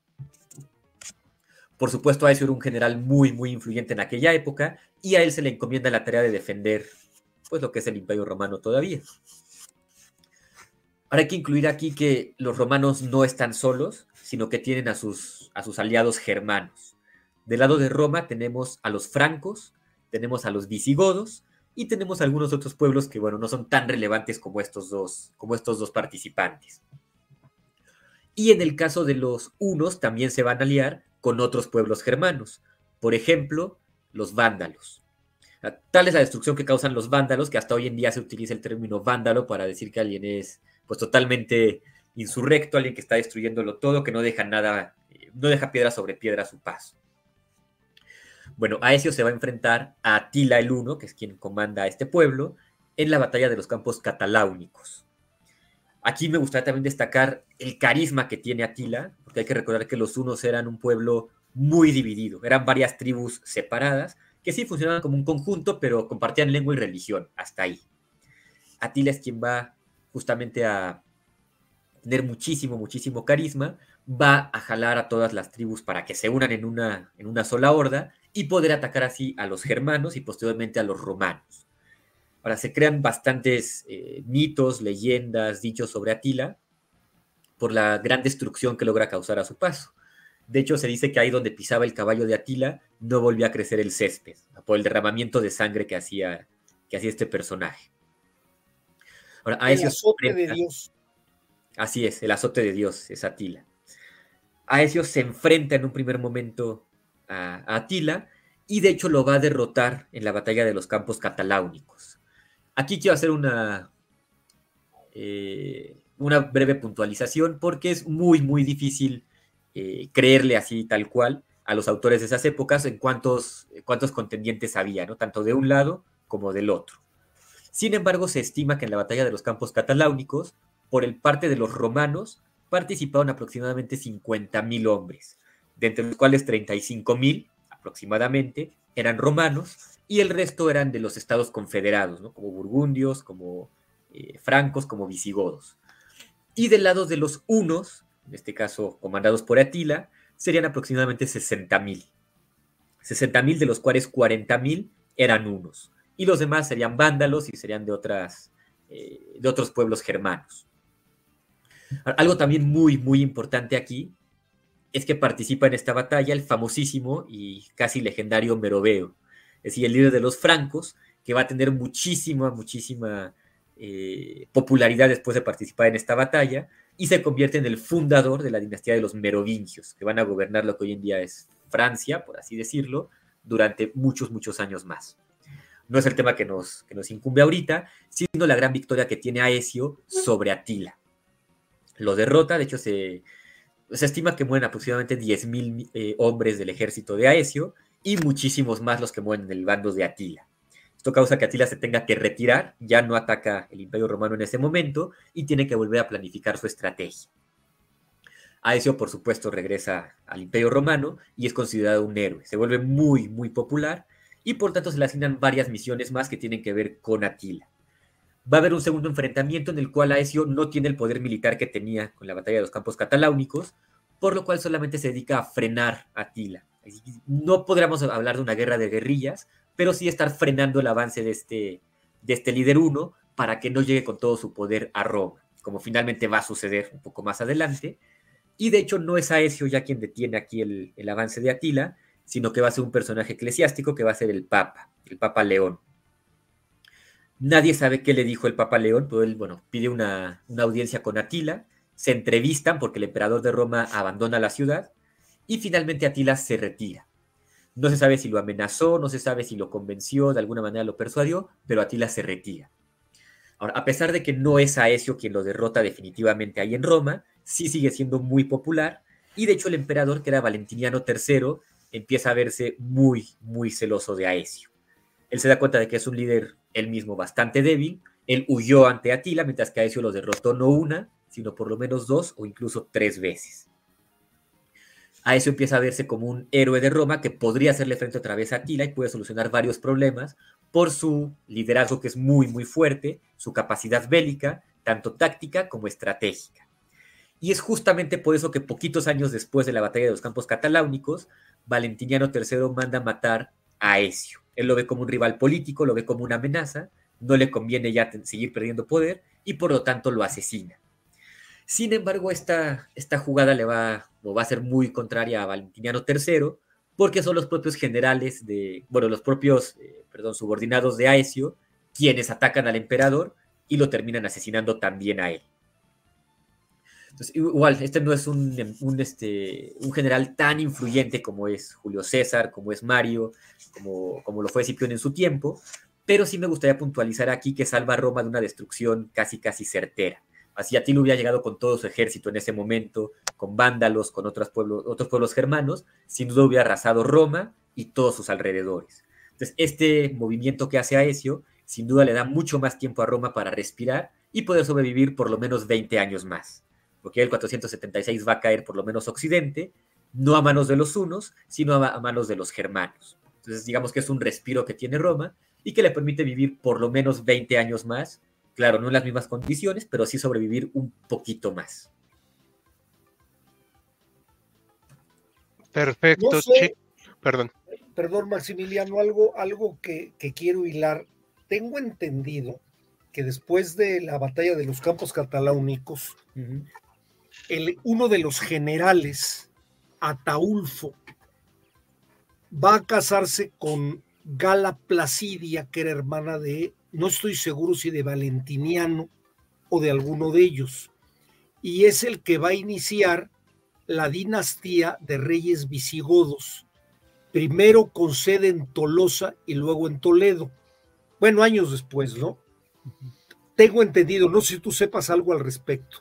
Por supuesto, Aecio era un general muy, muy influyente en aquella época y a él se le encomienda la tarea de defender pues, lo que es el Imperio Romano todavía. Ahora hay que incluir aquí que los romanos no están solos, sino que tienen a sus, a sus aliados germanos. Del lado de Roma tenemos a los francos, tenemos a los visigodos y tenemos algunos otros pueblos que, bueno, no son tan relevantes como estos dos, como estos dos participantes. Y en el caso de los hunos también se van a aliar con otros pueblos germanos. Por ejemplo, los vándalos. Tal es la destrucción que causan los vándalos que hasta hoy en día se utiliza el término vándalo para decir que alguien es pues totalmente insurrecto, alguien que está destruyéndolo todo, que no deja nada, no deja piedra sobre piedra a su paso. Bueno, Aecio se va a enfrentar a Atila el Huno, que es quien comanda a este pueblo, en la batalla de los campos cataláunicos. Aquí me gustaría también destacar el carisma que tiene Atila, porque hay que recordar que los hunos eran un pueblo muy dividido, eran varias tribus separadas, que sí funcionaban como un conjunto, pero compartían lengua y religión, hasta ahí. Atila es quien va justamente a tener muchísimo, muchísimo carisma, va a jalar a todas las tribus para que se unan en una, en una sola horda y poder atacar así a los germanos y posteriormente a los romanos. Ahora, se crean bastantes eh, mitos, leyendas, dichos sobre Atila por la gran destrucción que logra causar a su paso. De hecho, se dice que ahí donde pisaba el caballo de Atila no volvía a crecer el césped, por el derramamiento de sangre que hacía, que hacía este personaje. Ahora, El Aesio azote de enfrenta- Dios. Así es, el azote de Dios es Atila. Aesio se enfrenta en un primer momento a, a Atila y de hecho lo va a derrotar en la batalla de los campos cataláunicos. Aquí quiero hacer una, eh, una breve puntualización porque es muy, muy difícil eh, creerle así tal cual a los autores de esas épocas en cuántos, cuántos contendientes había, ¿no? Tanto de un lado como del otro. Sin embargo, se estima que en la batalla de los campos cataláunicos, por el parte de los romanos, participaron aproximadamente cincuenta mil hombres, de entre los cuales treinta y cinco mil aproximadamente eran romanos y el resto eran de los estados confederados, ¿no? Como burgundios, como eh, francos, como visigodos. Y del lado de los hunos, en este caso comandados por Atila, serían aproximadamente sesenta mil. sesenta mil de los cuales cuarenta mil eran hunos. Y los demás serían vándalos y serían de, otras, eh, de otros pueblos germanos. Algo también muy, muy importante aquí es que participa en esta batalla el famosísimo y casi legendario Meroveo, es decir, el líder de los francos, que va a tener muchísima, muchísima eh, popularidad después de participar en esta batalla y se convierte en el fundador de la dinastía de los merovingios, que van a gobernar lo que hoy en día es Francia, por así decirlo, durante muchos, muchos años más. No es el tema que nos, que nos incumbe ahorita, sino la gran victoria que tiene Aesio sobre Atila. Lo derrota, de hecho se, se estima que mueren aproximadamente diez mil eh, hombres del ejército de Aesio y muchísimos más los que mueren en el bando de Atila. Esto causa que Atila se tenga que retirar, ya no ataca el Imperio Romano en ese momento y tiene que volver a planificar su estrategia. Aesio, por supuesto, regresa al Imperio Romano y es considerado un héroe. Se vuelve muy, muy popular y por tanto se le asignan varias misiones más que tienen que ver con Atila. Va a haber un segundo enfrentamiento en el cual Aesio no tiene el poder militar que tenía con la batalla de los campos cataláunicos, por lo cual solamente se dedica a frenar a Atila. No podríamos hablar de una guerra de guerrillas, pero sí estar frenando el avance de este, de este líder uno para que no llegue con todo su poder a Roma, como finalmente va a suceder un poco más adelante. Y de hecho no es Aesio ya quien detiene aquí el, el avance de Atila, sino que va a ser un personaje eclesiástico que va a ser el Papa, el Papa León. Nadie sabe qué le dijo el Papa León, pero él, bueno, pide una, una audiencia con Atila, se entrevistan porque el emperador de Roma abandona la ciudad y finalmente Atila se retira. No se sabe si lo amenazó, no se sabe si lo convenció, de alguna manera lo persuadió, pero Atila se retira. Ahora, a pesar de que no es Aesio quien lo derrota definitivamente ahí en Roma, sí sigue siendo muy popular y de hecho el emperador, que era Valentiniano tercero, empieza a verse muy, muy celoso de Aesio. Él se da cuenta de que es un líder él mismo bastante débil, él huyó ante Atila, mientras que Aesio lo derrotó no una, sino por lo menos dos o incluso tres veces. Aesio empieza a verse como un héroe de Roma que podría hacerle frente otra vez a Atila y puede solucionar varios problemas por su liderazgo que es muy, muy fuerte, su capacidad bélica, tanto táctica como estratégica. Y es justamente por eso que poquitos años después de la batalla de los campos cataláunicos, Valentiniano tercero manda matar a Aesio. Él lo ve como un rival político, lo ve como una amenaza, no le conviene ya seguir perdiendo poder y por lo tanto lo asesina. Sin embargo, esta, esta jugada le va, o va a ser muy contraria a Valentiniano tercero, porque son los propios generales de, bueno, los propios, eh, perdón, subordinados de Aesio, quienes atacan al emperador y lo terminan asesinando también a él. Entonces, igual, este no es un, un, este, un general tan influyente como es Julio César, como es Mario, como, como lo fue Escipión en su tiempo, pero sí me gustaría puntualizar aquí que salva a Roma de una destrucción casi, casi certera. Así Atila hubiera llegado con todo su ejército en ese momento, con vándalos, con otros pueblos, otros pueblos germanos, sin duda hubiera arrasado Roma y todos sus alrededores. Entonces, este movimiento que hace Aesio, sin duda le da mucho más tiempo a Roma para respirar y poder sobrevivir por lo menos veinte años más. Porque el cuatrocientos setenta y seis va a caer por lo menos Occidente, no a manos de los hunos, sino a, a manos de los germanos. Entonces, digamos que es un respiro que tiene Roma y que le permite vivir por lo menos veinte años más. Claro, no en las mismas condiciones, pero sí sobrevivir un poquito más. Perfecto, No sé, perdón. Perdón, Maximiliano, algo, algo que, que quiero hilar. Tengo entendido que después de la batalla de los campos cataláunicos, uh-huh. el, uno de los generales, Ataulfo, va a casarse con Gala Placidia, que era hermana de, no estoy seguro si de Valentiniano o de alguno de ellos, y es el que va a iniciar la dinastía de reyes visigodos, primero con sede en Tolosa y luego en Toledo. Bueno, años después, ¿no? Tengo entendido, no sé si tú sepas algo al respecto.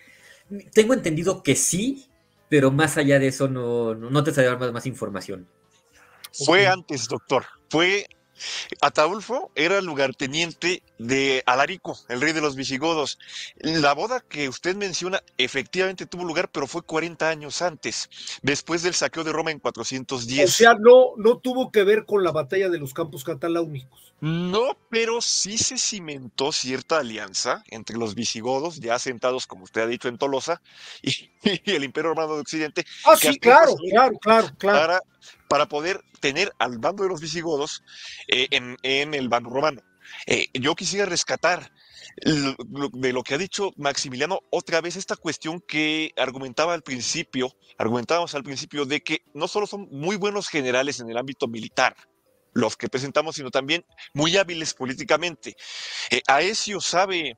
Tengo entendido que sí, pero más allá de eso no, no, no te sabría dar más, más información. Fue Ok. antes, doctor. Fue Ataulfo era lugarteniente de Alarico, el rey de los visigodos. La boda que usted menciona efectivamente tuvo lugar, pero fue cuarenta años antes, después del saqueo de Roma en cuatrocientos diez. O sea, no, no tuvo que ver con la batalla de los Campos Cataláunicos. No, pero sí se cimentó cierta alianza entre los visigodos, ya asentados, como usted ha dicho, en Tolosa, y, y el Imperio Romano de Occidente, Ah, que sí, hasta claro, fue claro, claro, claro. para, para poder tener al bando de los visigodos eh, en, en el bando romano. Eh, yo quisiera rescatar lo- lo- de lo que ha dicho Maximiliano otra vez esta cuestión que argumentaba al principio, argumentábamos al principio de que no solo son muy buenos generales en el ámbito militar, los que presentamos, sino también muy hábiles políticamente. Eh, Aecio sabe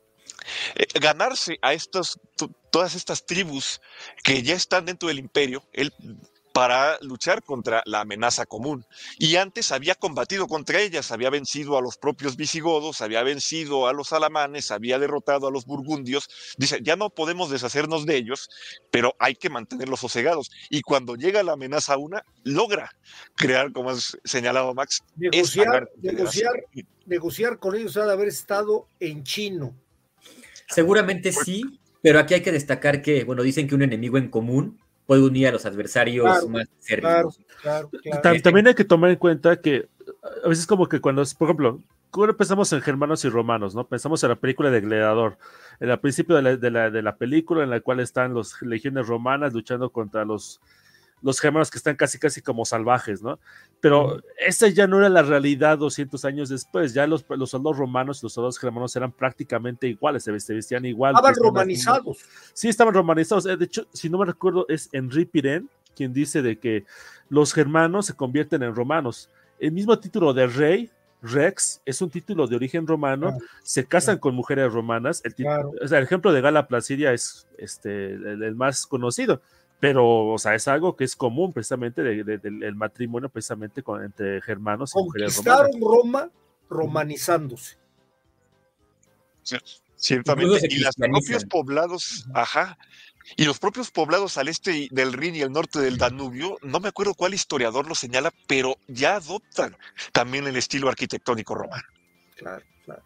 eh, ganarse a estas, to- todas estas tribus que ya están dentro del imperio, él para luchar contra la amenaza común. Y antes había combatido contra ellas, había vencido a los propios visigodos, había vencido a los alamanes, había derrotado a los burgundios. Dice, ya no podemos deshacernos de ellos, pero hay que mantenerlos sosegados. Y cuando llega la amenaza una, logra crear, como has señalado Max, esta gran Negociar, confederación. negociar, negociar con ellos ha de haber estado en chino. Seguramente sí, pero aquí hay que destacar que, bueno, dicen que un enemigo en común puede unir a los adversarios Claro, más Claro, acérrimos. claro, claro. Tam- Este- También hay que tomar en cuenta que a veces como que cuando, por ejemplo, cuando pensamos en germanos y romanos, ¿no? Pensamos en la película de Gladiador, en el principio de la, de la, de la película en la cual están las legiones romanas luchando contra los, los germanos que están casi casi como salvajes, ¿no? Pero Ujú. esa ya no era la realidad doscientos años después, ya los, los soldados romanos y los soldados germanos eran prácticamente iguales, se, se vestían igual. Estaban vestían las mismas- romanizados. Sí, estaban romanizados. Eh, De hecho, si no me recuerdo, es Henri Pirén quien dice de que los germanos se convierten en romanos. El mismo título de rey, Rex, es un título de origen romano, Claro, se casan claro. con mujeres romanas. El, ti- Claro. o sea, el ejemplo de Gala Placidia es este, el, el más conocido, pero o sea, es algo que es común precisamente de- de- del el matrimonio precisamente con, entre germanos y mujeres romanas. Conquistaron Roma romanizándose. Ciertamente, Incluso se y los cristianizan. propios poblados, ajá, y los propios poblados al este del Rin y al norte del Danubio, no me acuerdo cuál historiador lo señala, pero ya adoptan también el estilo arquitectónico romano. Claro, claro.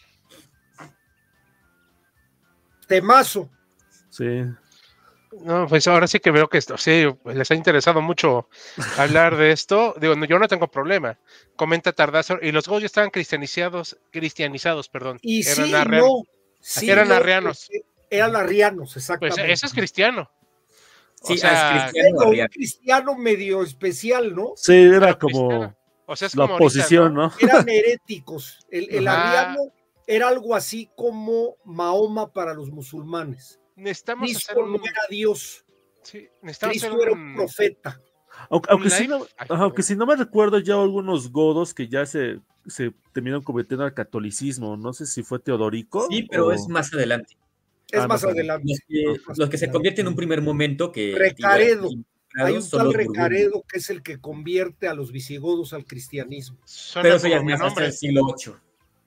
Temazo. Sí. No, pues ahora sí que veo que esto, sí, pues les ha interesado mucho hablar de esto. Digo, no, yo no tengo problema. Comenta Tardazo, y los godos ya estaban cristianizados, cristianizados, perdón. Y eran sí, arrean- no. Sí, eran no, arrianos. eh, Eran arrianos, Pues exactamente. eso es cristiano. O Sí, sea, ah, es cristiano. Bueno, un arriano. cristiano medio especial, ¿no? Sí, era pero como cristiano. O sea, es la como ahorita, oposición, ¿no? Eran heréticos. El, el Ajá. arriano era algo así como Mahoma para los musulmanes. Necesitamos hacer Cristo un... no era Dios, sí, necesitamos hacer Cristo era un un... profeta. Aunque, un aunque sí live. no, Ay, ajá, aunque si no me recuerdo ya algunos godos que ya se, se terminaron convirtiendo al catolicismo. No sé si fue Teodorico. Sí, pero o- es más adelante. Es Ah, más no, adelante. Los que, Más los que se adelante. convierten en un primer momento que Recaredo. igual- Hay un son tal los burgundios. Recaredo que es el que convierte a los visigodos al cristianismo. Suena Pero eso ya es como mi más hasta nombre. el siglo ocho.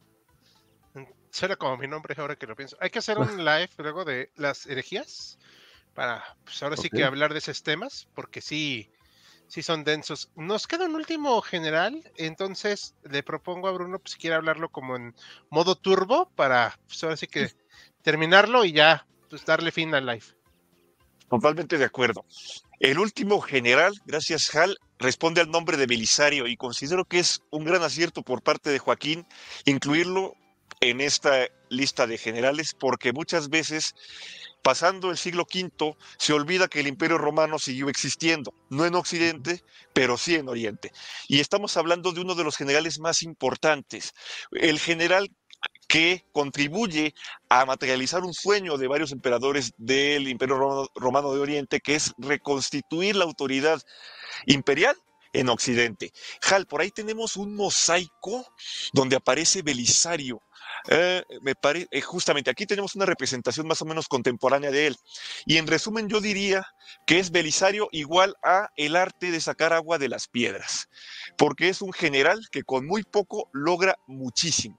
Suena como mi nombre ahora que lo pienso. Hay que hacer un live luego de las herejías para, pues ahora sí Ok. que hablar de esos temas, porque sí, sí son densos. Nos queda un último general, entonces le propongo a Bruno pues, si quiere hablarlo como en modo turbo para, pues ahora sí que terminarlo y ya, pues darle fin al live. Totalmente de acuerdo. El último general, gracias Hal, responde al nombre de Belisario y considero que es un gran acierto por parte de Joaquín incluirlo en esta lista de generales porque muchas veces, pasando el siglo quinto, se olvida que el Imperio Romano siguió existiendo, no en Occidente, pero sí en Oriente. Y estamos hablando de uno de los generales más importantes, el general que contribuye a materializar un sueño de varios emperadores del Imperio Romano, Romano de Oriente, que es reconstituir la autoridad imperial en Occidente. Hal, por ahí tenemos un mosaico donde aparece Belisario Eh, me pare... eh, justamente aquí tenemos una representación más o menos contemporánea de él. Y en resumen yo diría que es Belisario igual a el arte de sacar agua de las piedras, porque es un general que con muy poco logra muchísimo.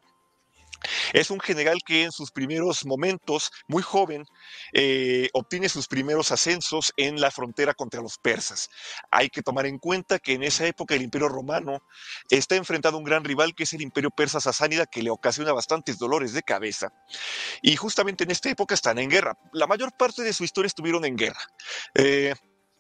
Es un general que en sus primeros momentos, muy joven, eh, obtiene sus primeros ascensos en la frontera contra los persas. Hay que tomar en cuenta que en esa época el Imperio Romano está enfrentado a un gran rival que es el Imperio Persa Sasánida, que le ocasiona bastantes dolores de cabeza. Y justamente en esta época están en guerra. La mayor parte de su historia estuvieron en guerra. Eh,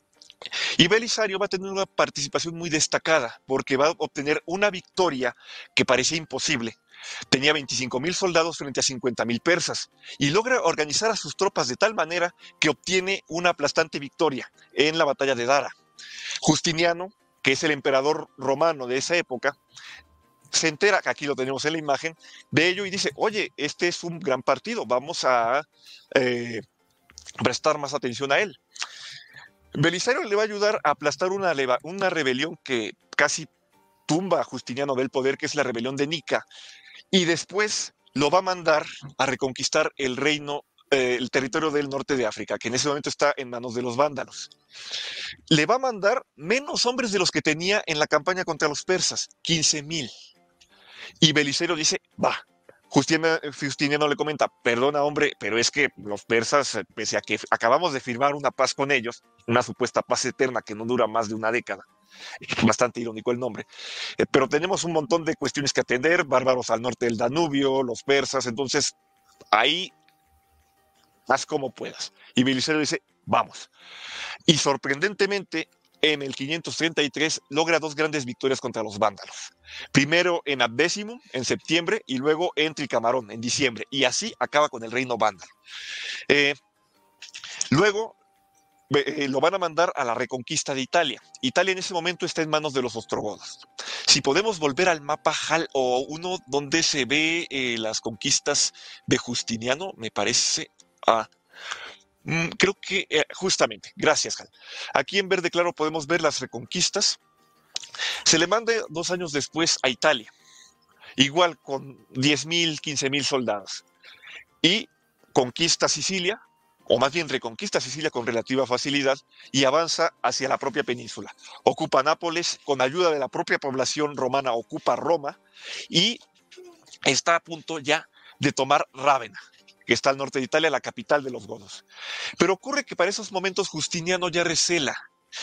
Y Belisario va a tener una participación muy destacada porque va a obtener una victoria que parecía imposible. Tenía veinticinco mil soldados frente a cincuenta mil persas y logra organizar a sus tropas de tal manera que obtiene una aplastante victoria en la batalla de Dara. Justiniano, que es el emperador romano de esa época, se entera, aquí lo tenemos en la imagen, de ello y dice, oye, este es un gran partido, vamos a eh, prestar más atención a él. Belisario le va a ayudar a aplastar una, una rebelión que casi tumba a Justiniano del poder, que es la rebelión de Nica, y después lo va a mandar a reconquistar el reino, eh, el territorio del norte de África, que en ese momento está en manos de los vándalos. Le va a mandar menos hombres de los que tenía en la campaña contra los persas, quince mil. Y Belisario dice, va. Justiniano, Justiniano le comenta, perdona hombre, pero es que los persas, pese a que acabamos de firmar una paz con ellos, una supuesta paz eterna que no dura más de una década, bastante irónico el nombre, eh, pero tenemos un montón de cuestiones que atender, bárbaros al norte del Danubio, los persas, entonces ahí haz como puedas. Y Belisario dice, vamos. Y sorprendentemente, en el quinientos treinta y tres logra dos grandes victorias contra los vándalos. Primero en Abdécimo, en septiembre, y luego en Tricamarón, en diciembre. Y así acaba con el reino vándalo. Eh, luego eh, lo van a mandar a la reconquista de Italia. Italia en ese momento está en manos de los ostrogodos. Si podemos volver al mapa Hal, o uno donde se ve eh, las conquistas de Justiniano, me parece... Ah, Mm, creo que eh, justamente, gracias, Hal. Aquí en verde claro podemos ver las reconquistas. Se le manda dos años después a Italia, igual con diez mil, quince mil soldados. Y conquista Sicilia, o más bien reconquista Sicilia con relativa facilidad, y avanza hacia la propia península. Ocupa Nápoles, con ayuda de la propia población romana, ocupa Roma, y está a punto ya de tomar Rávena, que está al norte de Italia, la capital de los godos. Pero ocurre que para esos momentos Justiniano ya recela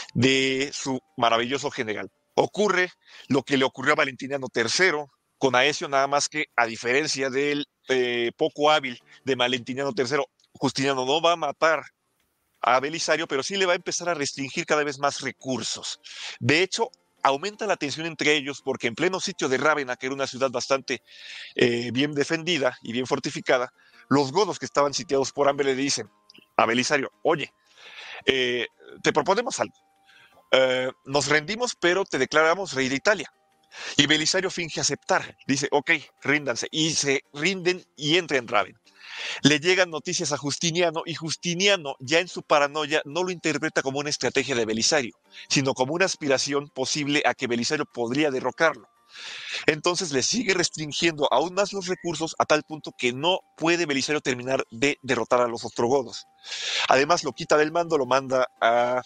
de su maravilloso general. Ocurre lo que le ocurrió a Valentiniano tercero con Aecio, nada más que a diferencia del eh, poco hábil de Valentiniano tercero, Justiniano no va a matar a Belisario, pero sí le va a empezar a restringir cada vez más recursos. De hecho, aumenta la tensión entre ellos porque en pleno sitio de Rávena, que era una ciudad bastante eh, bien defendida y bien fortificada, los godos que estaban sitiados por hambre le dicen a Belisario, oye, eh, te proponemos algo. Eh, nos rendimos, pero te declaramos rey de Italia. Y Belisario finge aceptar. Dice, ok, ríndanse. Y se rinden y entra en Rávena. Le llegan noticias a Justiniano y Justiniano, ya en su paranoia, no lo interpreta como una estrategia de Belisario, sino como una aspiración posible a que Belisario podría derrocarlo. Entonces le sigue restringiendo aún más los recursos a tal punto que no puede Belisario terminar de derrotar a los ostrogodos. Además lo quita del mando, lo manda a,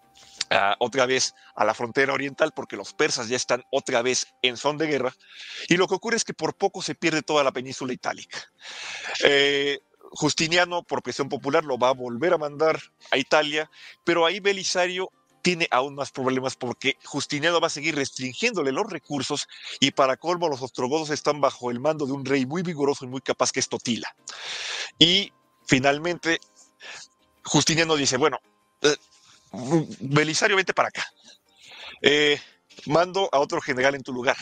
a, otra vez a la frontera oriental porque los persas ya están otra vez en son de guerra y lo que ocurre es que por poco se pierde toda la península itálica. Eh, Justiniano, por presión popular, lo va a volver a mandar a Italia, pero ahí Belisario tiene aún más problemas porque Justiniano va a seguir restringiéndole los recursos y para colmo los ostrogodos están bajo el mando de un rey muy vigoroso y muy capaz que es Totila. Y finalmente Justiniano dice, bueno, eh, Belisario, vente para acá. Eh, mando a otro general en tu lugar.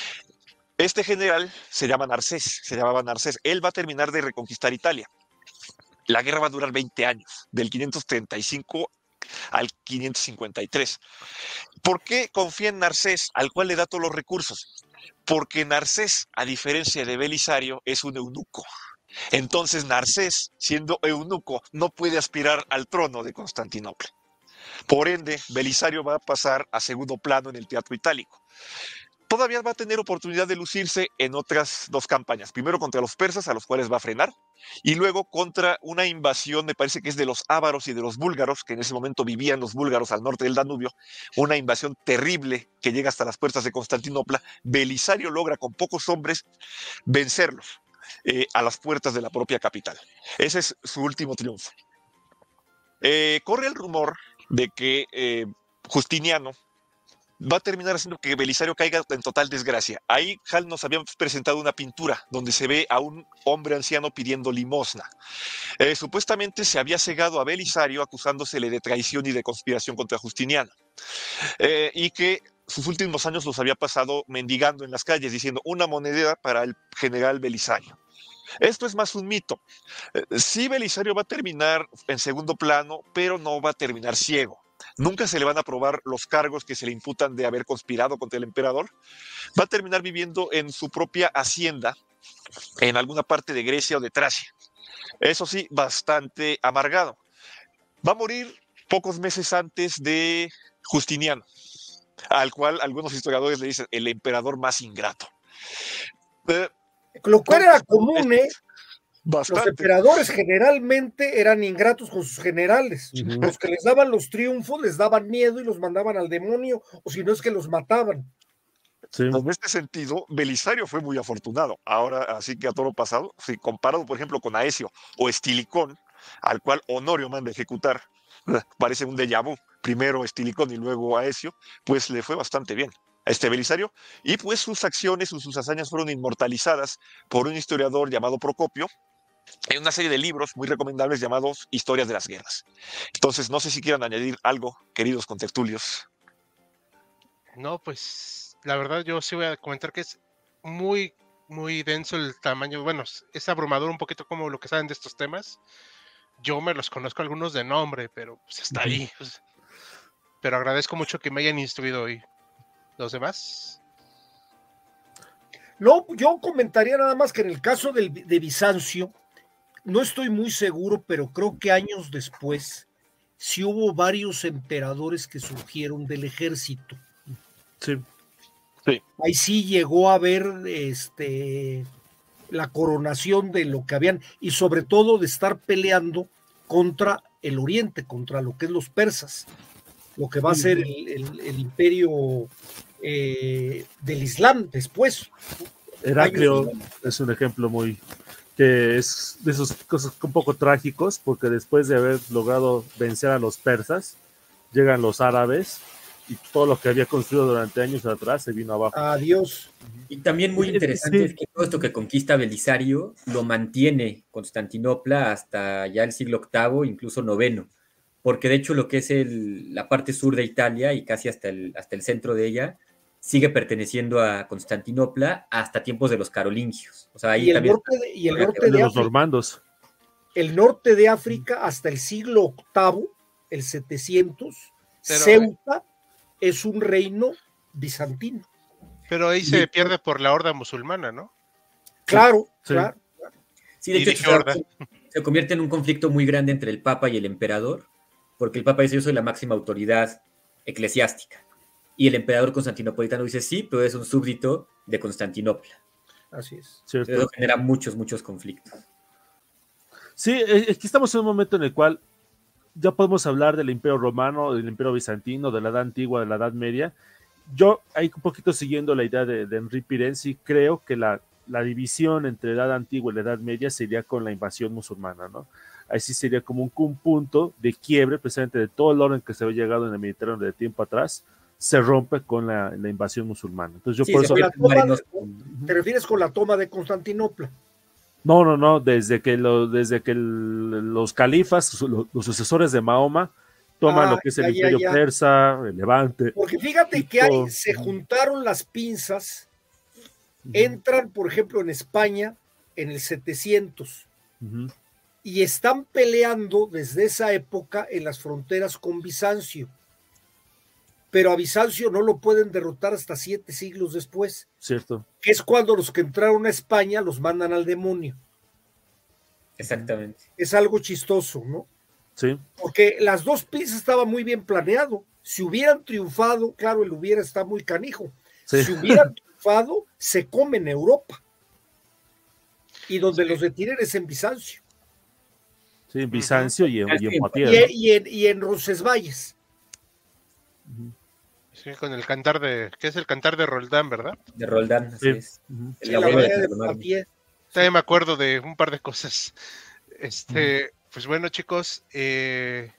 Este general se llama Narcés, se llamaba Narcés. Él va a terminar de reconquistar Italia. La guerra va a durar veinte años, del quinientos treinta y cinco al quinientos cincuenta y tres. ¿Por qué confía en Narcés, al cual le da todos los recursos? Porque Narcés, a diferencia de Belisario, es un eunuco. Entonces Narcés, siendo eunuco, no puede aspirar al trono de Constantinopla. Por ende, Belisario va a pasar a segundo plano en el teatro itálico. todavía va a tener oportunidad de lucirse en otras dos campañas. Primero contra los persas, a los cuales va a frenar, y luego contra una invasión, me parece que es de los ávaros y de los búlgaros, que en ese momento vivían los búlgaros al norte del Danubio, una invasión terrible que llega hasta las puertas de Constantinopla. Belisario logra con pocos hombres vencerlos eh, a las puertas de la propia capital. Ese es su último triunfo. Eh, corre el rumor de que eh, Justiniano va a terminar haciendo que Belisario caiga en total desgracia. Ahí Hal nos había presentado una pintura donde se ve a un hombre anciano pidiendo limosna. Eh, supuestamente se había cegado a Belisario acusándosele de traición y de conspiración contra Justiniano. Eh, y que sus últimos años los había pasado mendigando en las calles, diciendo una moneda para el general Belisario. Esto es más un mito. Eh, sí, Belisario va a terminar en segundo plano, pero no va a terminar ciego. Nunca se le van a probar los cargos que se le imputan de haber conspirado contra el emperador. Va a terminar viviendo en su propia hacienda, en alguna parte de Grecia o de Tracia. Eso sí, bastante amargado. Va a morir pocos meses antes de Justiniano, al cual algunos historiadores le dicen el emperador más ingrato. Eh, Lo cual era común, ¿eh? Bastante. Los emperadores generalmente eran ingratos con sus generales. Uh-huh. Los que les daban los triunfos les daban miedo y los mandaban al demonio, o si no es que los mataban. Sí. En este sentido, Belisario fue muy afortunado. Ahora, así que a todo lo pasado, si comparado, por ejemplo, con Aecio o Estilicón, al cual Honorio manda ejecutar, parece un déjà vu, primero Estilicón y luego Aecio, pues le fue bastante bien a este Belisario, y pues sus acciones o sus hazañas fueron inmortalizadas por un historiador llamado Procopio, en una serie de libros muy recomendables llamados Historias de las Guerras. Entonces, no sé si quieran añadir algo, queridos contertulios. No, pues la verdad yo sí voy a comentar que es muy, muy denso el tamaño. Bueno, es abrumador un poquito como lo que saben de estos temas. Yo me los conozco algunos de nombre, pero pues hasta uh-huh. ahí. Pues, pero agradezco mucho que me hayan instruido hoy. ¿Los demás? No, yo comentaría nada más que en el caso del, de Bizancio, no estoy muy seguro, pero creo que años después sí hubo varios emperadores que surgieron del ejército. Sí. Sí. Ahí sí llegó a haber este, la coronación de lo que habían, y sobre todo de estar peleando contra el oriente, contra lo que es los persas, lo que va a ser el, el, el imperio eh, del Islam después. Heraclio es un ejemplo muy, que es de esos cosas un poco trágicos, porque después de haber logrado vencer a los persas, llegan los árabes y todo lo que había construido durante años atrás se vino abajo. Adiós. Y también muy interesante sí. es que todo esto que conquista Belisario lo mantiene Constantinopla hasta ya el siglo octavo, incluso noveno, porque de hecho lo que es el, la parte sur de Italia y casi hasta el, hasta el centro de ella sigue perteneciendo a Constantinopla hasta tiempos de los carolingios. O sea, ahí y el también norte de, y el norte de, de los África, normandos. El norte de África hasta el siglo octavo, el setecientos, pero, Ceuta es un reino bizantino. Pero ahí se y, pierde por la horda musulmana, ¿no? Claro, sí. claro. Sí, de hecho se, se convierte en un conflicto muy grande entre el Papa y el emperador, porque el Papa dice: yo soy la máxima autoridad eclesiástica. Y el emperador constantinopolitano dice: sí, pero es un súbdito de Constantinopla. Así es. Cierto. Eso genera muchos, muchos conflictos. Sí, aquí estamos en un momento en el cual ya podemos hablar del Imperio Romano, del Imperio Bizantino, de la Edad Antigua, de la Edad Media. Yo, ahí un poquito siguiendo la idea de, de Henri Pirenzi, creo que la, la división entre la Edad Antigua y la Edad Media sería con la invasión musulmana, ¿no? Ahí sí sería como un, un punto de quiebre precisamente de todo el orden que se había llegado en el Mediterráneo de tiempo atrás, se rompe con la, la invasión musulmana. Entonces yo sí, por eso... La toma de, ¿te refieres con la toma de Constantinopla? No, no, no, desde que, lo, desde que el, los califas, los, los sucesores de Mahoma, toman ah, lo que es el ya, imperio ya, ya. persa, el Levante. Porque fíjate que ahí se juntaron las pinzas, uh-huh. entran, por ejemplo, en España en el setecientos, uh-huh. y están peleando desde esa época en las fronteras con Bizancio. Pero a Bizancio no lo pueden derrotar hasta siete siglos después. Cierto. Que es cuando los que entraron a España los mandan al demonio. Exactamente. Es algo chistoso, ¿no? Sí. Porque las dos pinzas estaban muy bien planeado. Si hubieran triunfado, claro, el hubiera está muy canijo. Sí. Si hubieran triunfado, se come en Europa. Y donde Sí. los detienen es en Bizancio. Sí, en Bizancio y en, y en Y, Poitiers, y en, y en Roncesvalles. ¿no? Sí, con el cantar de, ¿qué es el cantar de Roldán, verdad? De Roldán, así Sí. es. Ujú. El Sí, la abuelo de batalla de Carlomagno. Poitiers. También me acuerdo de un par de cosas. Este, pues bueno, chicos, eh...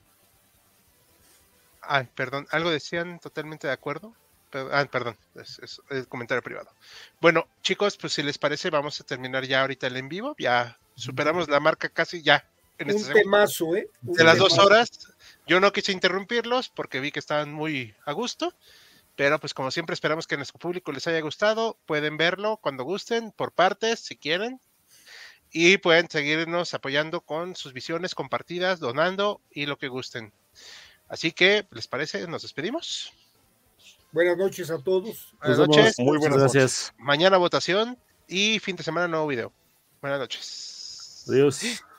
ay, perdón, algo decían totalmente de acuerdo. Per- Ah, perdón, es, es, es comentario privado. Bueno, chicos, pues si les parece, vamos a terminar ya ahorita el en vivo. Ya superamos la marca casi ya en Un este segundo. temazo, ¿eh? Un De las dos temazo. horas. Yo no quise interrumpirlos porque vi que estaban muy a gusto. Pero pues como siempre esperamos que a nuestro público les haya gustado. Pueden verlo cuando gusten, por partes, si quieren. Y pueden seguirnos apoyando con sus visiones compartidas, donando y lo que gusten. Así que, ¿les parece? Nos despedimos. Buenas noches a todos. Buenas Nos vemos. noches. Muy buenas Muchas gracias. noches. Mañana votación y fin de semana nuevo video. Buenas noches. Adiós.